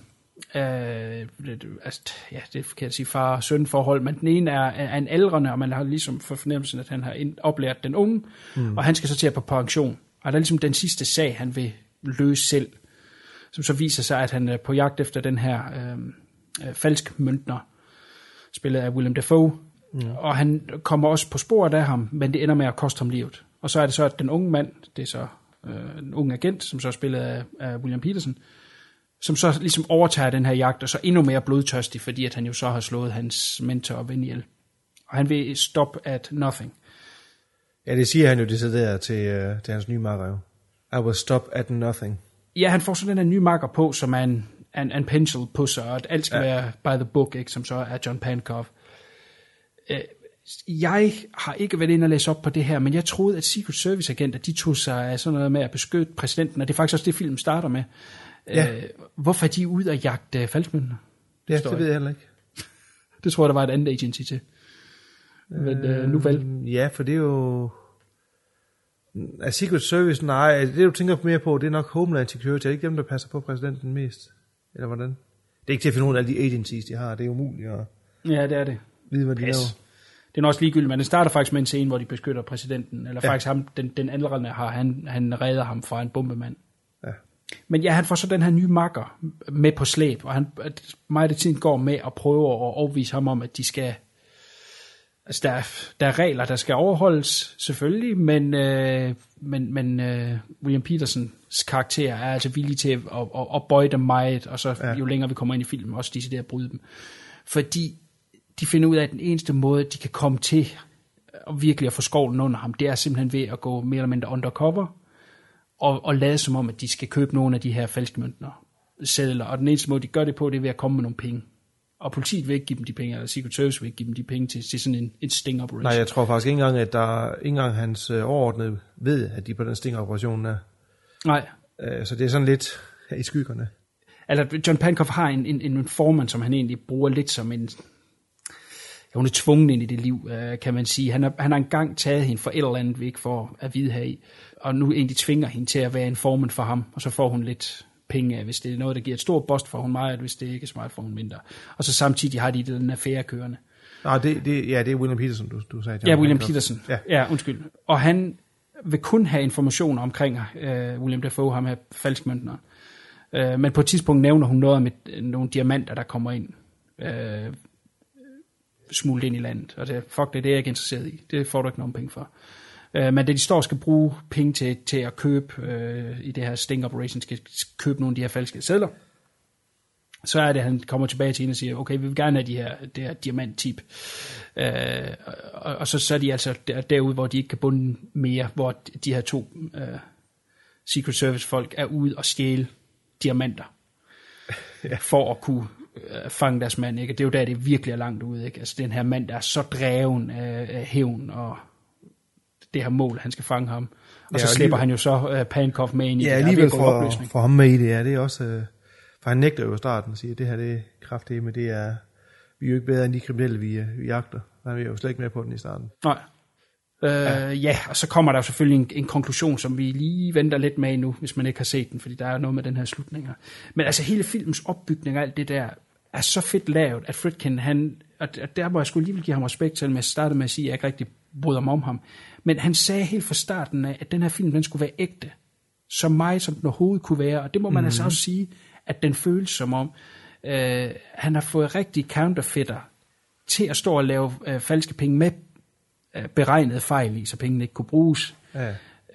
det kan jeg sige far- og søn-forhold, men den ene er en aldrende, og man har ligesom for fornemmelsen, at han har oplært den unge, og han skal så til at på pension. Og der er ligesom den sidste sag, han vil løse selv, som så viser sig, at han er på jagt efter den her falsk møntner, spillet af Willem Dafoe, og han kommer også på sporet af ham, men det ender med at koste ham livet. Og så er det så, at den unge mand, det er så en ung agent, som så er spillet af William Peterson, som så ligesom overtager den her jagt, og så endnu mere blodtørstig, fordi at han jo så har slået hans mentor og ven ihjel. Og han vil stop at nothing. Ja, det siger han jo decideret til hans nye makker. I will stop at nothing. Ja, han får så den her nye makker på, som er en pencil pusser, og at alt skal være by the book, ikke, som så er John Pankow. Jeg har ikke været inde og læse op på det her, men jeg troede, at Secret Service-agenter, de tog sig af sådan noget med at beskytte præsidenten, og det er faktisk også det, filmen starter med. Ja. Hvorfor er de ude at jagte falskmøntner? Ja, det ved jeg heller ikke. Det tror jeg, der var et andet agency til. Men nu vel. Ja, for det er jo... Secret Service, nej, det du tænker mere på, det er nok Homeland Security. Er det ikke dem, der passer på præsidenten mest? Eller hvordan? Det er ikke til at finde nogle af de agencies, de har. Det er umuligt at ja, det er det. Vide, hvad de laver. Det er også ligegyldigt, men det starter faktisk med en scene, hvor de beskytter præsidenten. Eller faktisk ham, den aldrende har, han redder ham fra en bombemand. Ja. Men ja, han får så den her nye makker med på slæb, og meget af tiden går med at prøve at overvise ham om, at de skal... Altså, der er regler, der skal overholdes, selvfølgelig, men William Petersons karakter er altså villig til at bøje dem meget, og så jo længere vi kommer ind i filmen, også de der bryde dem. Fordi de finder ud af, at den eneste måde, de kan komme til og virkelig at få skovlen under ham, det er simpelthen ved at gå mere eller mindre undercover, og lade som om, at de skal købe nogle af de her falske møntner, sedler, og den eneste måde, de gør det på, det er ved at komme med nogle penge. Og politiet vil ikke give dem de penge, eller Secret Service vil ikke give dem de penge til sådan en sting operation. Nej, jeg tror faktisk ikke engang, at hans overordnede ved, at de på den sting operation er. Nej. Så det er sådan lidt i skyggerne. Altså, John Pankow har en formand, som han egentlig bruger lidt som en... Ja, hun er tvunget ind i det liv, kan man sige. Han har engang taget hende for et eller andet, vi ikke får at vide her i. Og nu egentlig tvinger hende til at være en formand for ham, og så får hun lidt penge af, hvis det er noget, der giver et stort bost, får hun meget, hvis det ikke er så meget, får hun mindre. Og så samtidig har de den affære kørende. Nej, det er William Peterson, du sagde. Ja, William Peterson. Ja, undskyld. Og han vil kun have informationer omkring William Dafoe, ham her falskmøntneren. Men på et tidspunkt nævner hun noget om nogle diamanter, der kommer ind. smuglet ind i landet. Og det er jeg ikke interesseret i. Det får du ikke nogen penge for. Men det de står og skal bruge penge til at købe, i det her sting operation, skal købe nogle af de her falske sedler. Så er det, han kommer tilbage til hende og siger, okay, vi vil gerne have det her diamant-tip. Og så er de altså derude, hvor de ikke kan bunde mere, hvor de her 2 Secret Service-folk er ude og stjæle diamanter, for at kunne fange deres mand. Ikke? Det er jo der, det virkelig er langt ude. Ikke? Altså den her mand, der er så dreven af hævn, og det her mål, han skal fange ham. Og så slipper han jo så Pankow med ind i det. Ja, alligevel for ham med i det, det er også... For han nægter jo i starten og siger, at det her det er kraftigt, men det er... Vi er jo ikke bedre end de kriminelle, vi jagter. Han er jo slet ikke med på den i starten. Nej. Ja, og så kommer der jo selvfølgelig en konklusion, som vi lige venter lidt med nu, hvis man ikke har set den, fordi der er noget med den her slutning. Men altså hele filmens opbygning og alt det der, er så fedt lavet, at Friedkin, og der må jeg sgu alligevel give ham respekt til, at jeg startede med at sige, at jeg ikke rigtig bryder mig om ham. Men han sagde helt fra starten af, at den her film, den skulle være ægte. Så meget, som den overhovedet kunne være. Og det må man altså også sige, at den føles som om, han har fået rigtig counterfeiter til at stå og lave falske penge med beregnede fejl i, så pengene ikke kunne bruges. Ja.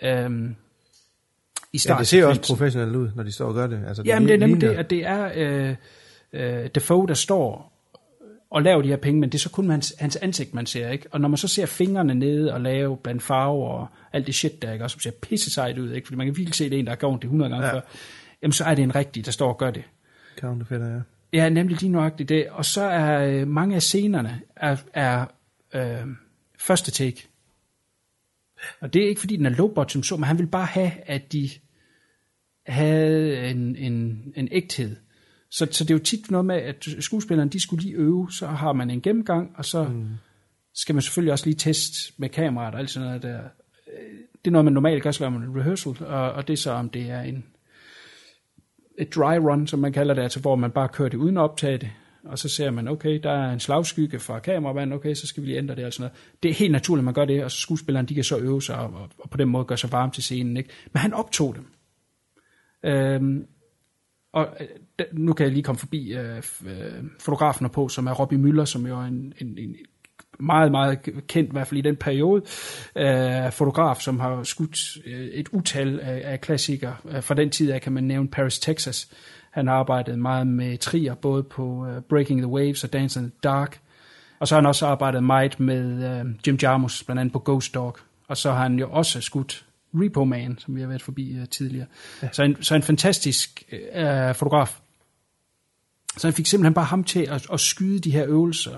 I starten, det ser også professionelt ud, når de står og gør det. Altså, jamen, det er nemlig det, at det er Dafoe, der står og laver de her penge, men det er så kun hans ansigt, man ser, ikke? Og når man så ser fingrene nede og lave blandt farver og alt det shit der, ikke? Også som ser pisse sejt ud, ikke? Fordi man kan virkelig se, det er en, der har gjort det 100 gange før. Jamen, så er det en rigtig, der står og gør det. Counterfeiter, ja. Ja, nemlig lige nøjagtigt det. Og så er mange af scenerne er første take. Og det er ikke, fordi den er low-budget som så, men han vil bare have, at de havde en ægthed. Så det er jo tit noget med, at skuespillerne, de skulle lige øve, så har man en gennemgang, og så skal man selvfølgelig også lige teste med kameraet og alt sådan noget der. Det er noget, man normalt gør, så laver man en rehearsal, og det er så, om det er et dry run, som man kalder det, altså hvor man bare kører det uden at optage det, og så ser man, okay, der er en slagskygge fra kameramanden, okay, så skal vi lige ændre det og sådan noget. Det er helt naturligt, man gør det, og så skuespillerne, de kan så øve sig, og på den måde gøre sig varme til scenen, ikke? Men han optog dem. Og nu kan jeg lige komme forbi fotografen på, som er Robbie Müller, som jo er en meget, meget kendt, i hvert fald i den periode, fotograf, som har skudt et utal af klassikere. Fra den tid af kan man nævne Paris, Texas. Han har arbejdet meget med Trier, både på Breaking the Waves og Dance in the Dark. Og så har han også arbejdet meget med Jim Jarmusch, blandt andet på Ghost Dog. Og så har han jo også skudt Repo Man, som vi har været forbi tidligere. Ja. Så en fantastisk fotograf. Så han fik simpelthen bare ham til at skyde de her øvelser.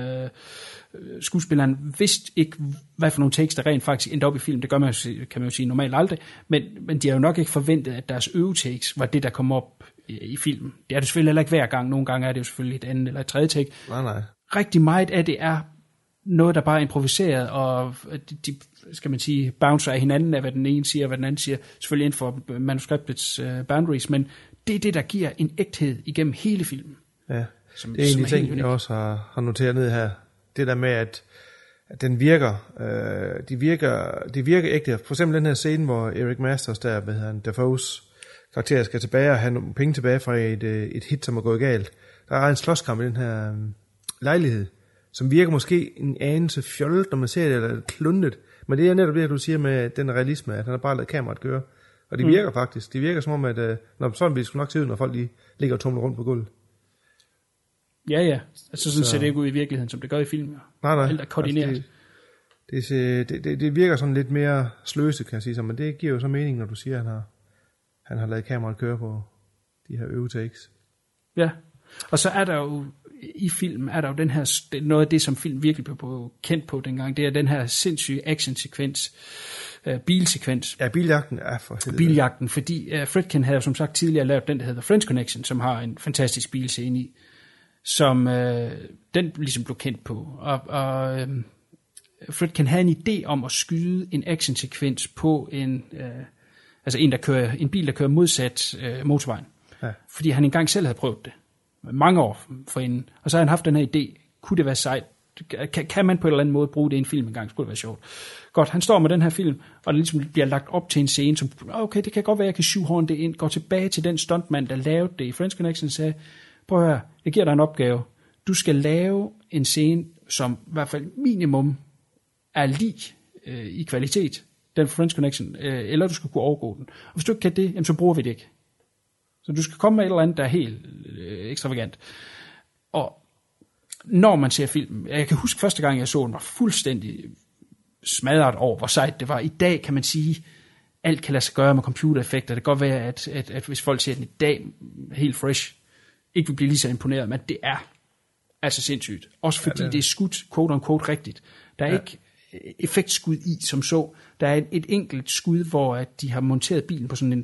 Skuespilleren vidste ikke, hvad for nogle tekster rent faktisk endte op i film. Det gør man jo, kan man jo sige normalt aldrig. Men de har jo nok ikke forventet, at deres øvetekst var det, der kom op i filmen. Det er det selvfølgelig heller ikke hver gang. Nogle gange er det jo selvfølgelig et andet eller et tredje take. Nej. Rigtig meget af det er noget, der bare er improviseret, og de skal man sige, bouncer af hinanden af, hvad den ene siger, og hvad den anden siger. Selvfølgelig inden for manuskriptets boundaries, men det er det, der giver en ægthed igennem hele filmen. Ja, det er en af de ting, jeg også har noteret ned her. Det der med, at den virker, de virker ægte. For eksempel den her scene, hvor Eric Masters, Dafoes karakter, skal tilbage og have nogle penge tilbage fra et hit, som er gået galt. Der er en slåskamp i den her lejlighed, som virker måske en anelse fjollet, når man ser det, eller kluntet. Men det er netop det, du siger med den realisme, at han har bare ladet kameraet køre. Og det virker faktisk. Det virker som om, at når sådan vi skulle nok se ud, når folk de ligger og tumler rundt på gulvet. Ja. Altså sådan ser det ikke ud i virkeligheden, som det gør i filmen. Nej. Alt er koordineret. Altså, det virker sådan lidt mere sløset, kan jeg sige. Men det giver jo så mening, når du siger, at han har ladet kameraet køre på de her øvetakes. Ja, og så er der jo i filmen, er der jo den her, noget af det, som film virkelig blev kendt på dengang, det er den her sindssyge actionsekvens, bilsekvens. Ja, biljagten er for helvede. Biljagten, fordi Friedkin havde jo som sagt tidligere lavet den, der hedder French Connection, som har en fantastisk bilscene i, som den ligesom blev kendt på. Og Friedkin havde en idé om at skyde en actionsekvens på en bil, der kører modsat motorvejen. Ja. Fordi han engang selv havde prøvet det. Mange år forinden. Og så har han haft den her idé. Kunne det være sejt? Kan man på en eller anden måde bruge det i en film engang? Skulle det være sjovt? Godt, han står med den her film, og det ligesom bliver lagt op til en scene, som, okay, det kan godt være, jeg kan shoehorn det ind. Går tilbage til den stuntmand, der lavede det i French Connection, og sagde, prøv at høre, jeg giver dig en opgave. Du skal lave en scene, som i hvert fald minimum er lig i kvalitet, den French Connection, eller du skal kunne overgå den. Og hvis du ikke kan det, jamen, så bruger vi det ikke. Så du skal komme med et eller andet, der er helt ekstravagant. Og når man ser filmen, jeg kan huske første gang, jeg så den, var fuldstændig smadret over, hvor sejt det var. I dag kan man sige, alt kan lade sig gøre med computereffekter. Det kan godt være, at hvis folk ser den i dag, helt fresh, ikke vil blive lige så imponeret, men det er altså sindssygt. Også fordi det er skudt, quote unquote, rigtigt. Der er ikke effektskud i, som så. Der er et enkelt skud, hvor at de har monteret bilen på sådan en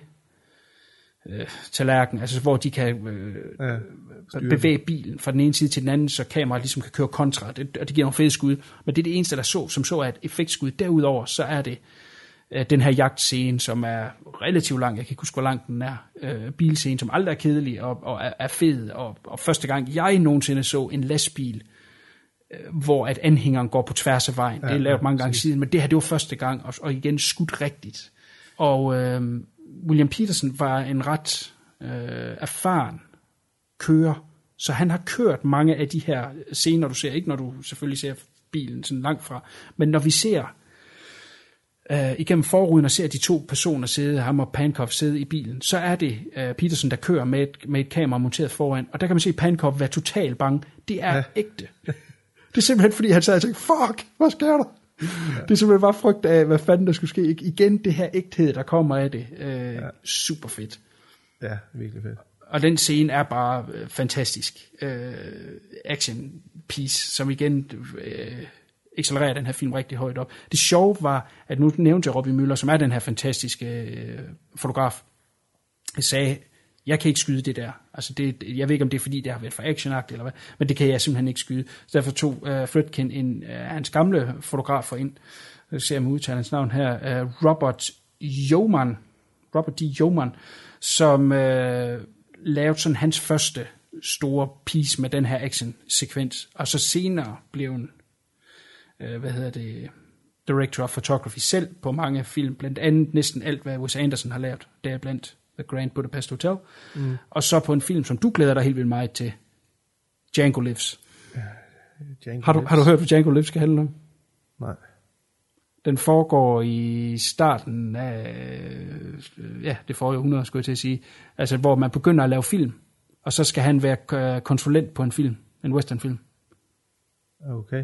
tallerken, altså hvor de kan bevæge bilen fra den ene side til den anden, så kameraet ligesom kan køre kontra, og det giver nogle fede skud. Men det er det eneste, der som så er et effektskud. Derudover, så er det den her jagtscene, som er relativt lang, jeg kan ikke huske, hvor lang den er, bilscene, som aldrig er kedelig og er fed, og første gang jeg nogensinde så en lastbil, hvor at anhængeren går på tværs af vejen. Det er lavet mange gange siden, men det her, det var første gang, og igen skudt rigtigt. Og William Peterson var en ret erfaren kører, så han har kørt mange af de her scener, du ser, ikke når du selvfølgelig ser bilen sådan langt fra, men når vi ser igennem forruden og ser de to personer sidde, ham og Pankow sidde i bilen, så er det Peterson, der kører med et kamera monteret foran, og der kan man se Pankow være totalt bange. Det er ægte. Det er simpelthen, fordi han sad og tænkte, fuck, hvad sker der? Ja. Det er simpelthen bare frygt af, hvad fanden der skulle ske. Igen, det her ægthed, der kommer af det. Super fedt. Ja, virkelig fedt. Og den scene er bare fantastisk. Action piece, som igen accelererer den her film rigtig højt op. Det sjove var, at nu nævnte jeg Robbie Müller, som er den her fantastiske fotograf, sagde, jeg kan ikke skyde det der. Altså jeg ved ikke, om det er, fordi det har været for actionagtigt eller hvad, men det kan jeg simpelthen ikke skyde. Så derfor tog Friedkin hans gamle fotografer ind. Jeg ser mig udtale hans navn her. Robert D. Yeoman, som lavede sådan hans første store piece med den her action-sekvens. Og så senere blev en director of photography selv på mange film, blandt andet næsten alt, hvad Wes Anderson har lavet, deriblandt The Grand Budapest Hotel, og så på en film, som du glæder dig helt vildt meget til, Django Lives. Har du hørt, hvad Django Lives skal handle om? Nej. Den foregår i starten af det forrige århundrede, skulle jeg til at sige, altså hvor man begynder at lave film, og så skal han være konsulent på en film, en westernfilm. Okay.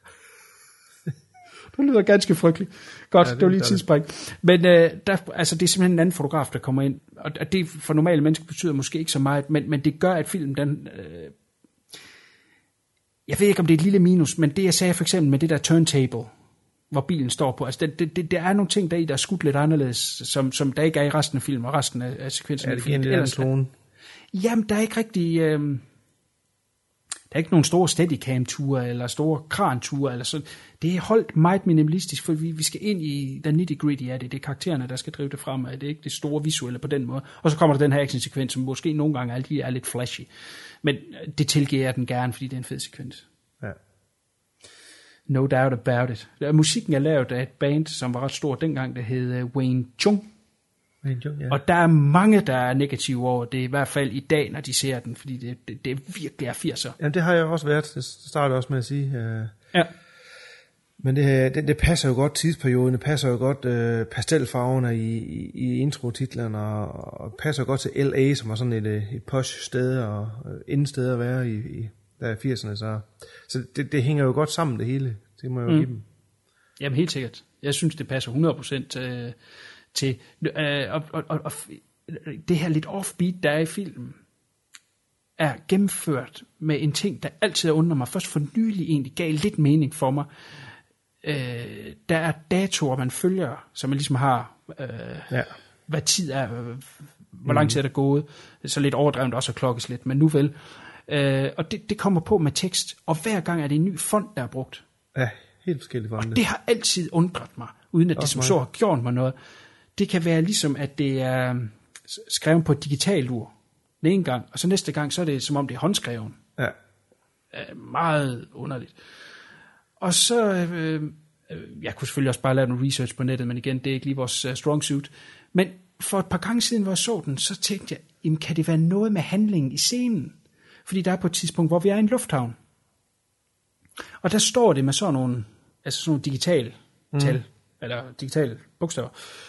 Det lyder ganske frygteligt. Godt, det var lige et tidsspring. Men det er simpelthen en anden fotograf, der kommer ind. Og det for normale mennesker betyder måske ikke så meget, men det gør, at filmen, den... jeg ved ikke, om det er et lille minus, men det jeg sagde for eksempel med det der turntable, hvor bilen står på, altså der er nogle ting der er skudt lidt anderledes, som der ikke er i resten af filmen og resten af sekvensen. Ja, det giver en lidt tone. Jamen, der er ikke rigtig... Der er ikke nogen store steadicam-ture eller store kran-ture eller sådan. Det er holdt meget minimalistisk, for vi skal ind i den nitty-gritty af det. Det er karaktererne, der skal drive det frem, det er ikke det store visuelle på den måde. Og så kommer der den her action-sekvens, som måske nogle gange altid er lidt flashy. Men det tilgiver jeg den gerne, fordi det er en fed sekvens. Ja. No doubt about it. Musikken er lavet af et band, som var ret stort dengang, der hed Wayne Chung. Ja. Og der er mange, der er negative over det, i hvert fald i dag, når de ser den, fordi det virkelig er 80'er. Jamen, det har jeg også været. Det startede også med at sige. Ja. Men det passer jo godt tidsperioden, det passer jo godt pastelfarverne i intro-titlerne, og passer jo godt til L.A., som er sådan et posh sted og indsted at være i der i 80'erne. Så det hænger jo godt sammen, det hele. Det må jeg jo give dem. Jamen, helt sikkert. Jeg synes, det passer 100% til og det her lidt offbeat, der er i filmen, er gennemført med en ting, der altid undrer mig. Først for nylig egentlig gav lidt mening for mig. Der er datoer, man følger, så man ligesom har, hvad tid er, hvor lang tid er der gået. Så lidt overdrevet også at klokkes lidt, men nu vel. Og det kommer på med tekst, og hver gang er det en ny font, der er brugt. Ja, helt forskellige fonte. Og det har altid undret mig, uden at det som så har gjort mig noget. Det kan være ligesom, at det er skrevet på et digitalt ur den ene gang, og så næste gang, så er det som om det er håndskreven. Ja. Meget underligt. Og så, jeg kunne selvfølgelig også bare lave noget research på nettet, men igen, det er ikke lige vores strong suit. Men for et par gange siden, hvor jeg så den, så tænkte jeg, jamen, kan det være noget med handlingen i scenen? Fordi der er på et tidspunkt, hvor vi er i en lufthavn. Og der står det med sådan nogle digitale tal, eller digitale bogstaver.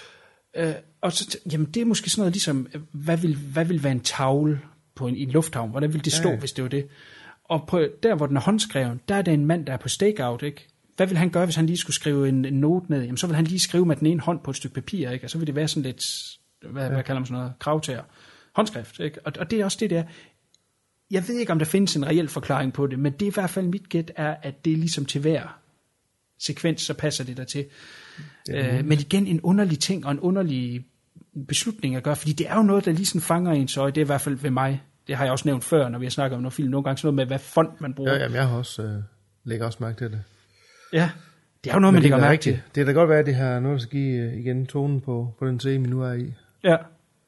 Og så, jamen det er måske sådan noget ligesom, hvad vil være en tavle på en lufthavn? Hvordan vil det stå, hvis det var det? Og på, der, hvor den er håndskreven, der er der en mand, der er på stakeout, ikke? Hvad vil han gøre, hvis han lige skulle skrive en note ned? Jamen, så vil han lige skrive med den ene hånd på et stykke papir, ikke? Og så vil det være sådan lidt, hvad kalder man sådan noget, kravtær, håndskrift, ikke? Og det er også det der. Jeg ved ikke, om der findes en reel forklaring på det, men det er i hvert fald mit gæt er, at det er ligesom til hver sekvens, så passer det der til. Men igen, en underlig ting og en underlig beslutning at gøre, fordi det er jo noget, der lige sådan fanger ens øje. Det er i hvert fald ved mig. Det har jeg også nævnt før, når vi har snakket om nogle film. Nogle gange sådan noget med, hvad font man bruger. Ja, jamen, jeg har også, lægger også mærke til det. Ja, det er jo noget, man lægger mærke til. Det kan da godt være, at det har noget, der skal give igen tonen på den scene, vi nu er i. Ja,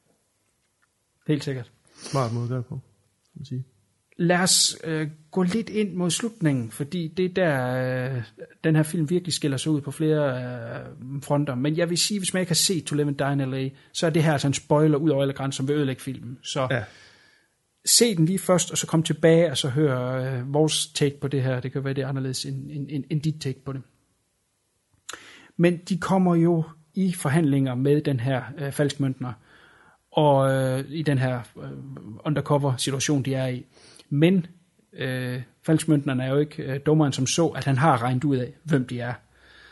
helt sikkert. Smart måde at gøre det på, kan man sige. Lad os gå lidt ind mod slutningen, fordi det er der, den her film virkelig skiller sig ud på flere fronter. Men jeg vil sige, hvis man ikke har set To Live and Die in L.A., så er det her altså en spoiler ud over alle grænser, som vil ødelægge filmen. Så se den lige først, og så kom tilbage, og så hør vores take på det her. Det kan være, det er anderledes end dit take på det. Men de kommer jo i forhandlinger med den her falskmøntner, og i den her undercover situation, de er i. Men falskmøntnerne er jo ikke dummere som så, at han har regnet ud af, hvem de er.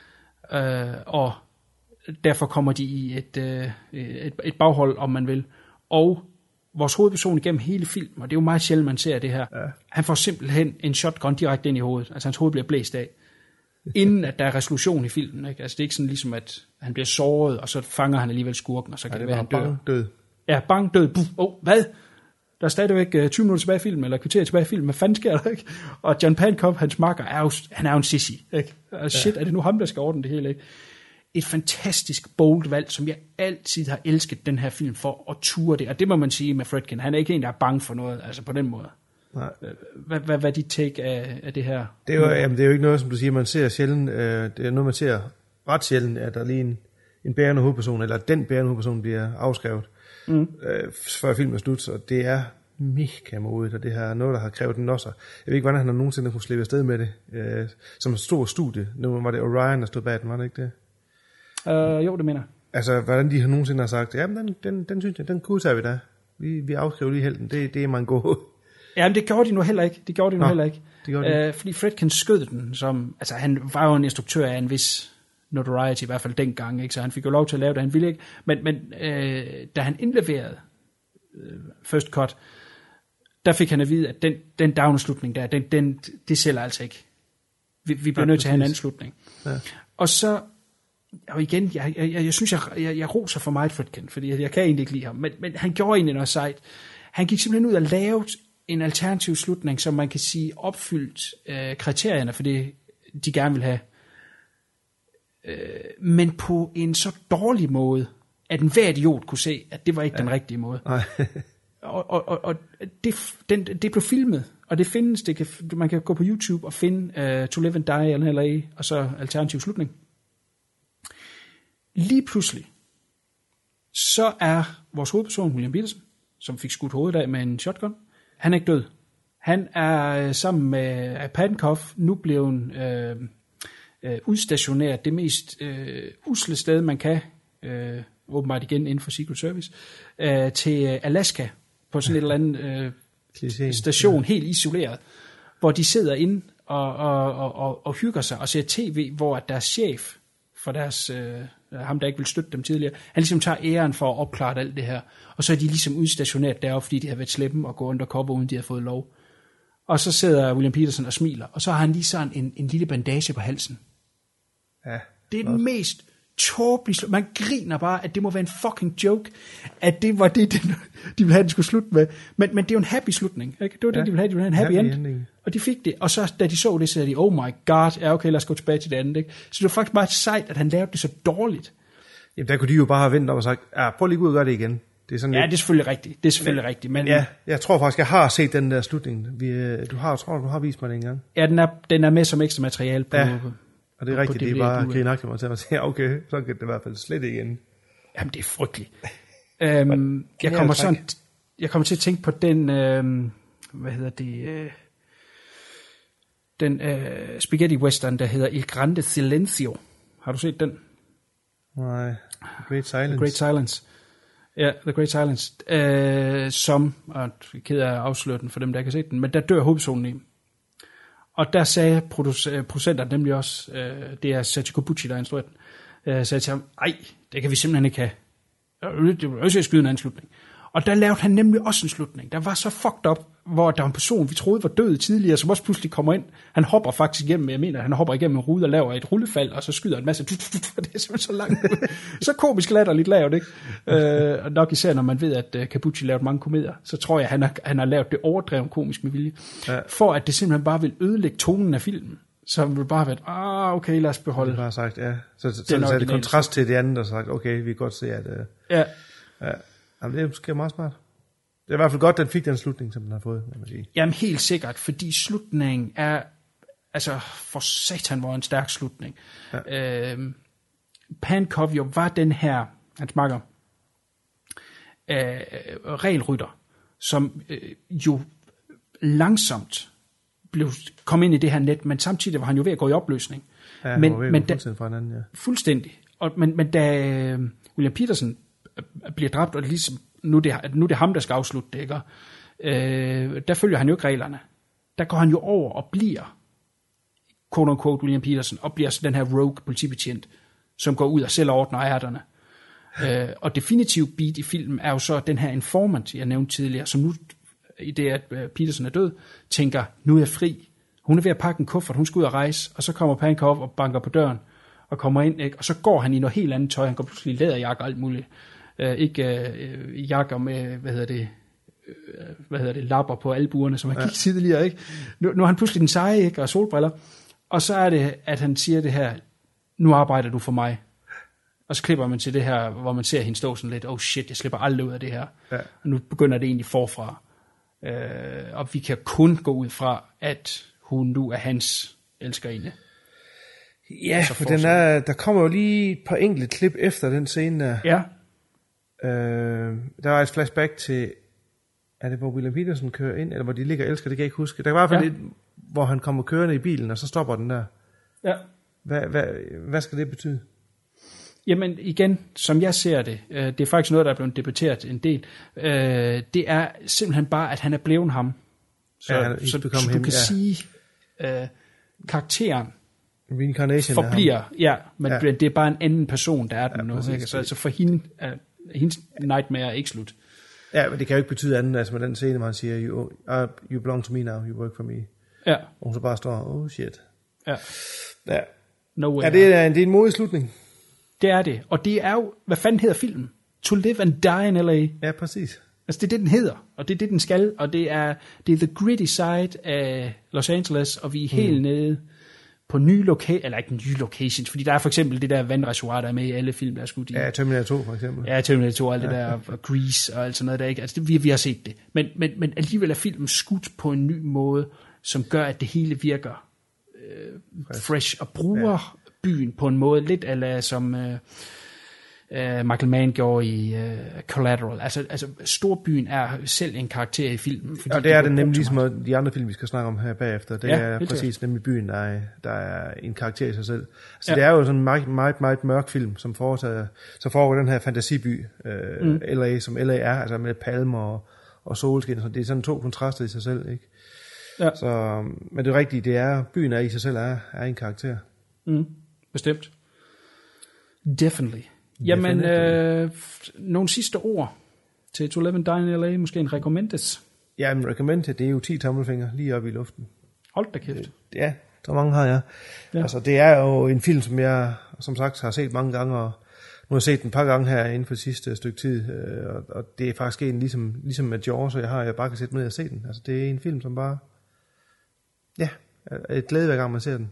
Og derfor kommer de i et baghold, om man vil. Og vores hovedperson igennem hele filmen, og det er jo meget sjældent, man ser det her, han får simpelthen en shotgun direkte ind i hovedet. Altså hans hoved bliver blæst af, inden at der er resolution i filmen. Ikke? Altså det er ikke sådan ligesom, at han bliver såret, og så fanger han alligevel skurken, og så kan det være, han dør. Død. Ja, bang, død. Hvad? Der er stadigvæk 20 minutter tilbage i filmen, eller kvarter tilbage i filmen. Hvad fanden sker der, ikke? Og John Pankow, hans makker, han er jo en sissy, ikke? Altså, shit, er det nu ham, der skal ordne det hele, ikke? Et fantastisk bold valg, som jeg altid har elsket den her film for at ture det. Og det må man sige med Friedkin. Han er ikke en, der er bange for noget, altså på den måde. Nej. Hvad er dit take af det her? Det er jo ikke noget, som du siger, man ser sjældent. Det er noget, man ser ret sjældent, at der lige en bærende hovedperson, eller den bærende hovedperson bliver afskrevet. Før filmen er slut, så det er mega modigt, og det her noget, der har krævet den også. Jeg ved ikke, hvordan han nogensinde kunne slippe afsted med det, som et stort studie. Nu var det Orion, der stod bag den, var det ikke det? Jo, det mener. Altså, hvordan de nogensinde har sagt, ja, den synes jeg, den kurser vi da. Vi afskriver lige helten, det er man god. Jamen, det gjorde de nu heller ikke. Fordi Friedkin skød den, som, altså han var jo en instruktør af en vis notoriety, i hvert fald dengang, ikke? Så han fik jo lov til at lave det, han ville ikke. Men da han indleverede First Cut, der fik han at vide, at den downslutning der, det sælger altså ikke. Vi bliver nødt til at have en anden slutning. Ja. Og så, og igen, jeg synes, jeg roser for meget Friedkin, fordi jeg kan egentlig ikke lide ham, men han gjorde egentlig noget sejt. Han gik simpelthen ud og lavede en alternativ slutning, som man kan sige opfyldt kriterierne for det, de gerne vil have. Men på en så dårlig måde, at enhver idiot kunne se, at det var ikke den rigtige måde. og det blev filmet, og det findes, man kan gå på YouTube og finde To Live and Die in L.A., og så alternativ slutning. Lige pludselig, så er vores hovedperson, William Peterson, som fik skudt hovedet af med en shotgun, han er ikke død. Han er sammen med Pankow nu blevet udstationeret det mest usle sted, man kan, åbenbart igen inden for Secret Service, til Alaska, på sådan et eller andet station, helt isoleret, hvor de sidder inde og hygger sig og ser tv, hvor deres chef for deres, ham der ikke vil støtte dem tidligere, han ligesom tager æren for at opklare alt det her, og så er de ligesom udstationeret deroppe, fordi de har været slemme og gå undercover, uden de har fået lov. Og så sidder William Peterson og smiler, og så har han lige sådan en lille bandage på halsen. Ja, det er den mest tåbelige. Man griner bare, at det må være en fucking joke, at det var det, de ville have, den skulle slutte med. Men det er jo en happy slutning, ikke? Det var det, de ville have. De ville have en happy ending. Og de fik det. Og så, da de så det, så sagde de, oh my god, ja okay, lad os gå tilbage til det andet, ikke? Så det var faktisk meget sejt, at han lavede det så dårligt. Jamen, der kunne de jo bare have ventet om og sagt, ja, prøv lige ud og gøre det igen. Det er sådan lidt... det er selvfølgelig rigtigt. Det er selvfølgelig rigtigt. Men... Ja, jeg tror faktisk, jeg har set den der slutning. Du har vist mig det engang. Ja, den er med som ekstra materiale på... Ja. Og det er rigtigt, det er bare grinagtigt mig til at sige, okay, så kan det i hvert fald slet igen. Jamen, det er frygteligt. Jeg kommer til at tænke på den den spaghetti western, der hedder Il Grande Silencio. Har du set den? Nej, Great Silence. The Great Silence. Ja, The Great Silence. Som, og jeg er ked af at afsløre den for dem, der ikke har set den, men der dør hovedpersonen i. Og der sagde producenterne nemlig også, det er Sergio Corbucci, der har instrueret den, sagde til ham, ej, det kan vi simpelthen ikke have. Det var også at skyde en anden slutning. Og der lavede han nemlig også en slutning, der var så fucked up, hvor der var en person, vi troede var død tidligere, som også pludselig kommer ind. Han hopper faktisk igennem, jeg mener, han hopper igennem en rude og laver et rullefald, og så skyder en masse, det er simpelthen så langt ud. Så komisk latterligt lavet, ikke? Og nok især, når man ved, at Corbucci lavede mange komedier, så tror jeg, han har lavet det overdrevet komisk med vilje, for at det simpelthen bare vil ødelægge tonen af filmen. Så vil bare være, okay, lad os beholde. Det er bare sagt, ja. Så er det kontrast til det andet, der sagt, okay, vi kan godt se, at... Ja. Jamen, det er måske meget smart. Det er i hvert fald godt, at den fik den slutning, som den har fået, må man sige. Jamen, helt sikkert, fordi slutningen er... Altså, for satan, hvor en stærk slutning. Ja. Pankov jo var den her, hans makker, regelrytter, som jo langsomt kom ind i det her net, men samtidig var han jo ved at gå i opløsning. Ja, men fuldstændig fra hinanden, ja. Fuldstændig. Men da William Petersen bliver dræbt, og det ligesom, nu er det ham, der skal afslutte det, ikke? Der følger han jo ikke reglerne. Der går han jo over og bliver, quote unquote, William Petersen, og bliver den her rogue politibetjent, som går ud og selv ordner ærterne. Og definitiv beat i filmen er jo så den her informant, jeg nævnte tidligere, som nu, i det at Petersen er død, tænker, nu er jeg fri. Hun er ved at pakke en kuffert, hun skal ud og rejse, og så kommer Pankov og banker på døren, og kommer ind, ikke? Og så går han i noget helt andet tøj, han går pludselig i læderjakke og alt muligt. Ikke jakker med, hvad hedder det, lapper på albuerne, som han gik tidligere, ikke? Nu er han pludselig den seje, ikke? Og solbriller. Og så er det, at han siger det her, nu arbejder du for mig. Og så klipper man til det her, hvor man ser hende stå sådan lidt, oh shit, jeg slipper aldrig ud af det her. Ja. Og nu begynder det egentlig forfra. Og vi kan kun gå ud fra, at hun nu er hans elskerinde. Ja, for der kommer jo lige et par enkelte klip efter den scene der. Ja. Der var et flashback til, er det hvor William Petersen kører ind, eller hvor de ligger og elsker, det kan jeg ikke huske. Der var i hvert fald et, hvor han kommer kørende i bilen, og så stopper den der. Ja. Hvad skal det betyde? Jamen igen, som jeg ser det, det er faktisk noget, der er blevet debatteret en del, det er simpelthen bare, at han er blevet ham. Så du kan sige, karakteren forbliver, men det er bare en anden person, der er den nu. Så for hende, hendes nightmare er ikke slut. Ja, men det kan jo ikke betyde andet, altså med den scene, hvor han siger, you belong to me now, you work for me. Ja. Og hun så bare står, oh shit. Ja. No way. Det er en modig slutning. Det er det. Og det er jo, hvad fanden hedder filmen? To Live and Die in L.A. Ja, præcis. Altså det er det, den hedder, og det er det, den skal, og det er the gritty side af Los Angeles, og vi er helt nede på nye locations, fordi der er for eksempel det der vandreservoir, der er med i alle film, der er skudt i. Ja, Terminator 2 for eksempel. Ja, Terminator 2 og alt det der, og Grease og alt sådan noget der, ikke? Altså vi har set det. Men alligevel er filmen skudt på en ny måde, som gør, at det hele virker fresh, og bruger byen på en måde, lidt ala som Michael Mann gjorde i Collateral. Altså storbyen er selv en karakter i filmen. Og det er det nemlig ligesom de andre film, vi skal snakke om her bagefter. Det er præcis nemlig byen, der er en karakter i sig selv. Så det er jo sådan en meget, meget mørk film, som foregår den her fantasiby, LA, som LA er, altså med palmer og solskin. Så det er sådan to kontraster i sig selv, ikke? Ja. Så, men det er rigtigt, byen er i sig selv er en karakter. Bestemt. Definitely. Jamen, nogle sidste ord til To Live and Die in LA, måske en recommended? Ja, en recommended, det er jo 10 tommelfingre lige oppe i luften. Hold da kæft. Ja, så mange har jeg. Ja. Altså, det er jo en film, som jeg, som sagt, har set mange gange, og nu har jeg set den et par gange her inden for sidste stykke tid, og det er faktisk en ligesom med Jaws, så jeg bare kan sætte ned og se den. Altså, det er en film, som bare, er et glæde hver gang, man ser den.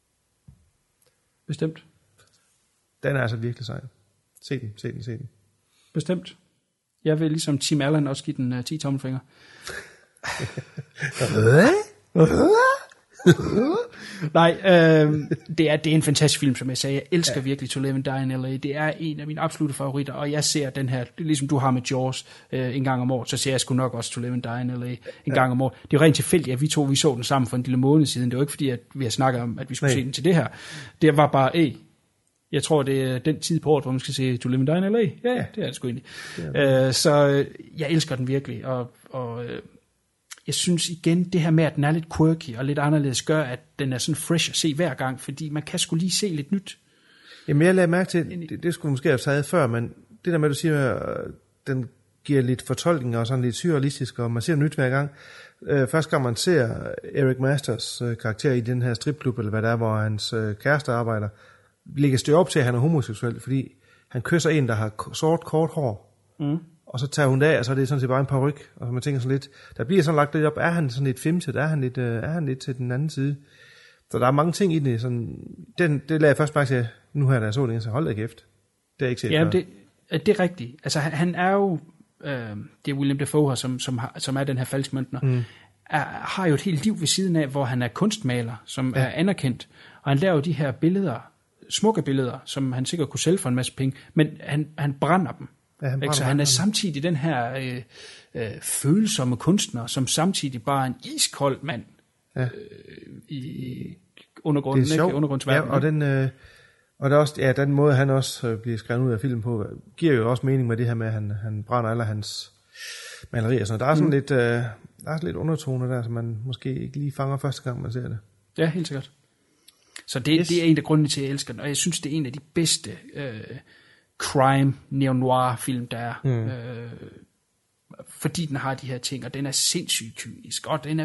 Bestemt. Den er altså virkelig sej. Se den. Bestemt. Jeg vil ligesom Tim Allen også give den 10 tommelfingre. Nej, det er en fantastisk film, som jeg sagde. Jeg elsker virkelig To Live and Die in L.A. Det er en af mine absolutte favoritter, og jeg ser den her, ligesom du har med Jaws en gang om året, så ser jeg sgu nok også To Live and Die in L.A. en gang om året. Det er jo rent tilfældigt, at vi så den sammen for en lille måned siden. Det var ikke fordi, at vi har snakket om, at vi skulle se den til det her. Det var bare, jeg tror, det er den tid på året, hvor man skal se To Live and Die in L.A. Ja, det er det sgu egentlig. Så jeg elsker den virkelig, og jeg synes igen, det her med, at den er lidt quirky og lidt anderledes, gør, at den er sådan fresh at se hver gang, fordi man kan sgu lige se lidt nyt. Jamen, jeg lagde mærke til, det skulle måske have taget før, men det der med, at du siger, den giver lidt fortolkning og sådan lidt surrealistisk, og man ser nyt hver gang. Første gang man ser Eric Masters karakter i den her stripklub, eller hvad der er, hvor hans kæreste arbejder, lægges det op til, at han er homoseksuel, fordi han kysser en, der har sort, kort hår. Og så tager hun det af, og så er det sådan set bare en paryk. Og man tænker sådan lidt, der bliver sådan lagt lidt op, er han sådan lidt femset, er han lidt til den anden side? Så der er mange ting i det. Sådan, det lagde jeg først bare til, nu her, da jeg så det, så hold da kæft. Det er ikke set. Jamen, det er rigtigt. Altså, han er jo, det er William Dafoe her, som er den her falskmøntner, har jo et helt liv ved siden af, hvor han er kunstmaler, som er anerkendt. Og han laver de her billeder, smukke billeder, som han sikkert kunne sælge for en masse penge, men han brænder dem. Ja, så han er samtidig den her følsomme kunstner, som samtidig bare er en iskold mand i undergrunden, det er sjovt. Undergrundsverden. Ja, og der er også, den måde, han også bliver skrevet ud af filmen på, giver jo også mening med det her med, at han brænder alle hans malerier. Så der er sådan lidt undertoner der, som man måske ikke lige fanger første gang, man ser det. Ja, helt sikkert. Så det er en af grundene til, at jeg elsker den, og jeg synes, det er en af de bedste crime neo-noir film, der er. Fordi den har de her ting, og den er sindssygt kynisk, og den er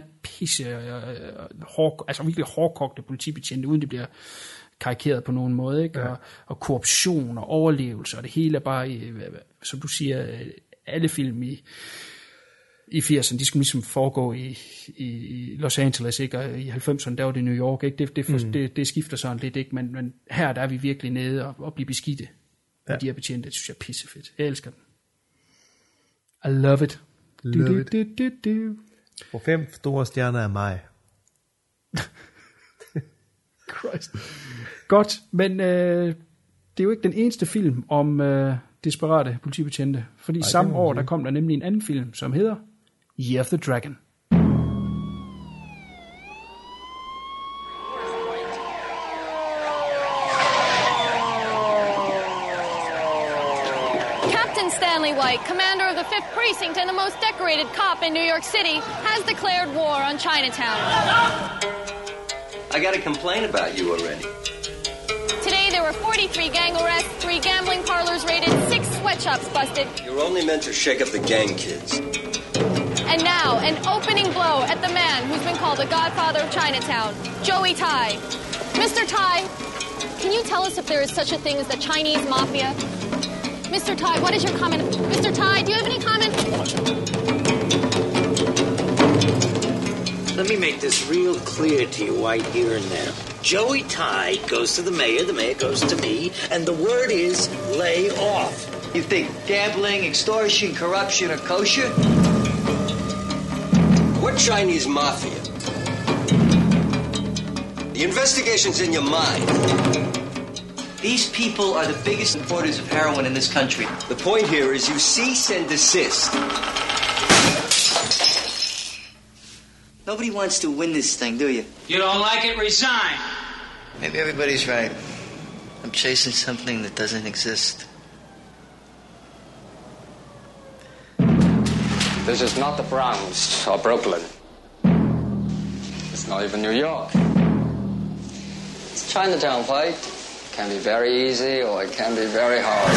altså virkelig hårdkogte politibetjente, uden det bliver karikeret på nogen måde, ikke? Ja. Og korruption og overlevelse, og det hele er bare, som du siger, alle film i 80'erne, de skulle ligesom foregå i Los Angeles, ikke? Og i 90'erne, der var det New York, ikke? Det skifter sådan lidt, ikke? Men her der er vi virkelig nede og bliver beskidte. Ja. De her betjente, det synes jeg er pissefedt. Jeg elsker den. I love it. Love it. På 5 store stjerner af mig. Christ. Godt, men det er jo ikke den eneste film om desperate politibetjente. Fordi samme år, der kom der nemlig en anden film, som hedder Year of the Dragon. Stanley White, commander of the 5th Precinct and the most decorated cop in New York City, has declared war on Chinatown. I got a complaint about you already. Today there were 43 gang arrests, 3 gambling parlors raided, 6 sweatshops busted. You're only meant to shake up the gang kids. And now, an opening blow at the man who's been called the godfather of Chinatown, Joey Tai. Mr. Tai, can you tell us if there is such a thing as the Chinese mafia? Mr. Tai, what is your comment? Mr. Tai, do you have any comment? Let me make this real clear to you right here and now. Joey Tai goes to the mayor goes to me, and the word is lay off. You think gambling, extortion, corruption are kosher? What Chinese mafia? The investigation's in your mind. These people are the biggest importers of heroin in this country. The point here is you cease and desist. Nobody wants to win this thing, do you? You don't like it, resign. Maybe everybody's right. I'm chasing something that doesn't exist. This is not the Bronx or Brooklyn. It's not even New York. It's Chinatown, fight. It can be very easy or it can be very hard.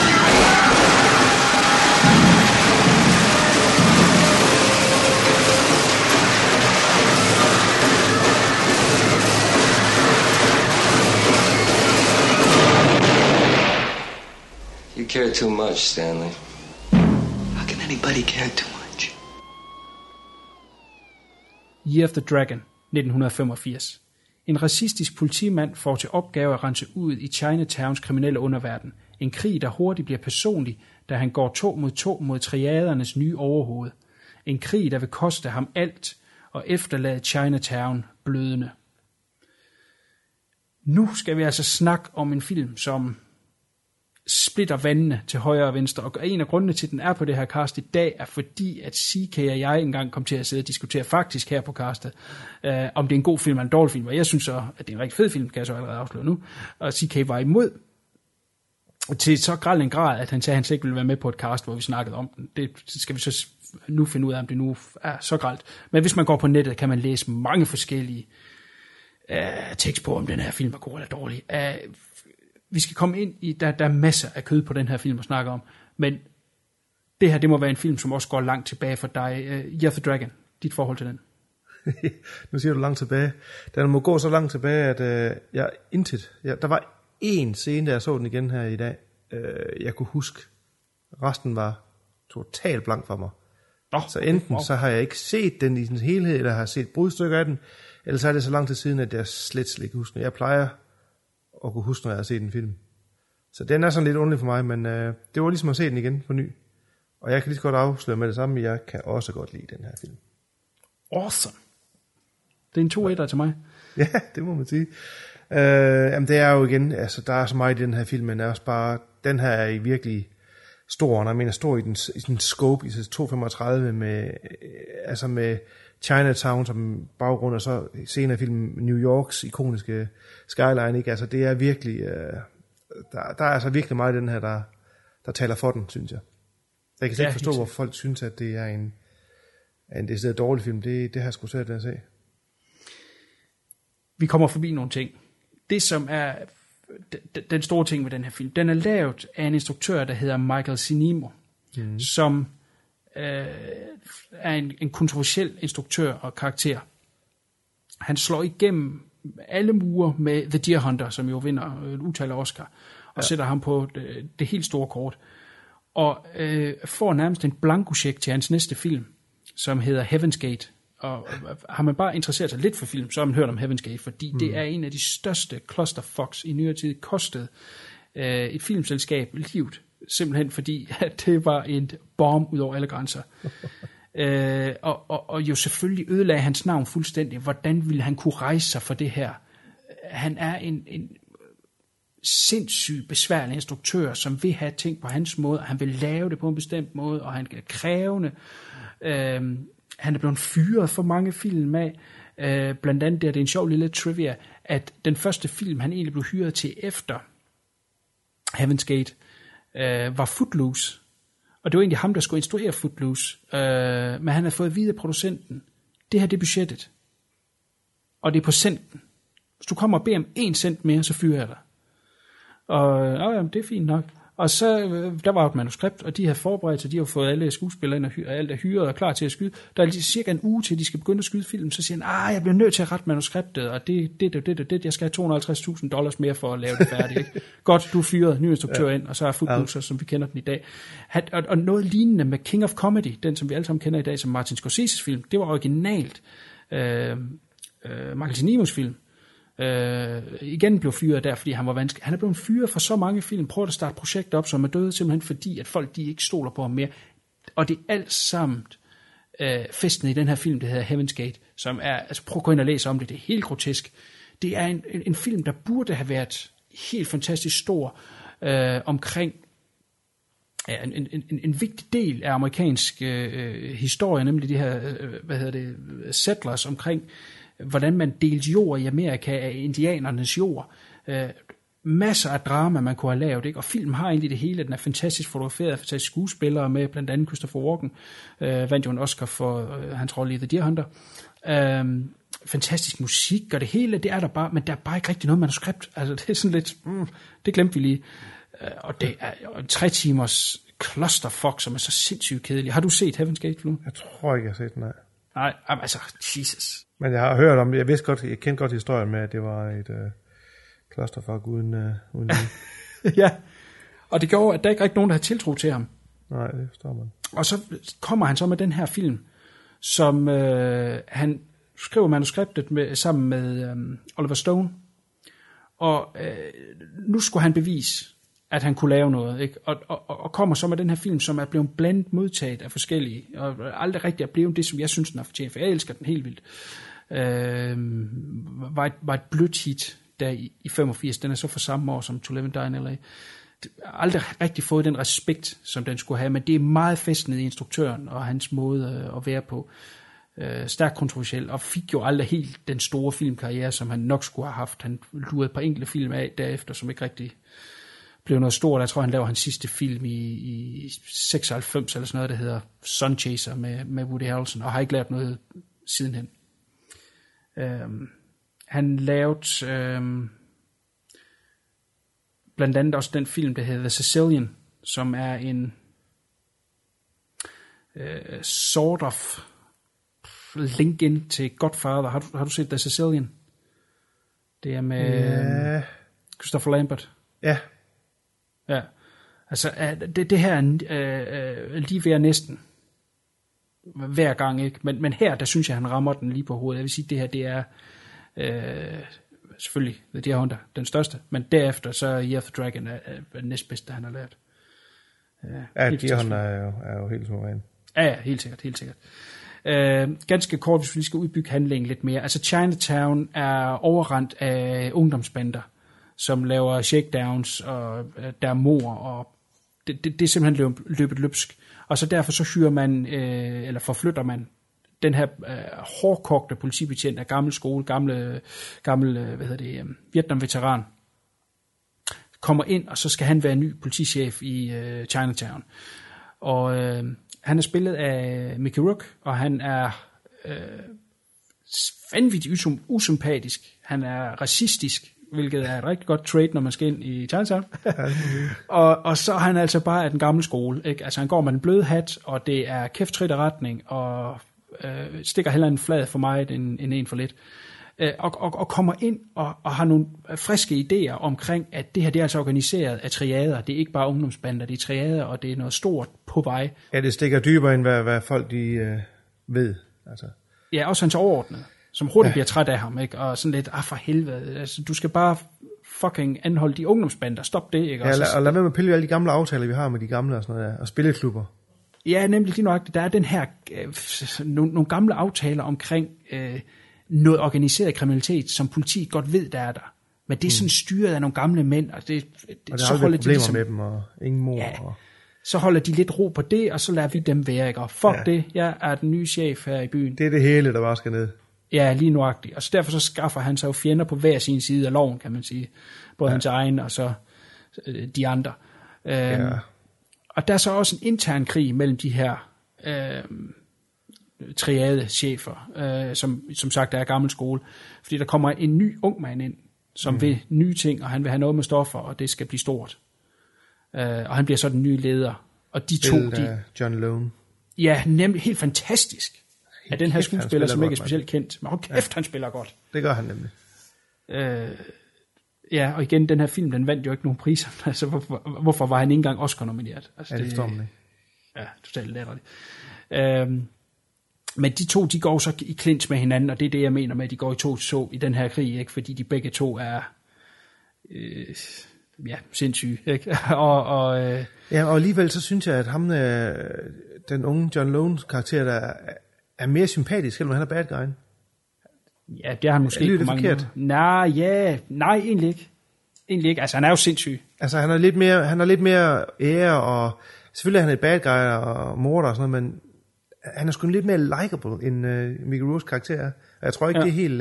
You care too much, Stanley. How can anybody care too much? Year of the Dragon, 1985. En racistisk politimand får til opgave at rense ud i Chinatowns kriminelle underverden. En krig, der hurtigt bliver personlig, da han går 2 mod 2 mod triadernes nye overhoved. En krig, der vil koste ham alt, og efterlade Chinatown blødende. Nu skal vi altså snakke om en film, som splitter vandene til højre og venstre, og en af grundene til, at den er på det her cast i dag, er fordi, at CK og jeg engang kom til at sidde og diskutere faktisk her på castet, om det er en god film eller en dårlig film, og jeg synes så, at det er en rigtig fed film, kan jeg så allerede afsløre nu, og CK var imod, til så grad en grad, at han sagde, at han slet ikke ville være med på et cast, hvor vi snakkede om den. Det skal vi så nu finde ud af, om det nu er så gralt. Men hvis man går på nettet, kan man læse mange forskellige tekst på, om den her film er god eller dårlig. Vi skal komme ind i, der er masser af kød på den her film at snakke om, men det her, det må være en film, som også går langt tilbage for dig. Year of the Dragon, dit forhold til den. Nu siger du langt tilbage. Den må gå så langt tilbage, at der var én scene, da jeg så den igen her i dag, jeg kunne huske. Resten var totalt blank for mig. Så enten så har jeg ikke set den i sin helhed, eller har set brudstykker af den, eller så er det så lang tid siden, at jeg slet ikke husker. Jeg plejer at kunne huske, når jeg har set en film. Så den er sådan lidt underlig for mig, men det var ligesom at se den igen på ny. Og jeg kan lige så godt afsløre med det samme, jeg kan også godt lide den her film. Awesome. Det er en 2-1'er til mig. Ja, det må man sige. Jamen det er jo igen, altså der er så meget i den her film, men er også bare, den her er i virkelig stor, og jeg mener stor i den scope, i 235 med Chinatown som baggrund, og så senere film New Yorks ikoniske skyline, ikke? Altså det er virkelig, der er altså virkelig meget i den her, der taler for den, synes jeg. Jeg kan ikke forstå, hvorfor folk synes, at det er en decideret dårlig film. Det har jeg sgu svært ved at se. Vi kommer forbi nogle ting. Det som er den store ting med den her film, den er lavet af en instruktør, der hedder Michael Cimino, som er en kontroversiel instruktør og karakter. Han slår igennem alle mure med The Deer Hunter, som jo vinder et utal af Oscar, og sætter ham på det helt store kort. Og får nærmest en blankocheck til hans næste film, som hedder Heaven's Gate. Og har man bare interesseret sig lidt for film, så har man hørt om Heaven's Gate, fordi det er en af de største clusterfucks i nyere tid, kostede et filmselskab livet, simpelthen fordi at det var en bombe ud over alle grænser. Og jo selvfølgelig ødelagde hans navn fuldstændig. Hvordan ville han kunne rejse sig for det her? Han er en sindssygt besværlig instruktør, som vil have ting på hans måde, og han vil lave det på en bestemt måde, og han er krævende. Han er blevet fyret for mange film af, blandt andet det er en sjov lille trivia, at den første film, han egentlig blev hyret til efter Heaven's Gate, var Footloose. Og det var egentlig ham, der skulle instruere Footloose, men han havde fået at vide af producenten, det her det er budgettet, og det er på centen. Hvis du kommer og beder om 1 cent mere, så fyrer jeg dig. Og jamen, det er fint nok. Og så, der var et manuskript, og de havde forberedt sig, de har fået alle skuespillerne, og alt er hyret og klar til at skyde. Der er lige cirka en uge til, de skal begynde at skyde filmen, så siger han, jeg bliver nødt til at rette manuskriptet, og det, jeg skal have $250,000 mere for at lave det færdigt. Ikke? Godt, du er fyret, ny instruktør ind, og så er Footloose, som vi kender den i dag. Og noget lignende med King of Comedy, den som vi alle sammen kender i dag, som Martin Scorseses film, det var originalt Michael Ciminos film. Igen blev fyret der, fordi han var vanskelig. Han er blevet fyret for så mange film, prøvet at starte projekter op, som er døde, simpelthen fordi, at folk de ikke stoler på ham mere. Og det er alt sammen festen i den her film, det hedder Heaven's Gate, som er, altså prøv at gå ind og læse om det, det er helt grotesk. Det er en film, der burde have været helt fantastisk stor, omkring en vigtig del af amerikansk historie, nemlig de her, settlers omkring, hvordan man delte jord i Amerika af indianernes jord. Masser af drama, man kunne have lavet, ikke? Og filmen har egentlig det hele. Den er fantastisk fotograferet, fantastisk skuespillere med, blandt andet Christopher Walken, vandt jo en Oscar for hans rolle i The Deer Hunter. Fantastisk musik, og det hele, det er der bare, men der er bare ikke rigtig noget manuskript. Altså, det er sådan lidt, det glemte vi lige. Og det er en 3 timers clusterfuck, som er så sindssygt kedelig. Har du set Heaven's Gate, Flu? Jeg tror ikke, jeg har set den, Nej, altså, Jesus. Men jeg har hørt om det. Jeg kendte godt historien med, at det var et clusterfuck uden ja, og det gjorde, at der ikke rigtig nogen, der havde tiltro til ham. Nej, det forstår man. Og så kommer han så med den her film, som han skriver manuskriptet sammen med Oliver Stone. Og nu skulle han bevise, at han kunne lave noget, ikke? Og kommer så med den her film, som er blevet blandet modtaget af forskellige, og aldrig rigtig er blevet det, som jeg synes, den har fortjent, for jeg elsker den helt vildt. Var et blødt hit der i 85, den er så fra samme år som To Live and Die in L.A. Aldrig rigtig fået den respekt, som den skulle have, men det er meget fæstnet i instruktøren og hans måde at være på. Stærkt kontroversiel, og fik jo aldrig helt den store filmkarriere, som han nok skulle have haft. Han lurede et par enkelte film af derefter, som ikke rigtig blev noget stort. Jeg tror, han laver hans sidste film i 96 eller sådan noget, der hedder Sun Chaser med Woody Harrelson, og har ikke lavet noget sidenhen. Han lavede blandt andet også den film, der hedder The Sicilian, som er en sort of link ind til Godfather. Har du set The Sicilian? Det er med Christopher Lambert. Ja. Ja. Altså, det her lige ved næsten hver gang, ikke? Men her, der synes jeg, han rammer den lige på hovedet. Jeg vil sige, det her, det er selvfølgelig The Deer Hunter, den største, men derefter så Year of the Dragon er næstbedste, han har lavet. Deer Hunter er jo helt suveræn. Ja, helt sikkert. Ganske kort, hvis vi lige skal udbygge handlingen lidt mere. Altså Chinatown er overrendt af ungdomsbander, som laver shakedowns, og der er mord, og det er simpelthen løbet løbsk. Og så derfor så hyrer man, eller forflytter man den her hårdkogte politibetjent af gammel skole, gammel Vietnam-veteran, kommer ind, og så skal han være ny politichef i Chinatown. Og han er spillet af Mickey Rourke, og han er vanvittigt usympatisk. Han er racistisk, hvilket er et rigtig godt trade, når man skal ind i Chinatown. og så er han altså bare af den gamle skole. Ikke? Altså han går med en blød hat, og det er kæft trit i retning, og stikker heller en flad for mig end en for lidt. Og kommer ind og har nogle friske idéer omkring, at det her det er altså organiseret af triader. Det er ikke bare ungdomsbander, det er triader, og det er noget stort på vej. Ja, det stikker dybere end hvad folk de ved. Altså. Ja, også hans overordnede, som hurtigt bliver træt af ham, ikke? Og sådan lidt, for helvede, altså, du skal bare fucking anholde de ungdomsbander, stop det, ikke? Ja, og lad være med at pille alle de gamle aftaler, vi har med de gamle og sådan noget der, og spilleklubber. Ja, nemlig lige nok, der er den her, nogle gamle aftaler omkring noget organiseret kriminalitet, som politiet godt ved, der er der. Men det er sådan styret af nogle gamle mænd, og det så holder de ligesom med dem, og ingen mor. Ja, så holder de lidt ro på det, og så lader vi dem være, ikke? Og fuck det, jeg er den nye chef her i byen. Det er det hele, der bare skal ned. Ja, lige nuagtigt. Og så derfor så skaffer han sig jo fjender på hver sin side af loven, kan man sige. Både hans egen, og så de andre. Og der er så også en intern krig mellem de her triade-chefer, som sagt er gammel skole. Fordi der kommer en ny ung mand ind, som vil nye ting, og han vil have noget med stoffer, og det skal blive stort. Og han bliver så den nye leder. Og de to... John Lone. Ja, nemlig helt fantastisk. Af den her skuespiller, som ikke er specielt kendt. Men kæft, han spiller godt. Det gør han nemlig. Ja, og igen, den her film, den vandt jo ikke nogen priser. Altså, hvorfor var han ikke engang Oscar-nomineret? Altså, det forstår man ikke. Ja, totalt latterligt. Men de to, de går så i clinch med hinanden, og det er det, jeg mener med, at de går i to i den her krig, ikke? Fordi de begge to er sindssyge. Ikke? Ja, og alligevel så synes jeg, at ham, den unge John Lones karakter, der er mere sympatisk, selvom han er bad guyen. Ja, det har han måske ikke på mange forkert? Nej, egentlig ikke. Altså, han er jo sindssyg. Altså, han har lidt mere ære, og selvfølgelig er han et bad guy og morder og sådan noget, men han er sgu lidt mere likeable, end Mickey Rourke's karakter er. Og jeg tror ikke, det er helt...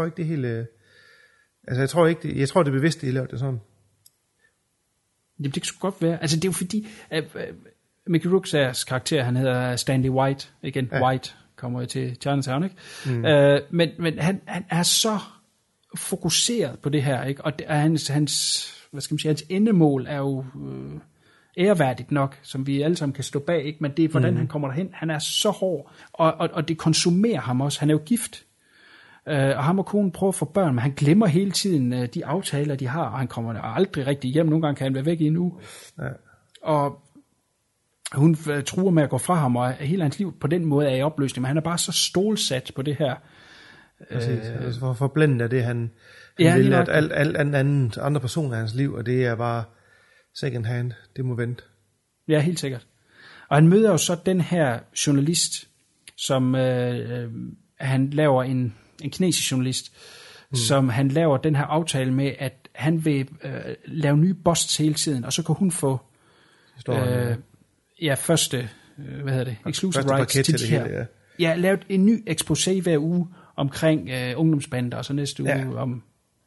Jeg tror, det er bevidst, at I lavede det sådan. Jamen, det kan sgu godt være. Altså, det er jo fordi... Mickey Rourke's karakter, han hedder Stanley White. Igen, White kommer jo til Chinatown, ikke? Men han er så fokuseret på det her, ikke? Og det er hans endemål er jo æreværdigt nok, som vi alle sammen kan stå bag, ikke? Men det er, hvordan han kommer derhen. Han er så hård, og det konsumerer ham også. Han er jo gift, og ham og konen prøver at få børn, men han glemmer hele tiden de aftaler, de har, og han kommer aldrig rigtig hjem. Nogle gange kan han være væk i en uge. Ja. Og hun truer med at gå fra ham, og hele hans liv på den måde er i opløsning, men han er bare så stålsat på det her. Præcis. For forblændet af det, han vil, at alt andet, andre personer i hans liv, og det er bare second hand, det må vente. Ja, helt sikkert. Og han møder jo så den her journalist, som han laver en kinesisk journalist, som han laver den her aftale med, at han vil lave nye busts hele tiden, og så kan hun få første, exclusive rights til det her. Hele, ja, lavet en ny exposé hver uge omkring ungdomsbander, og så næste uge om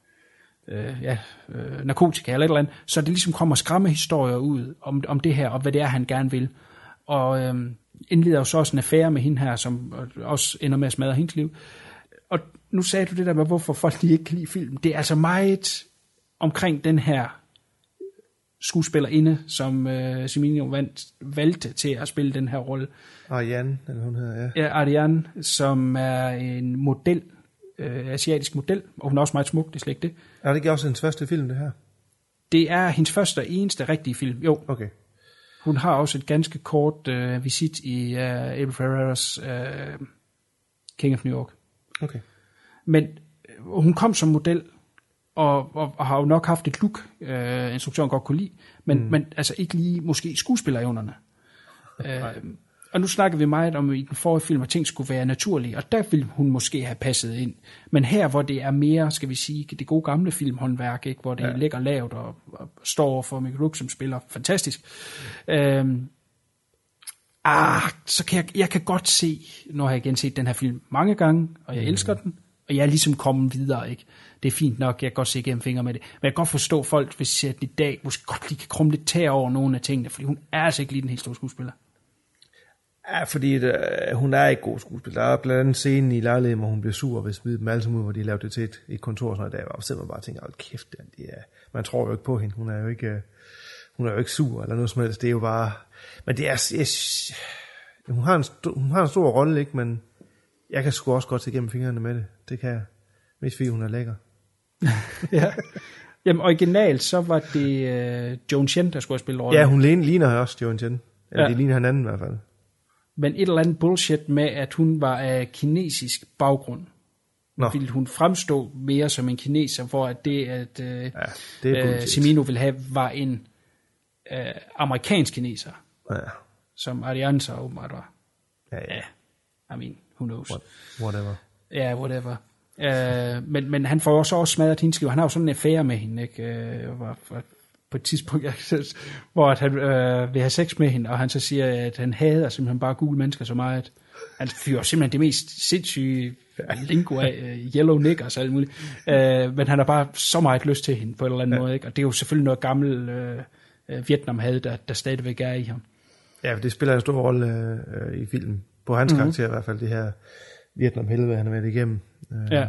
narkotika eller et eller andet, så det ligesom kommer skræmmehistorier ud om det her, og hvad det er, han gerne vil. Og indleder jo så også en affære med hende her, som også ender med at smadre hendes liv. Og nu sagde du det der med, hvorfor folk de ikke kan lide film. Det er altså meget omkring den her skuespillerinde, som Cimino valgte til at spille den her rolle. Ariane, eller hun hedder, ja. Ja, Ariane, som er en model, asiatisk model, og hun er også meget smuk, det er slet ikke det. Er det ikke også hendes første film, det her? Det er hendes første og eneste rigtige film, jo. Okay. Hun har også et ganske kort visit i Abel Ferreras King of New York. Okay. Men hun kom som model, og har jo nok haft et look, instruktøren godt kunne lide, men altså ikke lige måske skuespillerevnerne. Og nu snakker vi meget om, i den forrige film, at ting skulle være naturlige, og der ville hun måske have passet ind. Men her, hvor det er mere, skal vi sige, det gode gamle filmhåndværk, ikke? Hvor det ligger lavt og står for Mickey Rourke, som spiller fantastisk. Så kan jeg kan godt se, når jeg igen set den her film mange gange, og jeg elsker den, og jeg er ligesom kommet videre, ikke? Det er fint nok, jeg kan godt se gennem fingre med det. Men jeg kan godt forstå folk, hvis jeg i dag måske godt lige kan krumme lidt tæer over nogle af tingene, fordi hun er altså ikke lige den helt store skuespiller. Ja, fordi hun er ikke god skuespiller. Der er blandt andet scenen i lejligheden, hvor hun bliver sur ved at smide dem alle sammen ud, hvor de lavede det til et kontor, sådan der, og sidder man bare og tænker, hold kæft, man tror jo ikke på hende. Hun er jo ikke sur eller noget som helst. Det er jo bare, men det er, hun har en stor rolle, ikke, men jeg kan sgu også godt se gennem fingrene med det. Det kan jeg, mest fordi hun er lækker. Ja. Jamen originalt, så var det Joan Chen, der skulle have spillet rollen. Ja, hun ligner også Joan Chen. Eller de ligner hinanden i hvert fald. Men et eller andet bullshit med, at hun var af kinesisk baggrund. Ville hun fremstå mere som en kineser, hvor at det Cimino ville have, var en amerikansk kineser. Ja. Som Ariane så åbenbart var. Ja. I mean, who knows. Whatever. Ja, whatever. Men han får også smadret hendes liv. Han har jo sådan en affære med hende, ikke? På et tidspunkt, hvor han vil have sex med hende, og han så siger, at han hader simpelthen bare gule mennesker så meget. Han fyrer simpelthen det mest sindssyge lingo af, yellow niggers og alt muligt. Men han har bare så meget lyst til hende på en eller anden måde, ikke? Og det er jo selvfølgelig noget gammel Vietnam-had, der stadigvæk er i ham. Ja, det spiller en stor rolle i filmen. På hans karakter i hvert fald, det her Vietnam-helvede, han har været igennem. Ja,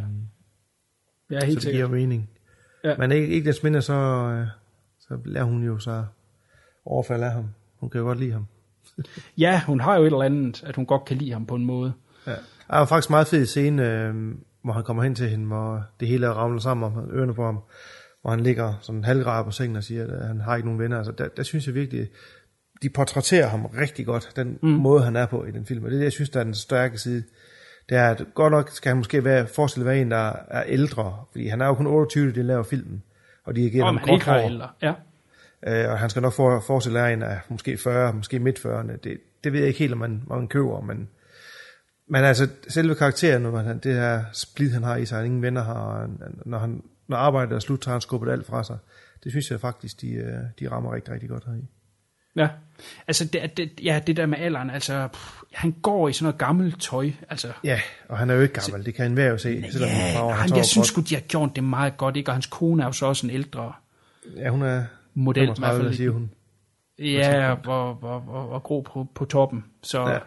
helt så det giver mening. Ja. Men ikke dets mindre, så lærer hun jo så overfald af ham. Hun kan jo godt lide ham. Ja, hun har jo et eller andet, at hun godt kan lide ham på en måde. Ja. Der er faktisk meget fed scene, hvor han kommer hen til hende, hvor det hele ramler sammen om ørerne på ham, hvor han ligger sådan halvgræd på sengen og siger, at han har ikke nogen venner. Altså, der synes jeg virkelig, de portrætterer ham rigtig godt, den måde, han er på i den film. Og det er det, jeg synes, der er den stærke side. Det er, at godt nok skal han måske forestille være en, der er ældre, fordi han er jo kun 28, da de laver filmen. Og de giver ham kort hår. Ja. Og han skal nok forestille være en af måske 40, måske midt 40'erne. Det ved jeg ikke helt, om man køber, men altså selve karakteren, det her splid, han har i sig, han ingen venner har, og når arbejdet er slut, tager han skubbet alt fra sig. Det synes jeg faktisk, de rammer rigtig, rigtig godt heri. Ja, altså det der med alderen, altså han går i sådan noget gammelt tøj, altså. Ja, og han er jo ikke gammel, det kan enhver jo se. Jeg synes sgu, de har gjort det meget godt, ikke? Og hans kone er jo så også en ældre. Ja, hun er model, 35, siger hun. Ja, og grå på toppen, så. Ja.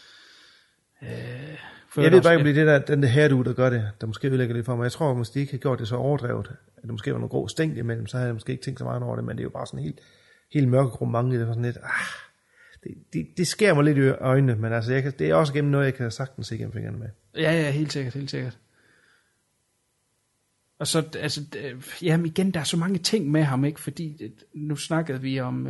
Jeg ved bare ikke, om det er den der hairdo, der gør det, der måske ødelægger det for mig. Jeg tror, måske de ikke har gjort det så overdrevet, at der måske var nogle grå stænk imellem, så havde jeg måske ikke tænkt så meget over det, men det er jo bare sådan helt mørkegrå mange, det var sådan lidt, det skærer mig lidt i øjnene, men altså, det er også gennem noget, jeg kan sagtens se gennem fingrene med. Ja, helt sikkert. Og så, altså, jamen igen, der er så mange ting med ham, ikke? Fordi nu snakkede vi om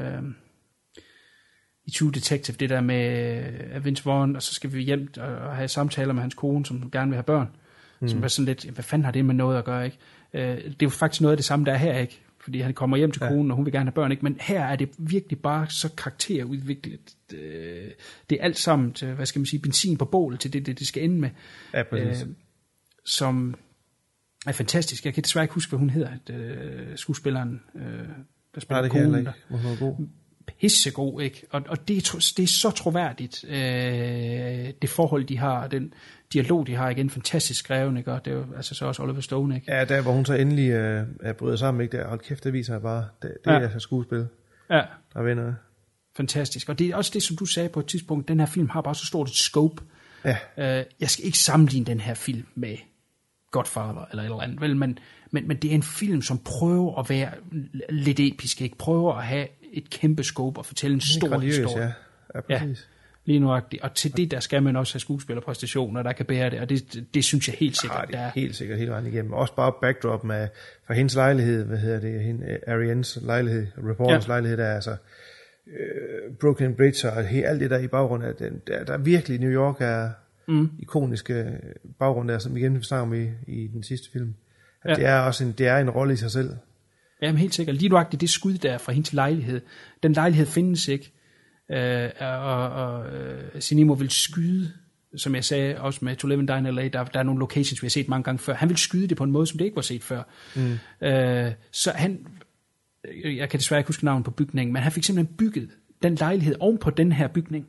i True Detective, det der med Vince Vaughn, og så skal vi hjem og have samtaler med hans kone, som gerne vil have børn. Som var sådan lidt, hvad fanden har det med noget at gøre, ikke? Det er jo faktisk noget af det samme, der er her, ikke? fordi han kommer hjem til konen, og hun vil gerne have børn, ikke? Men her er det virkelig bare så karakterudviklet. Det er alt sammen til, hvad skal man sige, benzin på bålet til det skal ende med. Ja, præcis. Som er fantastisk. Jeg kan desværre ikke huske, hvad hun hedder, skuespilleren, der spiller konen. Hun er god. Pissegod, ikke? Og det er så troværdigt, det forhold, de har, den dialog, de har, igen, fantastisk skrevet, ikke? Og det er jo altså så også Oliver Stone, ikke? Ja, der hvor hun så endelig er bryder sammen, ikke? Der, hold kæft, det viser bare, det er altså skuespil, der vinder. Fantastisk. Og det er også det, som du sagde på et tidspunkt, den her film har bare så stort et scope. Ja. Jeg skal ikke sammenligne den her film med Godfather eller et eller andet, vel? Men det er en film, som prøver at være lidt episk, ikke? Prøver at have et kæmpe scope og fortælle en stor historie. Ja, præcis. Ja, lige nuagtigt. Og til det, der skal man også have skuespillerpræstationer, der kan bære det, og det synes jeg helt sikkert, det er helt sikkert hele vejen igennem. Også bare backdrop med, fra hendes lejlighed, Arianes lejlighed, reporters lejlighed, der er altså Brooklyn Bridge og alt det der i baggrunden, der er virkelig New York er ikoniske baggrund der, som igen vi snakker om i den sidste film. At det er også en rolle i sig selv. Jamen helt sikkert. Lige nuagtigt det skud der fra hendes lejlighed. Den lejlighed findes ikke. Sinimo vil skyde, som jeg sagde, også med To Live and Die in LA, der er nogle locations, vi har set mange gange før. Han vil skyde det på en måde, som det ikke var set før. Så han, jeg kan desværre ikke huske navnet på bygningen, men han fik simpelthen bygget den lejlighed oven på den her bygning.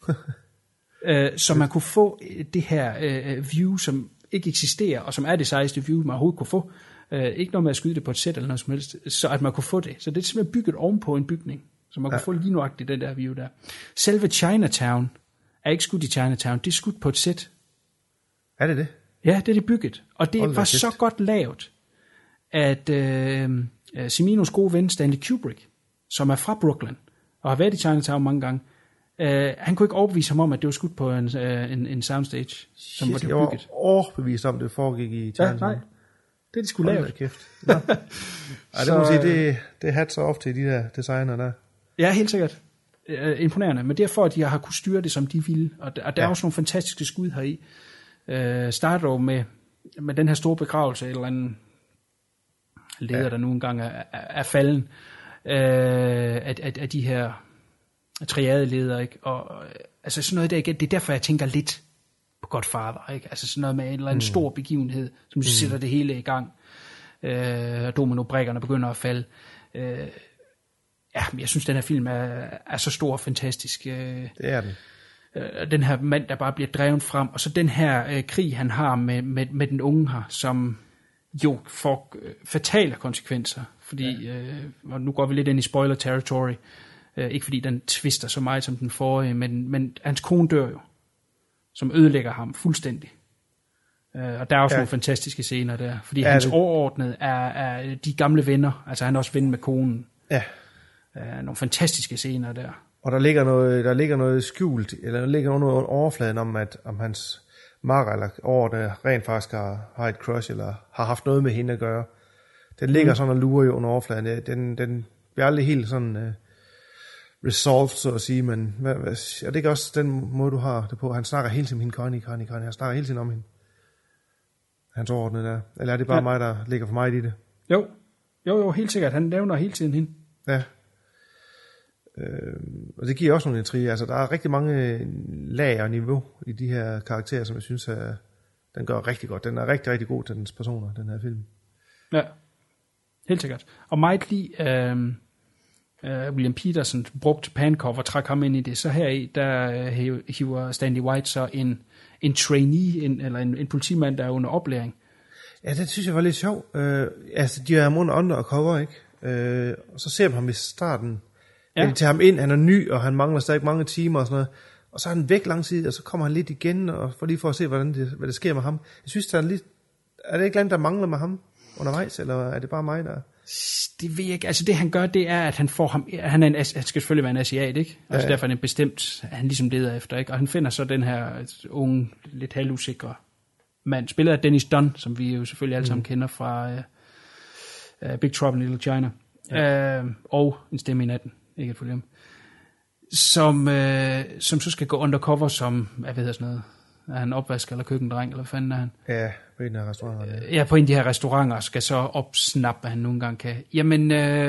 Så man kunne få det her view, som ikke eksisterer, og som er det sejeste view, man overhovedet kunne få. Ikke noget med at skyde det på et sæt eller noget som helst, så at man kunne få det. Så det er simpelthen bygget ovenpå en bygning, så man kunne få lige nuagtigt den der view der. Selve Chinatown er ikke skudt i Chinatown, det er skudt på et sæt. Er det det? Ja, det er det bygget. Og det var så godt lavet, at Ciminos gode ven Stanley Kubrick, som er fra Brooklyn, og har været i Chinatown mange gange, han kunne ikke overbevise ham om, at det var skudt på en soundstage, som var det bygget. Jeg var overbevist om, det foregik i Chinatown. Ja, nej. Det er de skulle lave. Kæft. Ej, det må sige, det hats off til de der designer der. Ja, helt sikkert. Imponerende. Men derfor, at de har kunnet styre det, som de ville. Og der er også nogle fantastiske skud heri. Starter jo med den her store begravelse, eller en leder, der nu engang er falden, af de her triadeledere, ikke? Og altså sådan noget der igen, det er derfor, jeg tænker lidt på Godfather, ikke? Altså sådan noget med en eller anden stor begivenhed, som sætter det hele i gang. Domino-brikkerne begynder at falde. Jeg synes, den her film er så stor og fantastisk. Det er den. Den her mand, der bare bliver drevet frem, og så den her krig, han har med den unge her, som jo får fatale konsekvenser, fordi, og nu går vi lidt ind i spoiler territory, ikke fordi den twister så meget som den forrige, men hans kone dør jo, som ødelægger ham fuldstændig. Og der er også nogle fantastiske scener der, fordi hans overordnede er de gamle venner, altså han er også ven med konen. Ja. Nogle fantastiske scener der. Og der ligger noget skjult, eller der ligger noget overfladen om hans makker, eller der rent faktisk har et crush, eller har haft noget med hende at gøre. Den ligger sådan og lurer jo under overfladen. Den bliver aldrig helt sådan resolved, så at sige, men og det er også den måde, du har det på. Han snakker hele tiden om hende, Connie. Han snakker hele tiden om hende. Hans overordnede der. Eller er det bare mig, der ligger for mig i det? Jo, helt sikkert. Han nævner hele tiden hende. Ja. Og det giver også nogle intriger. Altså, der er rigtig mange lag og niveau i de her karakterer, som jeg synes, den gør rigtig godt. Den er rigtig, rigtig god til dens personer, den her film. Ja, helt sikkert. Og meget lige William Peterson brugte Pankov og trak ham ind i det. Så heri, der hiver Stanley White så en trainee, eller en politimand, der er under oplæring. Ja, det synes jeg var lidt sjov. Altså, de er ham under undercover, ikke? Og så ser man ham i starten. Ja. De tager ham ind, han er ny, og han mangler stadig mange timer og sådan noget. Og så er han væk lang tid, og så kommer han lidt igen, og for at se, hvad der sker med ham. Jeg synes, der er det ikke andet, der mangler med ham undervejs, eller er det bare mig, der... Det ved jeg ikke. Altså det han gør, det er, at han får ham... Han skal selvfølgelig være en asiat, ikke? Altså derfor er han bestemt, han ligesom leder efter, ikke? Og han finder så den her unge, lidt halvusikre mand, spillet af Dennis Dunn, som vi jo selvfølgelig alle sammen kender fra Big Trouble in Little China. Ja. Og En stemme i natten. Ikke et problem. Som så skal gå undercover som, hvad hedder sådan noget, Er han opvasker eller køkkendreng, eller hvad fanden er han? Ja, på en af restauranterne. Ja, på en af de her restauranter skal så opsnappe, hvad han nogle gange kan. Jamen,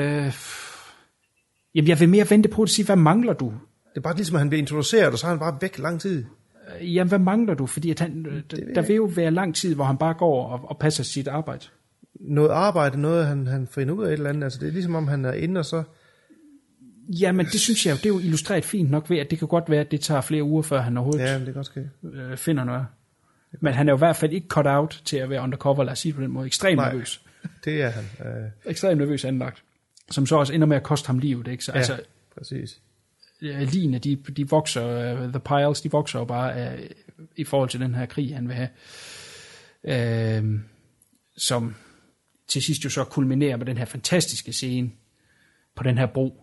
jeg vil mere vente på at sige, hvad mangler du? Det er bare ligesom, at han bliver introduceret, og så er han bare væk lang tid. Jamen, hvad mangler du? Fordi at der vil jo være lang tid, hvor han bare går og passer sit arbejde. Noget arbejde, noget han finder ud af et eller andet. Altså, det er ligesom, om han er inde, og så... Jamen, det synes jeg jo, det er jo illustreret fint nok ved, at det kan godt være, at det tager flere uger, før han overhovedet det kan godt ske. Finder noget. Men han er jo i hvert fald ikke cut out til at være undercover, lad os sige på den måde. Ekstremt nervøs. Det er han. Ekstremt nervøs anlagt. Som så også ender med at koste ham livet, ikke? Så, ja, altså, præcis. Ligene, de vokser, the piles, de vokser jo bare i forhold til den her krig, han vil have. Som til sidst jo så kulminerer med den her fantastiske scene på den her bro.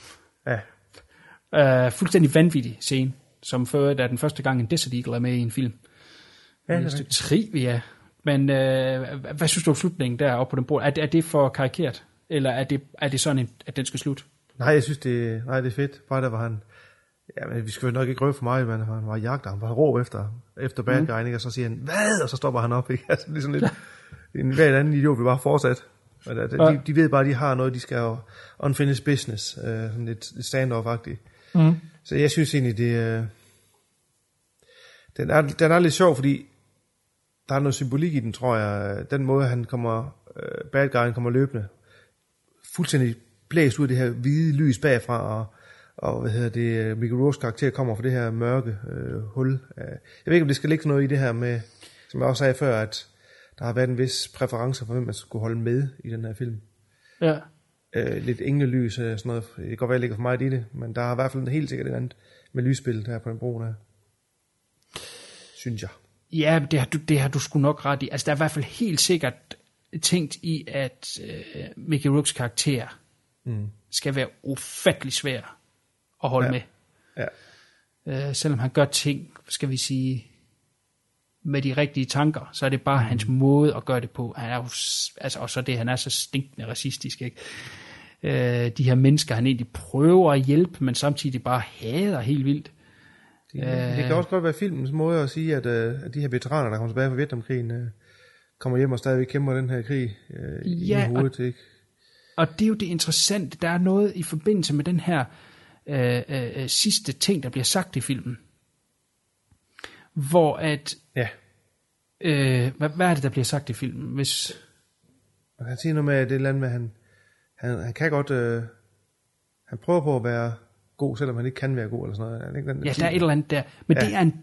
Ja. Fuldstændig vanvittig scene, som før er den første gang en Desert Eagle er med i en film. Ja, det er et trivia. Men hvad synes du om slutningen deroppe på den bro? Er det for karikeret? Eller er det sådan, at den skal slutte? Nej, jeg synes, det er fedt. Bare der var han... Ja, men vi skal jo nok ikke røve for meget, men han var jagter. Han var råb efter bad guy, og så siger han, hvad? Og så stopper han op, ikke? Altså, det er sådan lidt... En hver anden idiot vil bare fortsætte. De ved bare, at de har noget, de skal jo unfinished business. Sådan lidt stand-off-agtigt. Så jeg synes egentlig, den er lidt sjov, fordi der er noget symbolik i den, tror jeg. Den måde, han kommer... bad guyen kommer løbende. Fuldstændig blæst ud af det her hvide lys bagfra, og Mickey Rourke's karakter kommer fra det her mørke hul. Jeg ved ikke, om det skal ligge noget i det her med, som jeg også sagde før, at der har været en vis præference for, hvem man skulle holde med i den her film. Ja. Lidt englelys, sådan noget. Det kan godt være, at jeg ligger for meget i det, men der har i hvert fald helt sikkert et andet med lysspillet her på den bro her. Synes jeg. Ja, det har du sgu nok ret i. Altså, der er i hvert fald helt sikkert tænkt i, at Mickey Rourke's karakter skal være ufattelig svær at holde med. Ja. Selvom han gør ting, skal vi sige, med de rigtige tanker, så er det bare hans måde at gøre det på. Han er jo, altså, og så det, han er så stinkende racistisk, ikke? De her mennesker, han egentlig prøver at hjælpe, men samtidig bare hader helt vildt. Det kan også godt være filmens måde at sige, at de her veteraner, der kommer tilbage fra Vietnamkrigen, kommer hjem og stadigvæk kæmper den her krig i hovedet, ikke? Og det er jo det interessante. Der er noget i forbindelse med den her sidste ting, der bliver sagt i filmen. Hvor at... Ja. Hvad er det, der bliver sagt i filmen? Hvis... Man kan sige noget med, det eller andet med, han kan godt... han prøver på at være god, selvom han ikke kan være god, eller sådan noget. Ikke? Ja, der er et eller andet der. Men det er en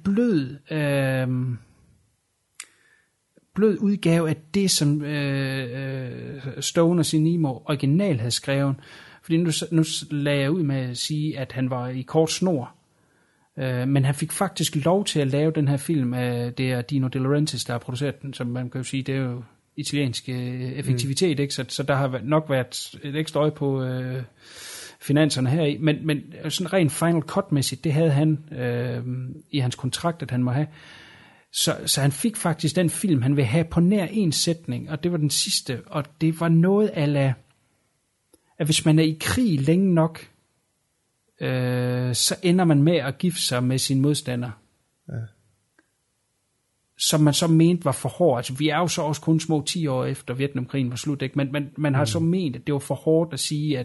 blød udgave af det, som Stone og Sinimo original havde skrevet. Fordi nu lagde jeg ud med at sige, at han var i kort snor. Men han fik faktisk lov til at lave den her film. Det er Dino De Laurentiis, der har produceret den, som man kan jo sige, det er jo italiensk effektivitet, ikke? Så der har nok været et ekstra øje på finanserne heri. Men sådan rent final cut-mæssigt, det havde han i hans kontrakt, at han må have. Så han fik faktisk den film, han ville have på nær en sætning, og det var den sidste, og det var noget af, at hvis man er i krig længe nok, så ender man med at gifte sig med sin modstander. Ja. Som man så mente var for hårdt. Altså, vi er jo så også kun små 10 år efter Vietnamkrigen var slut, ikke? Men man har så ment, at det var for hårdt at sige,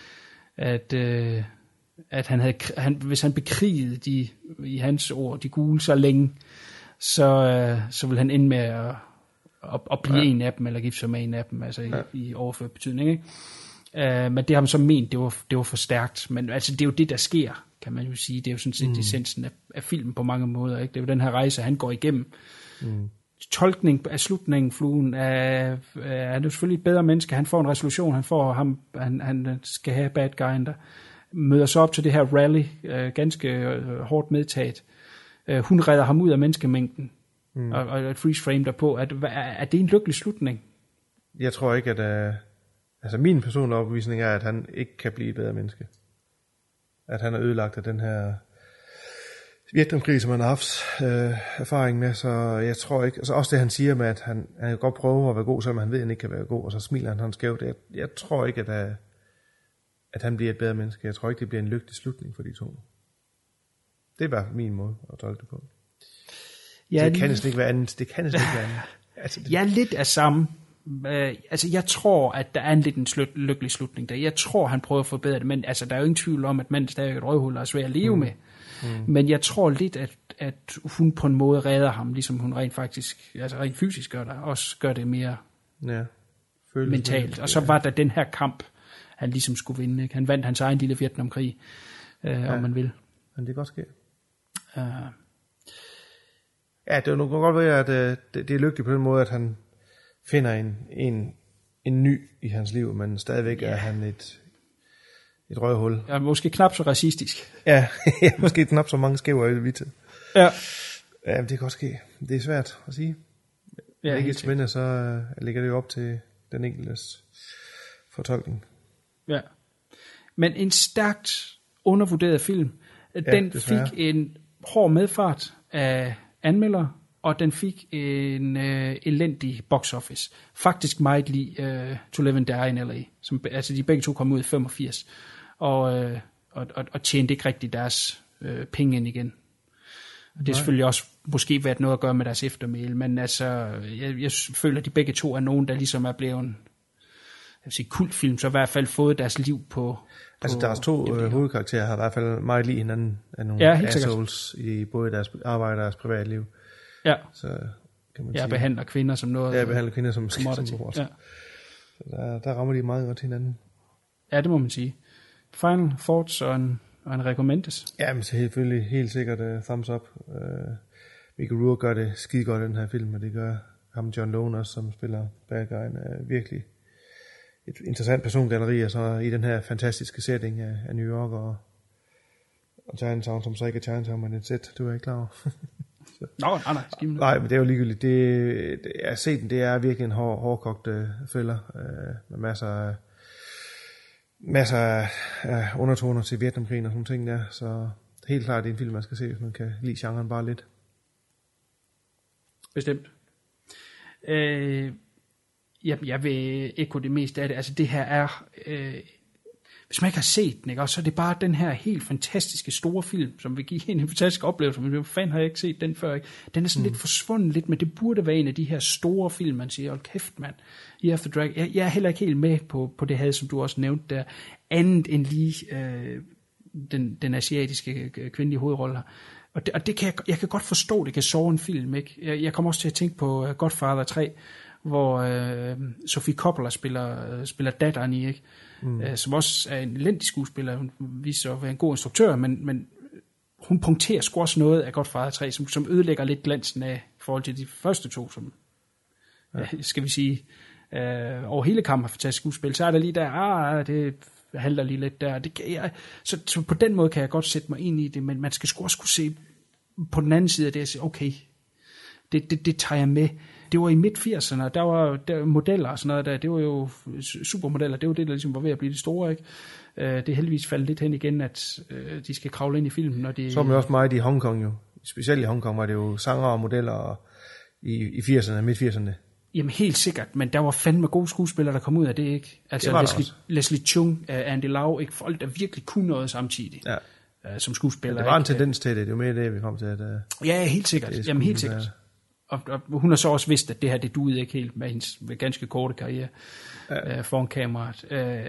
at hvis han bekrigede i hans ord, de gule så længe, så vil han ende med at blive en af dem, eller gifte sig med en af dem, altså i overført betydning, ikke? Men det har man så ment, det var for stærkt. Men altså, det er jo det, der sker, kan man jo sige. Det er jo sådan set essensen af filmen på mange måder, ikke? Det er jo den her rejse, han går igennem. Tolkning af slutningen, Fluen, han er jo selvfølgelig et bedre menneske. Han får en resolution, han skal have bad guyen, der møder så op til det her rally, ganske hårdt medtaget. Hun redder ham ud af menneskemængden, og et freeze frame derpå. Er det en lykkelig slutning? Jeg tror ikke, at... Altså min personlige overbevisning er, at han ikke kan blive et bedre menneske. At han er ødelagt af den her Vietnamkrig, som han har haft erfaring med. Så jeg tror ikke... Altså også det, han siger med, at han kan godt prøve at være god, selvom han ved, at han ikke kan være god. Og så smiler han skævt. Jeg tror ikke, at han bliver et bedre menneske. Jeg tror ikke, det bliver en lykkelig slutning for de to. Det er i hvert fald min måde at tolke det på. Ja, det kan næsten ikke være andet. Det kan næsten ikke være andet. Altså, det... Ja, lidt af samme. Altså, jeg tror, at der er en lidt en lykkelig slutning der. Jeg tror, han prøver at forbedre det, men altså, der er jo ingen tvivl om, at manden stadig er et røvhul og er svær at leve med. Men jeg tror lidt, at hun på en måde redder ham, ligesom hun rent faktisk, altså rent fysisk gør det, også gør det mere mentalt. Og så var der den her kamp, han ligesom skulle vinde. Ikke? Han vandt hans egen lille Vietnamkrig, om man vil. Men det kan godt ske. Ja, det kan godt være, at det er lykkeligt på den måde, at han finder en ny i hans liv, men stadigvæk er han et røvhul. Ja, måske knap så racistisk. Ja, måske knap så mange skæver i vidt. Ja. Ja, det kan godt ske. Det er svært at sige. Ja, ikke spændende, så ligger det jo op til den enkeltes fortolkning. Ja. Men en stærkt undervurderet film. Den fik en hård medfart af anmeldere, og den fik en elendig box office. Faktisk meget lige To Live and Die in L.A. Altså de begge to kom ud i 85, og tjente ikke rigtig deres penge ind igen. Og det har selvfølgelig også måske været noget at gøre med deres eftermæle, men altså, jeg føler, at de begge to er nogen, der ligesom er blevet kultfilm, så i hvert fald fået deres liv på altså deres to hovedkarakterer har i hvert fald meget lige hinanden af nogle assholes i både deres arbejde og deres privatliv. Ja, så kan man sige. Behandler kvinder som noget. Ja, behandler kvinder som lort. Ja. Så der rammer de meget godt hinanden. Ja, det må man sige. Final thoughts og en recommendation. Ja, men selvfølgelig helt sikkert thumbs up. Mickey Rourke gør det skide godt i den her film, og det gør ham John Lone også, som spiller bad guyen, virkelig et interessant persongalleri, og så i den her fantastiske setting af New York og Chinatown, som så ikke er Chinatown, men et sæt, du er ikke klar over. Nej, men det er jo ligegyldigt. Det er virkelig en hårdkogt thriller med masser af undertoner til Vietnamkrigen og sådan ting der, så helt klart det er en film, man skal se, hvis man kan lide genren bare lidt. Bestemt. Jeg vil ekko det meste af det. Altså det her er, hvis man ikke har set den, ikke, og så er det bare den her helt fantastiske store film, som vil give en fantastisk oplevelse, men hvor fanden har jeg ikke set den før, ikke? Den er sådan lidt forsvundet lidt, men det burde være en af de her store film, man siger, hold kæft mand, Year After Dragon. Jeg er heller ikke helt med på det her, som du også nævnte der, andet end lige den asiatiske kvindelige hovedrolle her. Og det kan jeg kan godt forstå, det kan sove en film, ikke? Jeg kommer også til at tænke på Godfather 3, hvor Sofie Coppola spiller datteren i, ikke? Som også er en elendig skuespiller. Hun viser sig at være en god instruktør, men hun punkterer sgu også noget af Godfather 3, som ødelægger lidt glansen af i forhold til de første to, som skal vi sige, over hele kampen har fantastisk skuespil. Så er der lige der, det halter lige lidt der. Så på den måde kan jeg godt sætte mig ind i det, men man skal sgu også kunne se på den anden side af det og sige, okay, det tager jeg med. Det var i midt-80'erne, der var modeller og sådan noget der, det var jo supermodeller, det var det, der ligesom var ved at blive det store, ikke? Det er heldigvis faldet lidt hen igen, at de skal kravle ind i filmen. Når de... Så er man også meget i Hongkong jo. Specielt i Hongkong var det jo sanger og modeller i 80'erne, midt-80'erne. Jamen helt sikkert, men der var fandme gode skuespillere, der kom ud af det, ikke? Altså Leslie Chung, Andy Lau, ikke? Folk, der virkelig kunne noget samtidig. Ja. Som skuespiller. Ja, det var en tendens til det, det er jo mere det, vi kom til. Ja, helt sikkert. Jamen helt sikkert. Og hun har så også vidst, at det her, det duede ikke helt med hendes ganske korte karriere foran kameraet.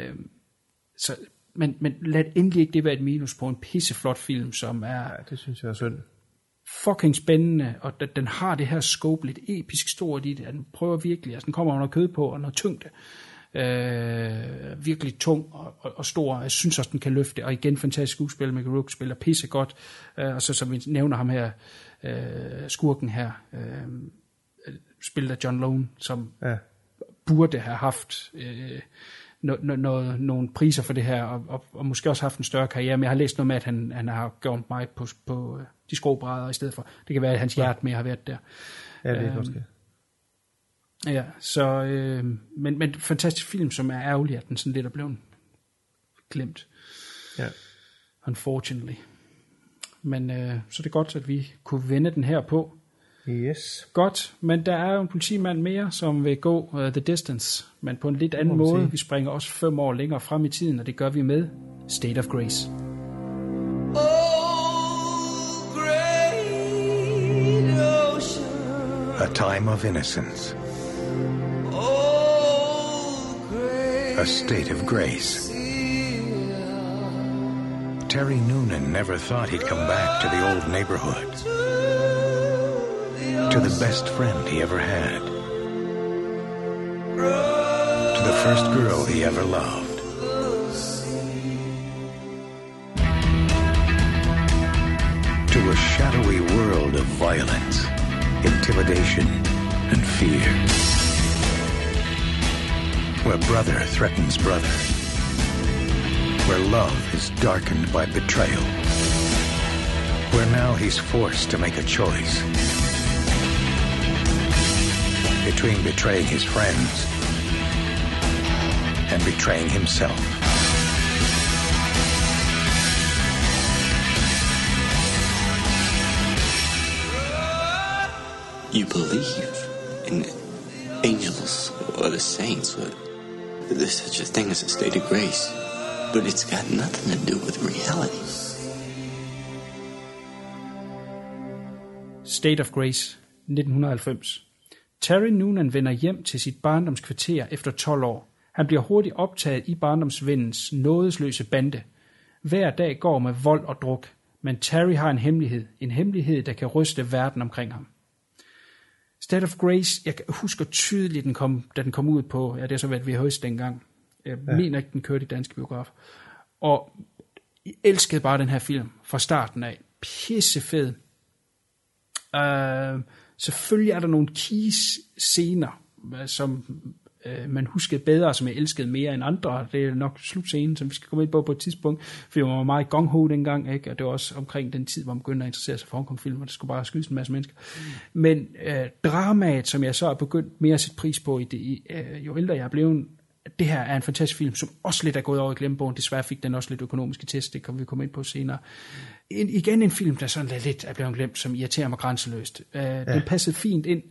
Men lad endelig ikke det være et minus på en pisseflot film, som er... Ja, det synes jeg er synd. Fucking spændende, og den har det her scope lidt episk stort i det. Den prøver virkelig, altså den kommer under kød på, og noget tyngde. Virkelig tung og stor. Jeg synes også, den kan løfte, og igen fantastisk skuespil. Mickey Rourke spiller pisse godt, og så som vi nævner ham her, skurken her, spillet af John Lone, som burde have haft nogle priser for det her, og måske også haft en større karriere, men jeg har læst noget med, at han har gjort meget på de skrobrædder i stedet for. Det kan være, at hans hjerte mere har været der. Ja, det er måske. Ja, så, men fantastisk film, som er ærgerlig, at den sådan lidt er blevet glemt. Ja. Unfortunately. Men så er det godt, at vi kunne vende den her på. Yes. Godt, men der er jo en politimand mere, som vil gå the distance, men på en lidt anden måde. Vi springer også 5 år længere frem i tiden, og det gør vi med State of Grace. Oh, great ocean. A time of innocence. A state of grace. Terry Noonan never thought he'd come back to the old neighborhood. To the best friend he ever had. To the first girl he ever loved. To a shadowy world of violence, intimidation, and fear. Where brother threatens brother. Where love is darkened by betrayal. Where now he's forced to make a choice. Between betraying his friends and betraying himself. You believe in angels or the saints, or there's such a thing as a state of grace, but it's got nothing to do with reality. State of Grace, 1990. Terry Noonan vender hjem til sit barndomskvarter efter 12 år. Han bliver hurtigt optaget i barndomsvennens nådesløse bande. Hver dag går med vold og druk, men Terry har en hemmelighed. En hemmelighed, der kan ryste verden omkring ham. State of Grace, jeg husker tydeligt, da den kom ud på, ja, det har så været VHS dengang. Jeg mener ikke, den kørte i danske biografer. Og jeg elskede bare den her film fra starten af. Pissefed. Selvfølgelig er der nogle keys-scener, som man huskede bedre, som jeg elskede mere end andre. Det er nok slutscenen, som vi skal komme ind på et tidspunkt, for jeg var meget gung-ho dengang, ikke? Og det var også omkring den tid, hvor man begyndte at interessere sig for Hongkong-film, og det skulle bare skydes en masse mennesker. Men dramaet, som jeg så er begyndt mere at sætte pris på, jo ældre jeg er blevet, det her er en fantastisk film, som også lidt er gået over i glemmebogen. Desværre fik den også lidt økonomiske test, det kan vi komme ind på senere. Igen en film, der sådan lidt er blevet glemt, som irriterer mig grænseløst. Den passede fint ind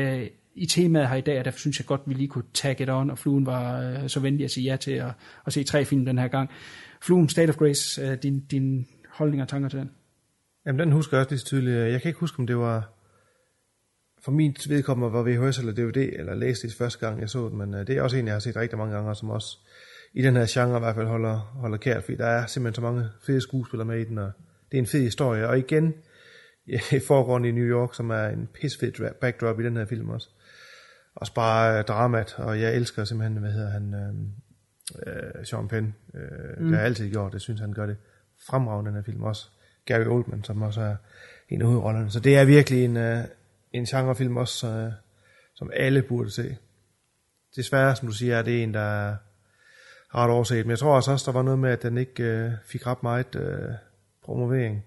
i temaet her i dag, og derfor synes jeg godt, vi lige kunne tag it on, og Fluen var så venlig at sige ja til at se 3 film den her gang. Fluen, State of Grace, din holdning og tanker til den? Jamen, den husker jeg også lige så tydeligt. Jeg kan ikke huske, om det var for min vedkommende var VHS eller DVD, eller læste det første gang, jeg så den, men det er også en, jeg har set rigtig mange gange, og som også i den her genre i hvert fald holder kært, fordi der er simpelthen så mange fede skuespillere med i den, og det er en fed historie. Og igen, i forgrunden i New York, som er en pissefed backdrop i den her film også. Også bare dramat, og jeg elsker simpelthen, Sean Penn. Det har jeg altid gjort, det synes han gør det fremragende, den her film også. Gary Oldman, som også er en af hovedrollerne. Så det er virkelig en genrefilm også, som alle burde se. Desværre, som du siger, er det en, der er ret overset. Men jeg tror også, der var noget med, at den ikke fik ret meget promovering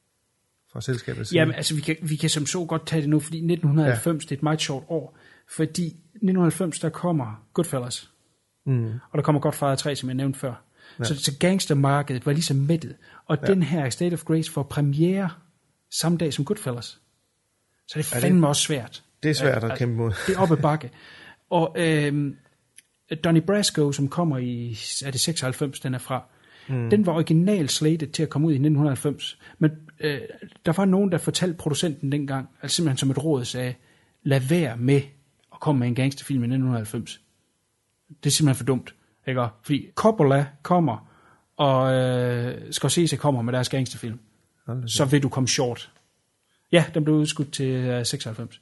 fra selskabet. Jamen, altså vi kan som så godt tage det nu, fordi 1990, det er et meget sjovt år. Fordi 1990, der kommer Goodfellas. Og der kommer Godfather 3, som jeg nævnte før. Ja. Så gangstermarkedet var ligesom mættet. Og den her State of Grace får premiere samme dag som Goodfellas. Så det er fandme også svært. Det er svært at kæmpe mod. Det er oppe bakke. Og Donnie Brasco, som kommer i, er det 96, den er fra, den var original slated til at komme ud i 1990. Men der var nogen, der fortalte producenten dengang, altså simpelthen som et råd sagde, lad være med at komme med en gangsterfilm i 1990. Det er simpelthen for dumt. Ikke? Fordi Coppola kommer, og Scorsese kommer med deres gangsterfilm. Så vil du komme short. Ja, den blev udskudt til 96.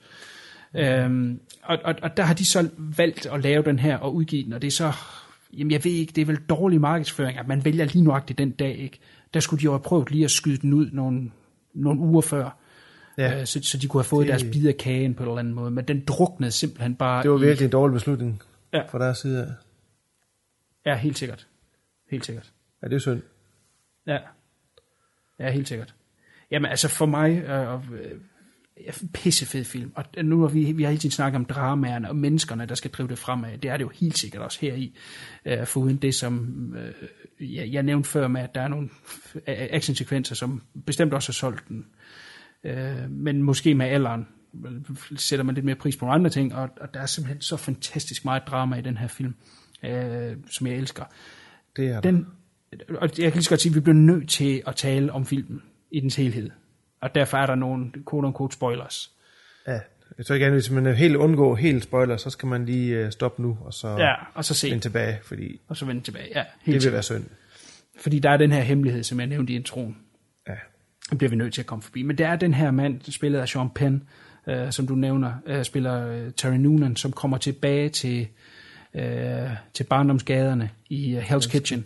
Og der har de så valgt at lave den her og udgive den, og det er så, jamen jeg ved ikke, det er vel dårlig markedsføring, at man vælger lige nøjagtigt den dag, ikke? Der skulle de jo have prøvet lige at skyde den ud nogle uger før, så de kunne have fået deres bid af kagen på en eller anden måde, men den druknede simpelthen bare. Det var virkelig en dårlig beslutning fra deres side af. Ja, helt sikkert. Helt sikkert. Ja, det er synd. Ja, helt sikkert. Jamen altså for mig, pissefed film, og nu har vi har hele tiden snakket om dramaerne og menneskerne, der skal drive det fremad. Det er det jo helt sikkert også her i, foruden det, som jeg nævnte før med, at der er nogle actionsekvenser, som bestemt også har solgt den. Men måske med alderen sætter man lidt mere pris på nogle andre ting, og der er simpelthen så fantastisk meget drama i den her film, som jeg elsker. Det er den, og jeg kan lige så godt sige, at vi bliver nødt til at tale om filmen i dens helhed. Og derfor er der nogle quote-unquote spoilers. Ja, Så igen, hvis man helt undgå helt spoiler, så skal man lige stoppe nu, og så se. Vende tilbage. Fordi og så vende tilbage, ja. Det vil være synd. Fordi der er den her hemmelighed, som jeg nævnte i introen. Ja. Det bliver vi nødt til at komme forbi. Men det er den her mand, spillet af Sean Penn, som du nævner, spiller Terry Noonan, som kommer tilbage til barndomsgaderne i Hell's Kitchen.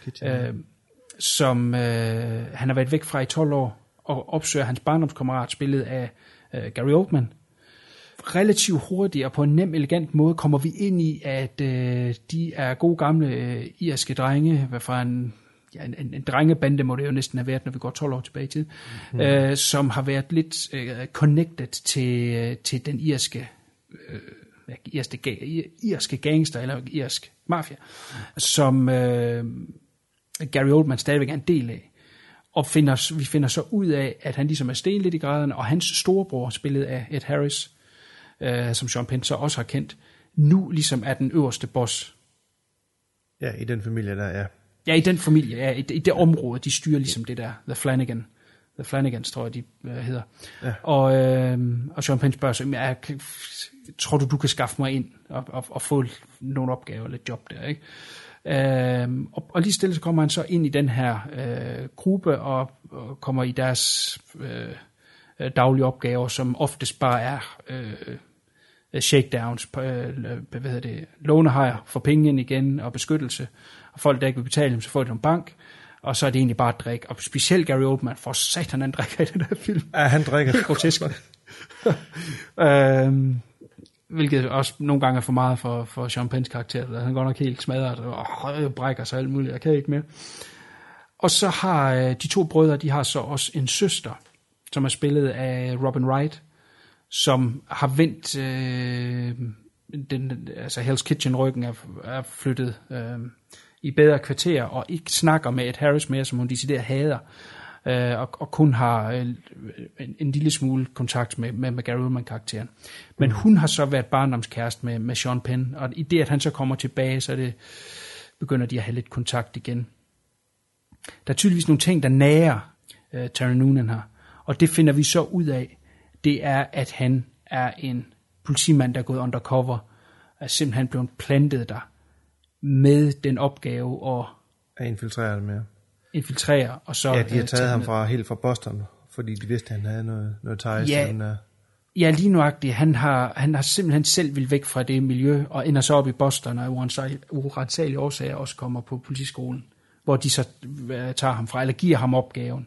Som han har været væk fra i 12 år, og opsøger hans barndomskammerat, spillet af Gary Oldman. Relativt hurtigt og på en nem, elegant måde kommer vi ind i, at de er gode gamle irske drenge, fra en drengebande, må det jo næsten have været, når vi går 12 år tilbage i tid, som har været lidt connected til den irske gangster, eller irsk mafia, som Gary Oldman stadigvæk er en del af. Og vi finder så ud af, at han ligesom er sten lidt i graderne, og hans storebror, spillet af Ed Harris, som Sean Penn så også har kendt, nu ligesom er den øverste boss. Ja, i den familie der, ja. Ja, i den familie, ja, i det område, de styrer ligesom det der, The Flanagans, tror jeg, de hedder. Ja. Og Sean Penn spørger så, tror du kan skaffe mig ind og få nogle opgaver eller et job der, ikke? Og lige stille så kommer han så ind i den her gruppe og kommer i deres daglige opgaver, som oftest bare er shakedowns, lånehajer for penge ind igen og beskyttelse, og folk der ikke vil betale dem, så får de en bank, og så er det egentlig bare at drikke, og specielt Gary Oldman får satan, han drikker i den der film. Ja, han drikker. Helt grotesk. Hvilket også nogle gange er for meget for Sean Penns karakter, der han går nok helt smadret og brækker sig alt muligt, jeg kan ikke mere. Og så har de to brødre, de har så også en søster, som er spillet af Robin Wright, som har vendt Hell's Kitchen-ryggen er flyttet i bedre kvarter, og ikke snakker med Ed Harris mere, som hun decideret hader, og kun har en lille smule kontakt med Gary Oldman-karakteren. Men hun har så været barndomskæreste med Sean Penn, og i det, at han så kommer tilbage, så begynder de at have lidt kontakt igen. Der er tydeligvis nogle ting, der nærer Terry Noonan her, og det finder vi så ud af. Det er, at han er en politimand, der er gået undercover, er simpelthen blevet plantet der med den opgave at infiltrere det mere. Infiltrere, og så... Ja, de har taget ham helt fra Boston, fordi de vidste, at han havde noget ties. Ja, lige nuagtigt. Han har simpelthen selv vil væk fra det miljø, og ender så op i Boston, og uretsagelige årsager også kommer på politiskolen, hvor de så tager ham fra, eller giver ham opgaven,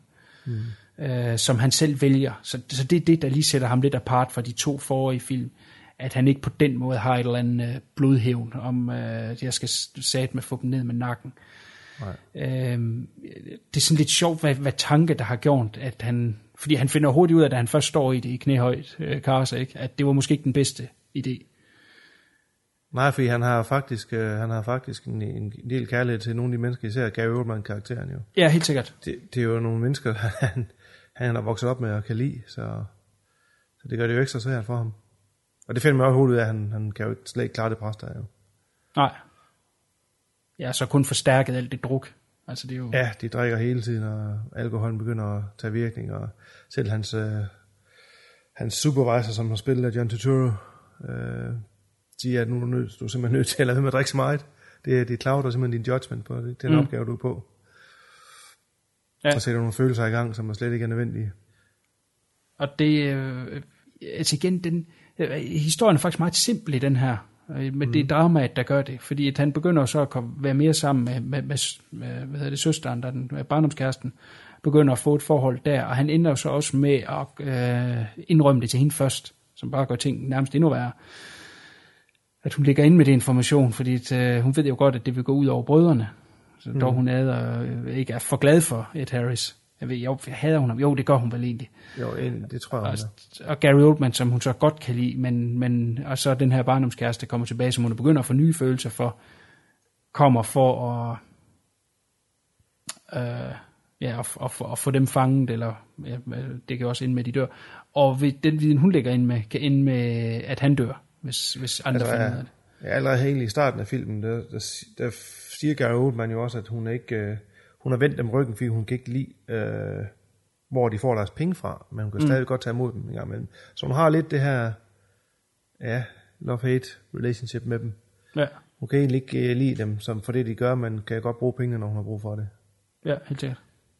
som han selv vælger. Så det er det, der lige sætter ham lidt apart fra de to forrige film, at han ikke på den måde har et eller andet blodhævn, om jeg skal satme få dem ned med nakken. Det er sådan lidt sjovt, hvad tanke der har gjort, at han, fordi han finder hurtigt ud af, at han først står i det i knæhøjt karse, ikke? At det var måske ikke den bedste idé. Nej, fordi han har faktisk en del kærlighed til nogle af de mennesker, især Gary Oldman-karakteren jo. Ja, helt sikkert. Det er jo nogle mennesker, han har vokset op med at kan lide, så det gør det jo ekstra svært for ham. Og det finder man også hurtigt ud af, at han kan jo slet ikke klare det pres, der er jo. Nej. Ja, så kun forstærket alt det druk. Altså, det er jo... Ja, de drikker hele tiden, og alkoholen begynder at tage virkning, og selv hans supervisor, som har spillet af John Turturro, siger, at nu er du simpelthen nødt til at lade være med at drikke så meget. Det clouder simpelthen din judgment på det. Det er den opgave, du er på. Ja. Og sætter nogle følelser i gang, som er slet ikke er nødvendige. Og det altså igen, historien er faktisk meget simpel i den her, men det er dramaet, der gør det, fordi at han begynder så at være mere sammen med søsteren, der den barndomskæresten, begynder at få et forhold der, og han ender så også med at indrømme det til hende først, som bare gør ting nærmest endnu værre. At hun ligger inde med det information, fordi hun ved jo godt, at det vil gå ud over brødrene, så dog hun ikke er for glad for Ed Harris. Jeg hader hun ham. Jo, det gør hun vel egentlig. Jo, det tror jeg. Og Gary Oldman, som hun så godt kan lide, men og så den her barndomskæreste kommer tilbage, som hun begynder at få nye følelser for, kommer for at få dem fanget, eller det kan også ende med, de dør. Og ved den viden, hun ligger ind med, kan ende med, at han dør, hvis andre finder det. Ja, allerede egentlig i starten af filmen, der siger Gary Oldman jo også, at hun ikke... Hun har vendt dem ryggen, fordi hun kan ikke lide, hvor de får deres penge fra, men hun kan stadig godt tage imod dem en gang imellem. Så hun har lidt det her love-hate relationship med dem. Ja. Hun kan egentlig ikke lide dem som for det, de gør, men kan godt bruge pengene, når hun har brug for det. Ja, helt sikkert.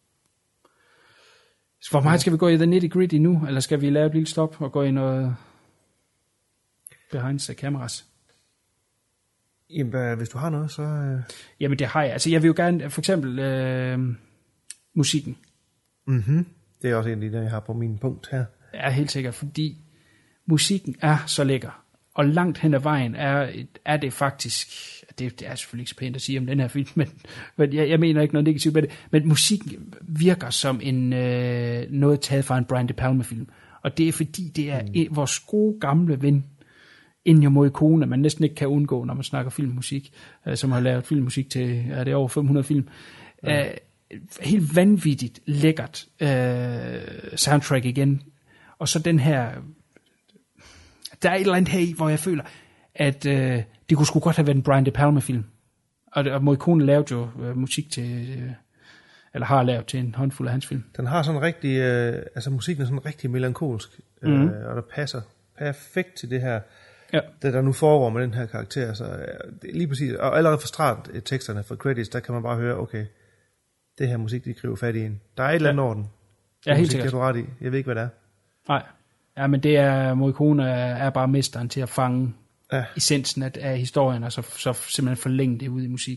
Så hvor meget skal vi gå i the nitty-gritty nu, eller skal vi lave et lille stop og gå i noget behind the cameras? Jamen, hvis du har noget, så... Jamen, det har jeg. Altså, jeg vil jo gerne, for eksempel, musikken. Mhm. Det er også en af de, jeg har på min punkt her. Ja, helt sikkert, fordi musikken er så lækker. Og langt hen ad vejen er det faktisk... Det er selvfølgelig ikke så pænt at sige om den her film, men jeg mener ikke noget negativt med det. Men musikken virker som noget taget fra en Brian De Palma-film. Og det er fordi, det er vores gode gamle ven, Ennio Morricone, man næsten ikke kan undgå, når man snakker filmmusik, som har lavet filmmusik til, det er over 500 film. Ja. Helt vanvittigt lækkert soundtrack igen. Og så den her... Der er et eller andet her i, hvor jeg føler, at det kunne sgu godt have været en Brian De Palma-film. Og Morricone lavede jo musik til... eller har lavet til en håndfuld af hans film. Den har sådan rigtig... musikken er sådan rigtig melankolsk. Og der passer perfekt til det her... Ja. Det der nu foregår med den her karakter. Så det er lige præcis... Og allerede fra start teksterne fra credits, der kan man bare høre, okay, det her musik, de griber fat i en. Der er et eller andet orden. Ja, helt sikkert. Det er du ret i. Jeg ved ikke, hvad det er. Nej. Ja, men det er... Morricone er bare mesteren til at fange essensen af historien, og så simpelthen forlænge det ud i musik.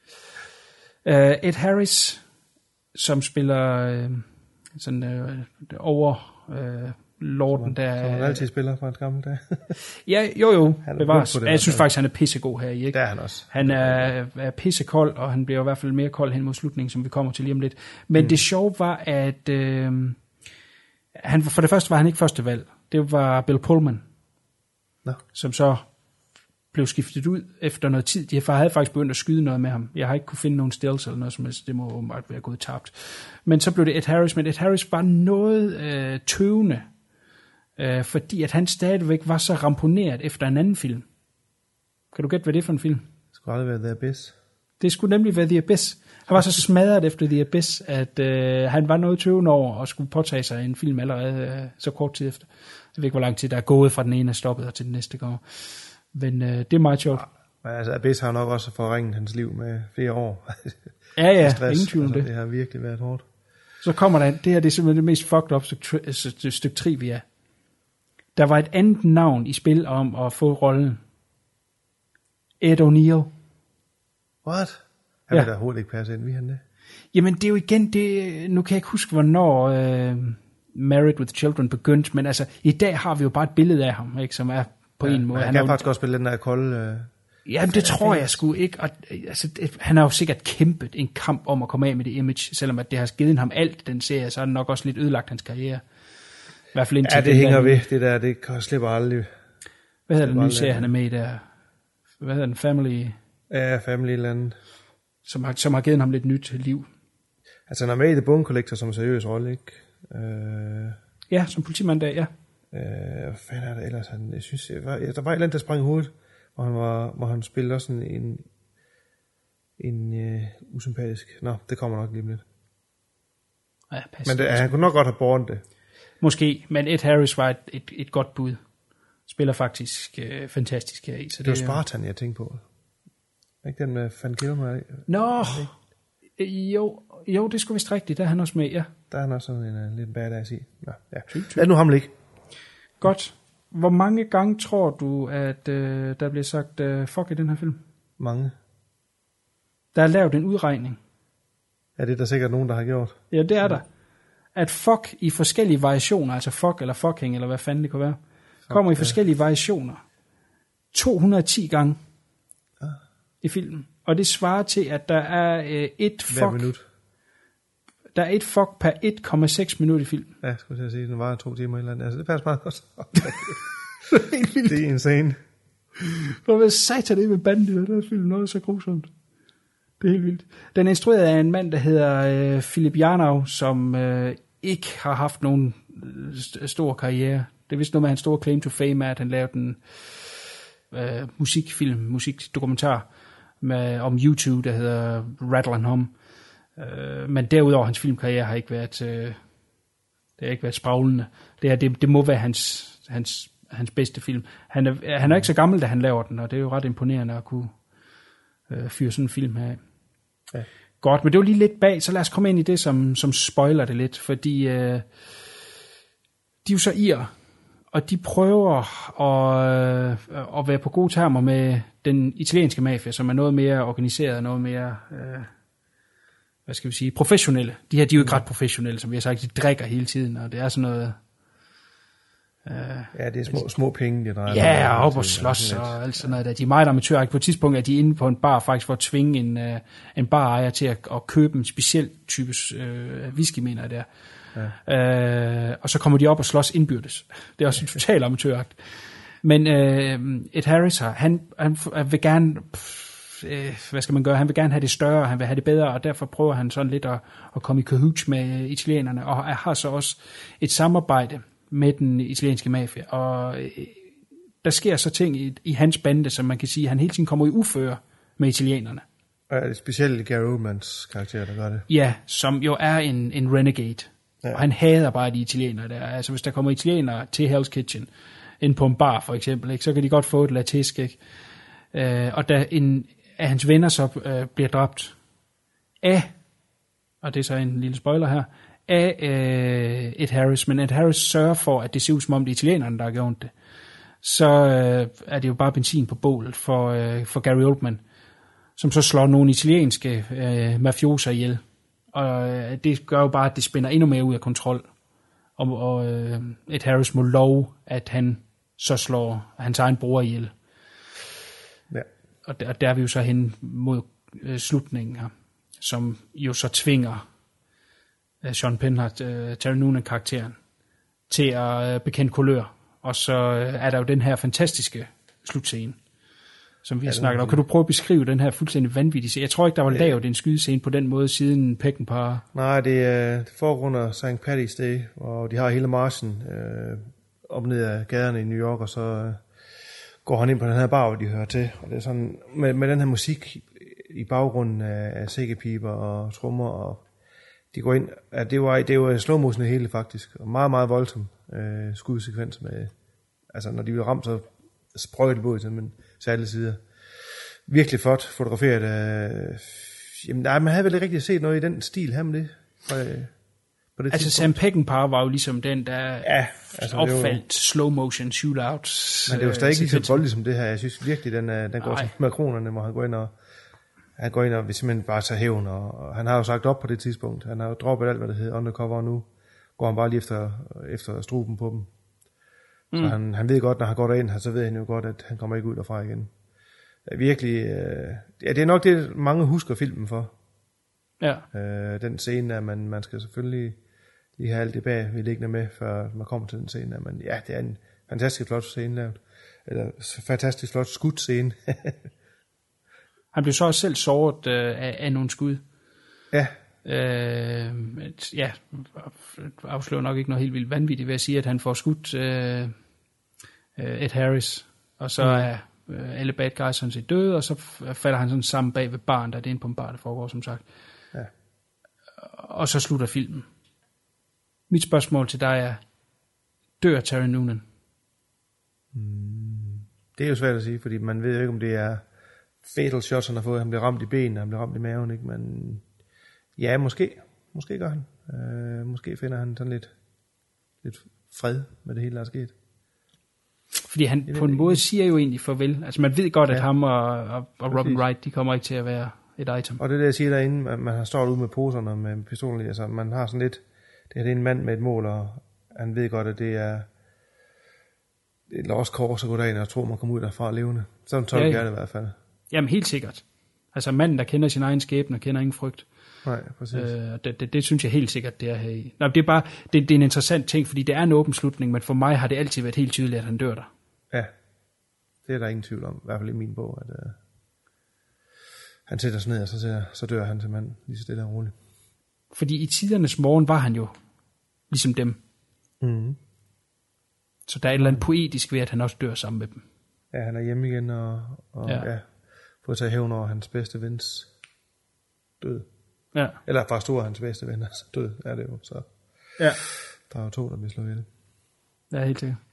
Ed Harris, som spiller overlorden der... Som han altid spiller fra en gammel dag. Ja, jo. Bevares. Jeg synes faktisk, han er pissegod her i, ikke? Det er han også. Han er pissekold, og han bliver i hvert fald mere kold hen mod slutningen, som vi kommer til lige om lidt. Men det sjove var, at for det første var han ikke første valg. Det var Bill Pullman, som så blev skiftet ud efter noget tid. De havde faktisk begyndt at skyde noget med ham. Jeg har ikke kunne finde nogen stills eller noget som helst. Det må åbenbart være gået tabt. Men så blev det Ed Harris. Men Ed Harris var noget tøvende, fordi at han stadigvæk var så ramponeret efter en anden film. Kan du gætte, hvad det er for en film? Det skulle aldrig være The Abyss. Det skulle nemlig være The Abyss. Han var så smadret efter The Abyss, at han var noget tøvende over og skulle påtage sig en film allerede så kort tid efter. Jeg ved ikke, hvor lang tid der er gået fra den ene er stoppet og til den næste går. Men det er meget sjovt. Ja, altså Abyss har nok også forringet hans liv med flere år. Ja, stress, ingen tvivl om det. Det har virkelig været hårdt. Så kommer der, det her det er simpelthen det mest fucked up stykke trivia. Der var et andet navn i spil om at få rollen. Ed O'Neill. What? Han vil da overhovedet ikke passe ind, vi han det? Jamen det er jo igen, nu kan jeg ikke huske, hvornår Married with Children begyndte, men altså i dag har vi jo bare et billede af ham, ikke, som er på en måde. Han kan faktisk også spille den der kolde... Jamen det tror jeg sgu ikke. Og, altså, han har jo sikkert kæmpet en kamp om at komme af med det image, selvom at det har givet ham alt den serie, så har den nok også lidt ødelagt hans karriere. I hvert fald indtil det hænger ved, det der, det slipper aldrig. Hvad hedder den nye serie, han er med i der? Hvad hedder den? Family? Ja, Family Land. Som har givet ham lidt nyt liv. Altså han er med i The Bone Collector som en seriøs rolle, ikke? Ja, som politimand der, ja. Hvad fanden er det ellers? Jeg synes, der var et eller andet, der sprang i hovedet, hvor han spillede også en usympatisk... Nå, det kommer nok lige lidt. Ja, men han kunne nok godt have båret det. Måske, men Ed Harris var et godt bud. Spiller faktisk fantastisk her i. Så det var Spartan, jeg tænkte på. Ikke den med Van Kilmer? Nå, jo, det skulle vist rigtigt. Der er han også med, ja. Der er han også sådan en lidt badass i. Nå, ja. Lad nu ham ligge. Godt. Hvor mange gange tror du, at der bliver sagt fuck i den her film? Mange. Der er lavet en udregning. Ja, det er der sikkert nogen, der har gjort. Ja, det er der. At fuck i forskellige variationer, altså fuck eller fucking, eller hvad fanden det kunne være, kommer i forskellige variationer 210 gange i filmen. Og det svarer til, at der er et fuck... Hver minut. Der er et fuck per 1,6 minut i filmen. Ja, skulle jeg sige, den var 2 timer eller andet. Altså, det passer meget godt. Det er insane. Hvad satan det med banden i den her film? Noget så grusomt. Det er helt vildt. Den er instrueret af en mand, der hedder Philip Yarnow, som ikke har haft nogen stor karriere. Det er vist noget med hans store claim to fame, at han lavede en musikdokumentar om YouTube, der hedder Rattle and Hum. Men derudover hans filmkarriere har ikke været det har ikke været spraglende. Det må være hans hans bedste film. Han er ikke så gammel, da han laver den, og det er jo ret imponerende at kunne fyre sådan en film her. Ja. Godt, men det var lige lidt bag, så lad os komme ind i det, som spoiler det lidt, fordi de er jo så irer, og de prøver at være på gode termer med den italienske mafia, som er noget mere organiseret, noget mere, hvad skal vi sige, professionelle. De er jo ikke ret professionelle, som vi har sagt, de drikker hele tiden, og det er sådan noget... ja, det er små penge, de drejer. Ja, og op og slås og alt sådan noget der. De er meget amatøragtige. På et tidspunkt er de inde på en bar faktisk for at tvinge en barejer til at købe en speciel type whisky, mener jeg der. Ja. Og så kommer de op og slås indbyrdes. Det er også en total amatøragt. Men Ed Harris her, han vil gerne... hvad skal man gøre? Han vil gerne have det større, han vil have det bedre, og derfor prøver han sådan lidt at komme i cahoots med italienerne, og har så også et samarbejde med den italienske mafia, og der sker så ting i hans bande, som man kan sige, han hele tiden kommer i uføre med italienerne. Og er det specielt Gary Oldmans karakter, der gør det? Ja, som jo er en renegade, ja. Og han hader bare de italienere der. Altså hvis der kommer italienere til Hell's Kitchen, ind på en bar for eksempel, ikke, så kan de godt få et latisk, ikke? Og da en af hans venner så bliver dræbt af, og det er så en lille spoiler her, af Ed Harris, men Ed Harris sørger for, at det ser ud som om det er italienerne, der har gjort det. Så er det jo bare benzin på bålet for Gary Oldman, som så slår nogle italienske mafioser ihjel. Og det gør jo bare, at det spænder endnu mere ud af kontrol. Og Ed Harris må love, at han så slår hans egen bror ihjel. Ja. Og der er vi jo så hen mod slutningen her, som jo så tvinger Sean Penn har Terry Noonan-karakteren til at bekende kulør. Og så er der jo den her fantastiske slutscene, som vi har snakket om. Kan du prøve at beskrive den her fuldstændig vanvittige scene? Jeg tror ikke, der var lavet en skydescene på den måde siden Peckinpah. Nej, det forerunder St. Paddy's Day, og de har hele marchen op ned ad gaderne i New York, og så går han ind på den her bar, hvor de hører til. Og det er sådan, med den her musik i baggrunden af sækkepiber og trommer, og de går ind, at det var slow motion hele faktisk, og meget, meget voldsom skudsekvens med, altså når de blev ramt, så sprøjte både til, men til alle sider. Virkelig flot fotograferet. Jamen, nej, man havde vel ikke rigtig set noget i den stil her med det. På det altså Sam Peckinpah var jo ligesom den, der opfaldt slow motion shootouts. Men det var stadig ikke så voldeligt som det her. Jeg synes virkelig, den går som makronerne, hvor han går ind og vil simpelthen bare tage hævn, og han har jo sagt op på det tidspunkt. Han har jo droppet alt, hvad det hedder undercover, og nu går han bare lige efter struben på dem. Så han ved godt, når han går derind, så ved han jo godt, at han kommer ikke ud derfra igen. Virkelig, det er nok det, mange husker filmen for. Ja. Den scene, at man skal selvfølgelig lige have alt det bag, vi liggende med, før man kommer til den scene. Men ja, det er en fantastisk flot scene lavet. Eller fantastisk flot skudt scene. Han blev så også selv såret af nogle skud. Ja. Ja, afslører nok ikke noget helt vildt vanvittigt ved at sige, at han får skudt Ed Harris, og så er alle bad guys sådan set døde, og så falder han sådan sammen bag ved baren, der er det inde på en bar, der foregår, som sagt. Ja. Og så slutter filmen. Mit spørgsmål til dig er, dør Terry Noonan? Det er jo svært at sige, fordi man ved jo ikke, om det er fatal shots, han har fået. Han bliver ramt i benene, han bliver ramt i maven, ikke? Men ja, måske gør han. Måske finder han sådan lidt fred med det hele, der er sket. Fordi han på en måde siger jo egentlig farvel. Altså man ved godt, at ham og Robin Wright, de kommer ikke til at være et item. Og det der, jeg siger derinde, man har stået ude med poserne med pistolen, altså man har sådan lidt, det er en mand med et mål, og han ved godt, at det er et lost cause at gå derind og tro, man kommer ud derfra levende. Sådan tolker jeg det i hvert fald. Jamen helt sikkert. Altså manden, der kender sin egen skæbne og kender ingen frygt. Nej, præcis. Det synes jeg helt sikkert, det er her i. Nå, det er bare, det er en interessant ting, fordi det er en åben slutning, men for mig har det altid været helt tydeligt, at han dør der. Ja, det er der ingen tvivl om, i hvert fald i min bog, at han sætter sig ned, og så dør han simpelthen lige så stille og roligt. Fordi i tidernes morgen var han jo ligesom dem. Mm. Så der er et eller andet poetisk ved, at han også dør sammen med dem. Ja, han er hjemme igen, og får tage hævn over hans bedste vens død. Ja. Eller faktisk over hans bedste ven, altså død er det jo, så ja. Der er jo 2, der bliver slået ihjel. Ja, helt sikkert.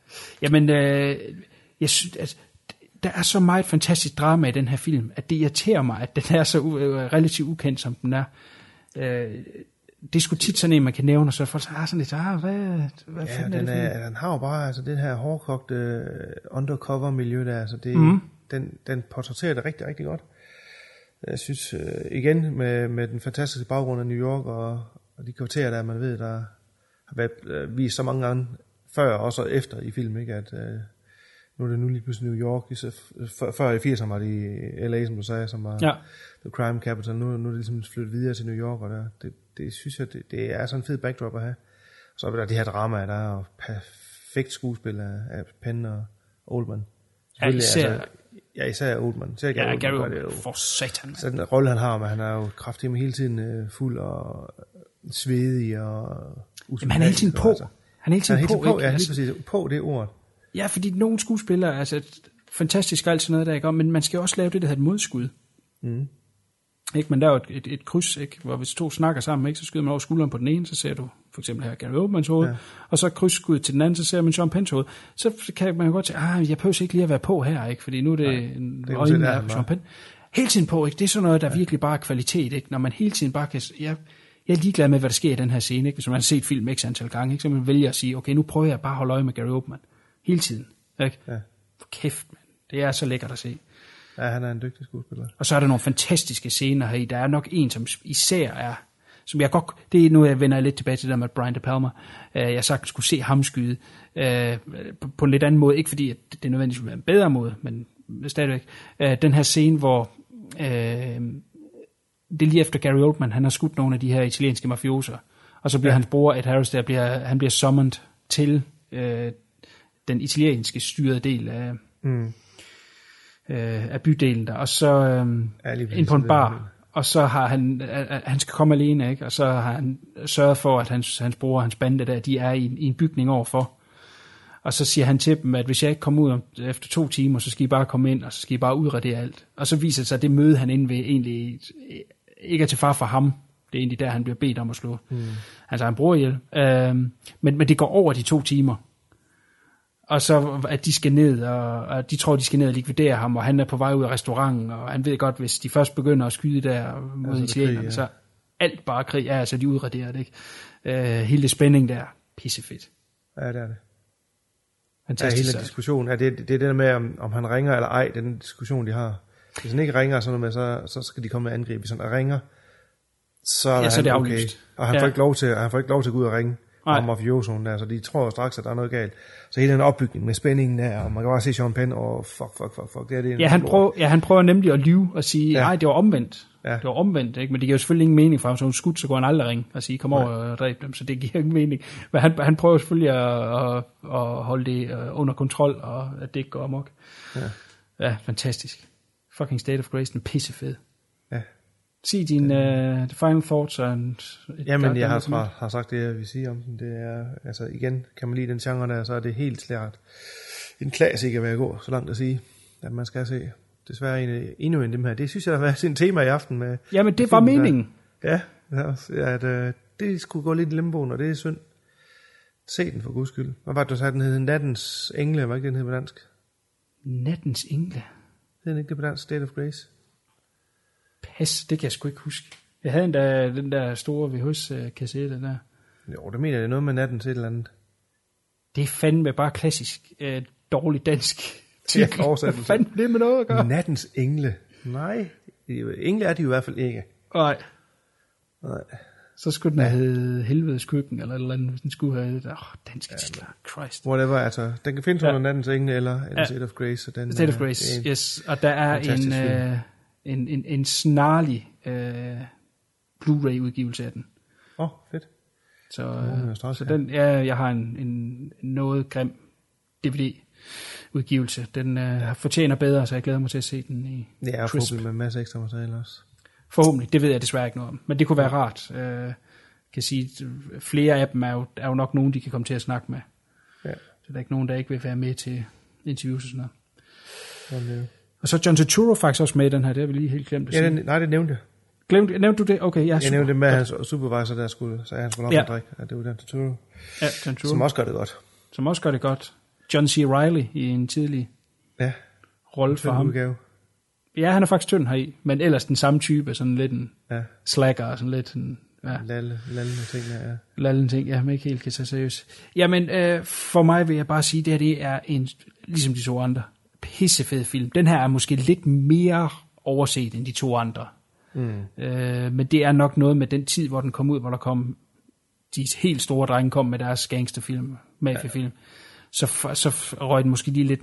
Jamen, jeg synes, altså, der er så meget fantastisk drama i den her film, at det irriterer mig, at den er så relativt ukendt, som den er. Det er sgu tit sådan en, man kan nævne, og så er folk sådan lidt, hvad fanden er det for? Den har jo bare altså, det her hårdkogte undercover-miljø der, altså den portrætterer det rigtig, rigtig godt. Jeg synes, igen, med den fantastiske baggrund af New York, og de kvarterer der, man ved, der har været vist så mange gange før, og også efter i film, ikke, at nu er det nu lige pludselig New York, før i 80'erne var det i LA, som du sagde, som var the crime capital, nu er det ligesom flyttet videre til New York, og det synes jeg, det er sådan en fed backdrop at have. Og så er der de her dramaer, der er perfekt skuespil af Penn og Oldman. Især Oldman. Gary for satan. Så den rolle, han har, men han er jo kraftig med hele tiden fuld og svedig og usympatisk. Jamen, han er hele tiden på. Altså. Han er hele tiden på, ja, lige præcis. På det ord. Ja, fordi nogle skuespillere, altså fantastisk og alt sådan noget der, ikke? Men man skal også lave det, der hedder et modskud. Ikke? Man laver et kryds, ikke? Hvor hvis to snakker sammen, ikke? Så skyder man over skulderen på den ene, så ser du for eksempel her Gary Oldmans hoved, og så krydsskud til den anden, så ser man Sean Penns hoved. Så kan man godt sige, jeg behøver ikke lige at være på her, ikke? Fordi nu er det en øjne af Sean Penn. Hele tiden på, ikke? Det er sådan noget, der virkelig bare er kvalitet, ikke? Når man hele tiden bare kan... Jeg er ligeglad med, hvad der sker i den her scene, ikke? Hvis man har set film x antal gange, ikke? Så man vælger at sige, okay, nu prøver jeg bare at holde øje med Gary Oldman. Hele tiden, ikke? Ja. For kæft, man. Det er så lækkert at se. Ja, han er en dygtig skuespiller. Og så er der nogle fantastiske scener her i. Der er nok en, som især er... Som jeg godt... Det er nu, jeg vender lidt tilbage til det der med Brian De Palma. Jeg sagtens skulle se ham skyde på en lidt anden måde. Ikke fordi, at det nødvendigvis vil være en bedre måde, men stadigvæk. Den her scene, hvor... det er lige efter Gary Oldman, han har skudt nogle af de her italienske mafioser. Og så bliver hans bror, Ed Harris, han bliver summoned til den italienske styrede del af bydelen der. Og så ind på en bar. Og så har han skal komme alene, ikke? Og så har han sørget for, at hans bror og hans bande der, de er i en bygning overfor. Og så siger han til dem, at hvis jeg ikke kommer ud efter 2 timer, så skal I bare komme ind, og så skal I bare udradere alt. Og så viser det sig, at det møde, han inde ved, egentlig ikke er til far for ham. Det er egentlig der, han bliver bedt om at slå hans egen bror ihjel. Men det går over de 2 timer. Og så at de skal ned, og de tror, de skal ned og likvidere ham, og han er på vej ud af restauranten, og han ved godt, hvis de først begynder at skyde der mod italienerne, så alt bare krig, ja, så de udraderer det, ikke? Hele det spænding der, pissefedt. Ja, det er det. Fantastisk. Ja, hele diskussionen, det er det der med, om han ringer eller ej, den diskussion, de har. Hvis han ikke ringer, sådan med, så skal de komme med angreb. Hvis han ringer, så er så han okay. Og han får ikke lov til at gå ud og ringe. Og mafiosoen der, så de tror straks, at der er noget galt. Så hele den opbygning med spændingen der, og man kan bare se Sean Penn, og fuck, det er han prøver nemlig at lyve og sige, nej, det var omvendt. Ja. Det var omvendt, ikke? Men det giver jo selvfølgelig ingen mening for ham, så hun skudt, så går han aldrig ringe og sige, kom over og dræb dem, så det giver ingen mening. Men han prøver selvfølgelig at holde det under kontrol, og at det ikke går amok. Ja, fantastisk. Fucking State of Grace, den pissefed. Ja. Sig dine final thoughts. Jamen, jeg har sagt det, jeg vil sige om den. Det er, altså igen, kan man lide den genre der, så er det helt klart en klassiker, hvad jeg går så langt at sige, at man skal se. Desværre endnu en af dem her. Det synes jeg har været sin tema i aften med. Jamen, det var meningen. Ja, at det skulle gå lidt i limboen, og det er synd. Se den for guds skyld. Hvad var det, du sagde, den hed Nattens Engle? Hvad ikke den hed på dansk? Nattens Engle? Hed den ikke det på dansk? State of Grace? Pas, det kan jeg sgu ikke huske. Jeg havde endda den der store VHS-kassette der. Jo, det mener jeg, det er noget med natten til et eller andet. Det er fandme bare klassisk dårlig dansk titel. Ja, hvad fanden det med noget at gøre? Nattens Engle. Nej, engle er de i hvert fald ikke. Nej. Så skulle den have heddet Helvedes Køkken, eller et eller andet, hvis den skulle have heddet, danske titler, Christ. Whatever, altså, den kan findes under Nattens Engle, eller State of Grace. Den, State of Grace, yes. Og der er en snarlig Blu-ray-udgivelse af den. Fedt. Så den, jeg har en noget grim DVD-udgivelse. Den fortjener bedre, så jeg glæder mig til at se den i crisp. Forhåbentlig med en masse ekstra materiale også. Forhåbentlig, det ved jeg desværre ikke noget om. Men det kunne være rart. Kan sige, flere af dem er jo nok nogen, de kan komme til at snakke med. Ja. Så der er ikke nogen, der ikke vil være med til interviews og sådan noget. Og så John Turturro faktisk også med i den her, det har vi lige helt glemt at sige. Nej, det nævnte jeg. Nævnte du det? Okay, ja. Jeg nævnte det med hans supervisor, der skulle, så han skulle op og drikke. Ja, det var John Turturro. Ja, John Turturro. Som også gør det godt. Som også gør det godt. John C. Reilly i en tidlig rolle for ham. Udgave. Ja, han er faktisk tynd heri, men ellers den samme type, sådan lidt en slacker, sådan lidt en... Ja. Lallende ting, ja, men ikke helt kan tage seriøst. Jamen, for mig vil jeg bare sige, det her det er en, ligesom de to andre, pissefed film. Den her er måske lidt mere overset end de to andre. Men det er nok noget med den tid, hvor den kom ud, hvor der kom de helt store drenge kom med deres gangsterfilm, mafiafilm. Så røg den måske lige lidt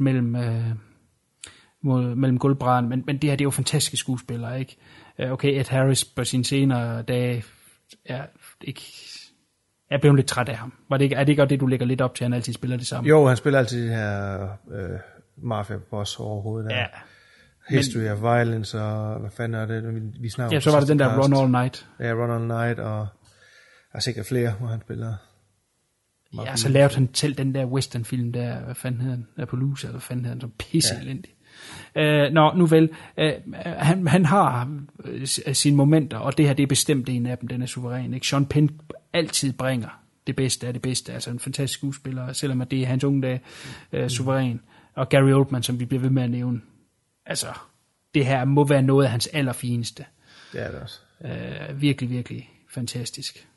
mellem gulvbrædderne, men det her det er jo fantastiske skuespillere, ikke? Okay, Ed Harris på sine senere dage er blevet lidt træt af ham. Er det ikke godt det, du lægger lidt op til, at han altid spiller det samme? Jo, han spiller altid det her mafia-boss overhovedet. Der. Ja. History of Violence, og hvad fanden er det? Vi snakker ja, så var det den der Run All Night. Ja, Run All Night, og der er sikkert flere, hvor han spiller. Ja, så lavede han selv den der westernfilm der, hvad fanden hedder den? Appaloosa, eller hvad fanden hedder den? Så pisseelendig. Nu vel, han har sine momenter, og det her det er bestemt en af dem, den er suveræn. Ikke? Sean Penn altid bringer det bedste af det bedste, altså en fantastisk skuespiller, selvom det er hans unge dag, suveræn. Og Gary Oldman, som vi bliver ved med at nævne, altså det her må være noget af hans allerfineste. Det er det også. Virkelig, virkelig fantastisk.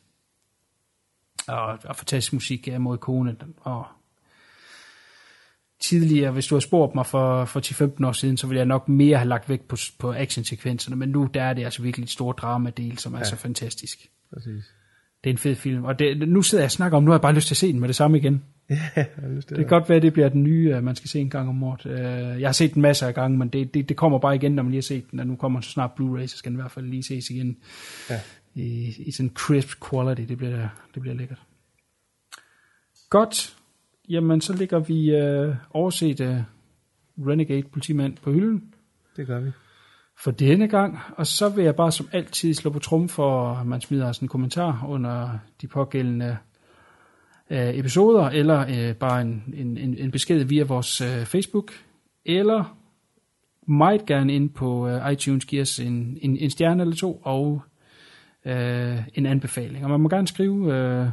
Og fantastisk musik af Morricone, og tidligere, hvis du har spurgt mig for 10-15 år siden, så ville jeg nok mere have lagt vægt på actionsekvenserne, men nu der er det altså virkelig et stort dramadel, som er så fantastisk. Præcis. Det er en fed film, og nu sidder jeg og snakker om, nu har jeg bare lyst til at se den med det samme igen. Ja, det kan godt være, at det bliver den nye, man skal se en gang om året. Jeg har set den masser af gange, men det kommer bare igen, når man lige har set den, og nu kommer så snart Blu-ray, så skal den i hvert fald lige ses igen i sådan crisp quality. Det bliver lækkert. Godt. Jamen, så ligger vi overset Renegade politimand på hylden. Det gør vi. For denne gang. Og så vil jeg bare som altid slå på trum for, at man smider sådan en kommentar under de pågældende episoder, eller bare en besked via vores Facebook, eller meget gerne ind på iTunes giver os en stjerne eller to, og en anbefaling. Og man må gerne skrive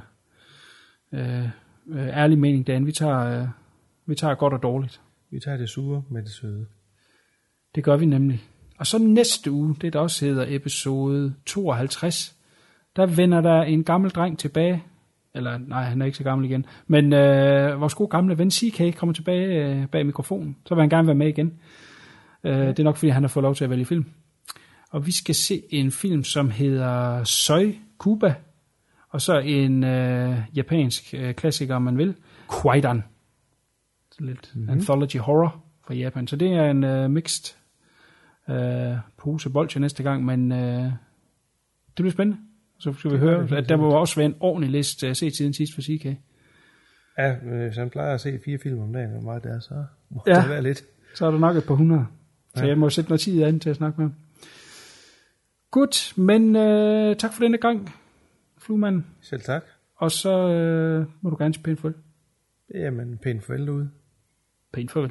ærlig mening derinde. Vi tager godt og dårligt. Vi tager det sure med det søde. Det gør vi nemlig. Og så næste uge, det der også hedder episode 52, der vender der en gammel dreng tilbage. Eller nej, han er ikke så gammel igen. Men vores gode gamle ven CK kommer tilbage bag mikrofonen. Så vil han gerne være med igen. Det er nok fordi han har fået lov til at vælge film. Og vi skal se en film som hedder Soy Cuba. Og så en japansk klassiker, om man vil. Kwaidan. Så lidt anthology horror fra Japan. Så det er en mixed pose bolsje næste gang, men det bliver spændende. Så skal vi høre, at der må også være en ordentlig liste at se tiden sidst for CK. Ja, hvis han plejer at se 4 film om dagen, hvor meget det er, så må det være lidt. Så er der nok et par 100. Så jeg må sætte noget tid an til at snakke med ham. Godt, men tak for denne gang, Fluemanden. Selv tak. Og så må du gerne sige pænt farvel. Jamen, pænt farvel derude. Pænt farvel.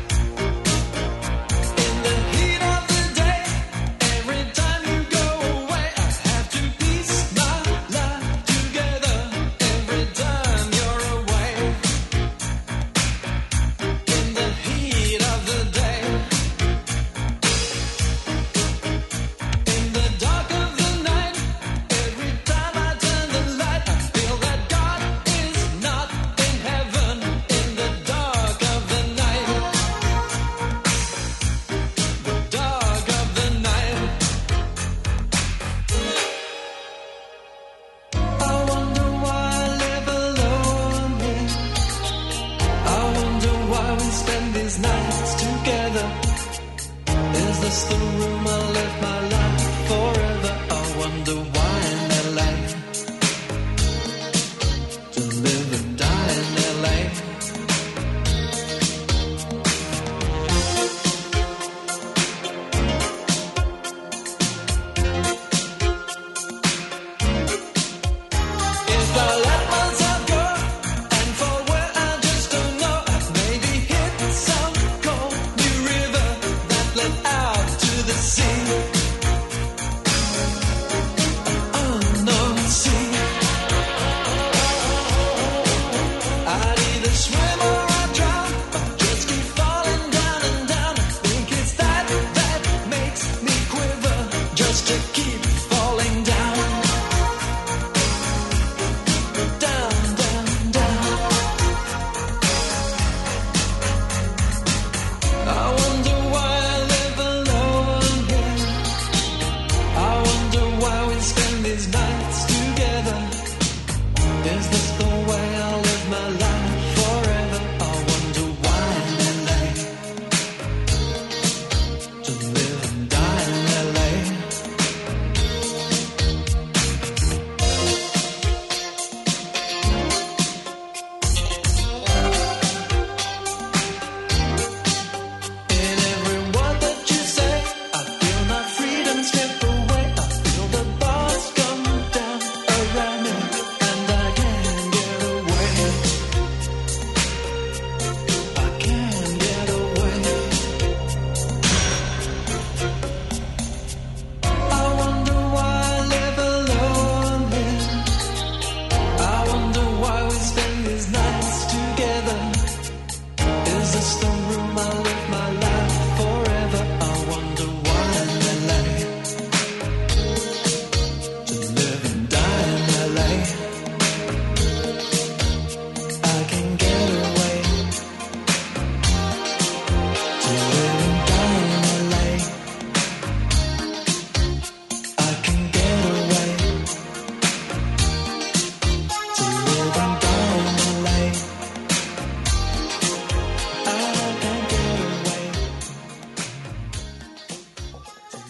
Heat of the day, every time you go away.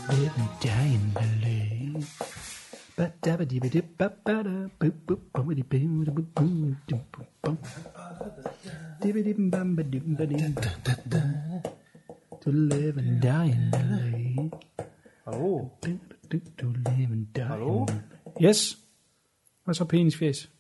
live and die in LA. To live and die in LA. Hallo? To live and die. Hallo? Yes. Hvad så penisfjæs?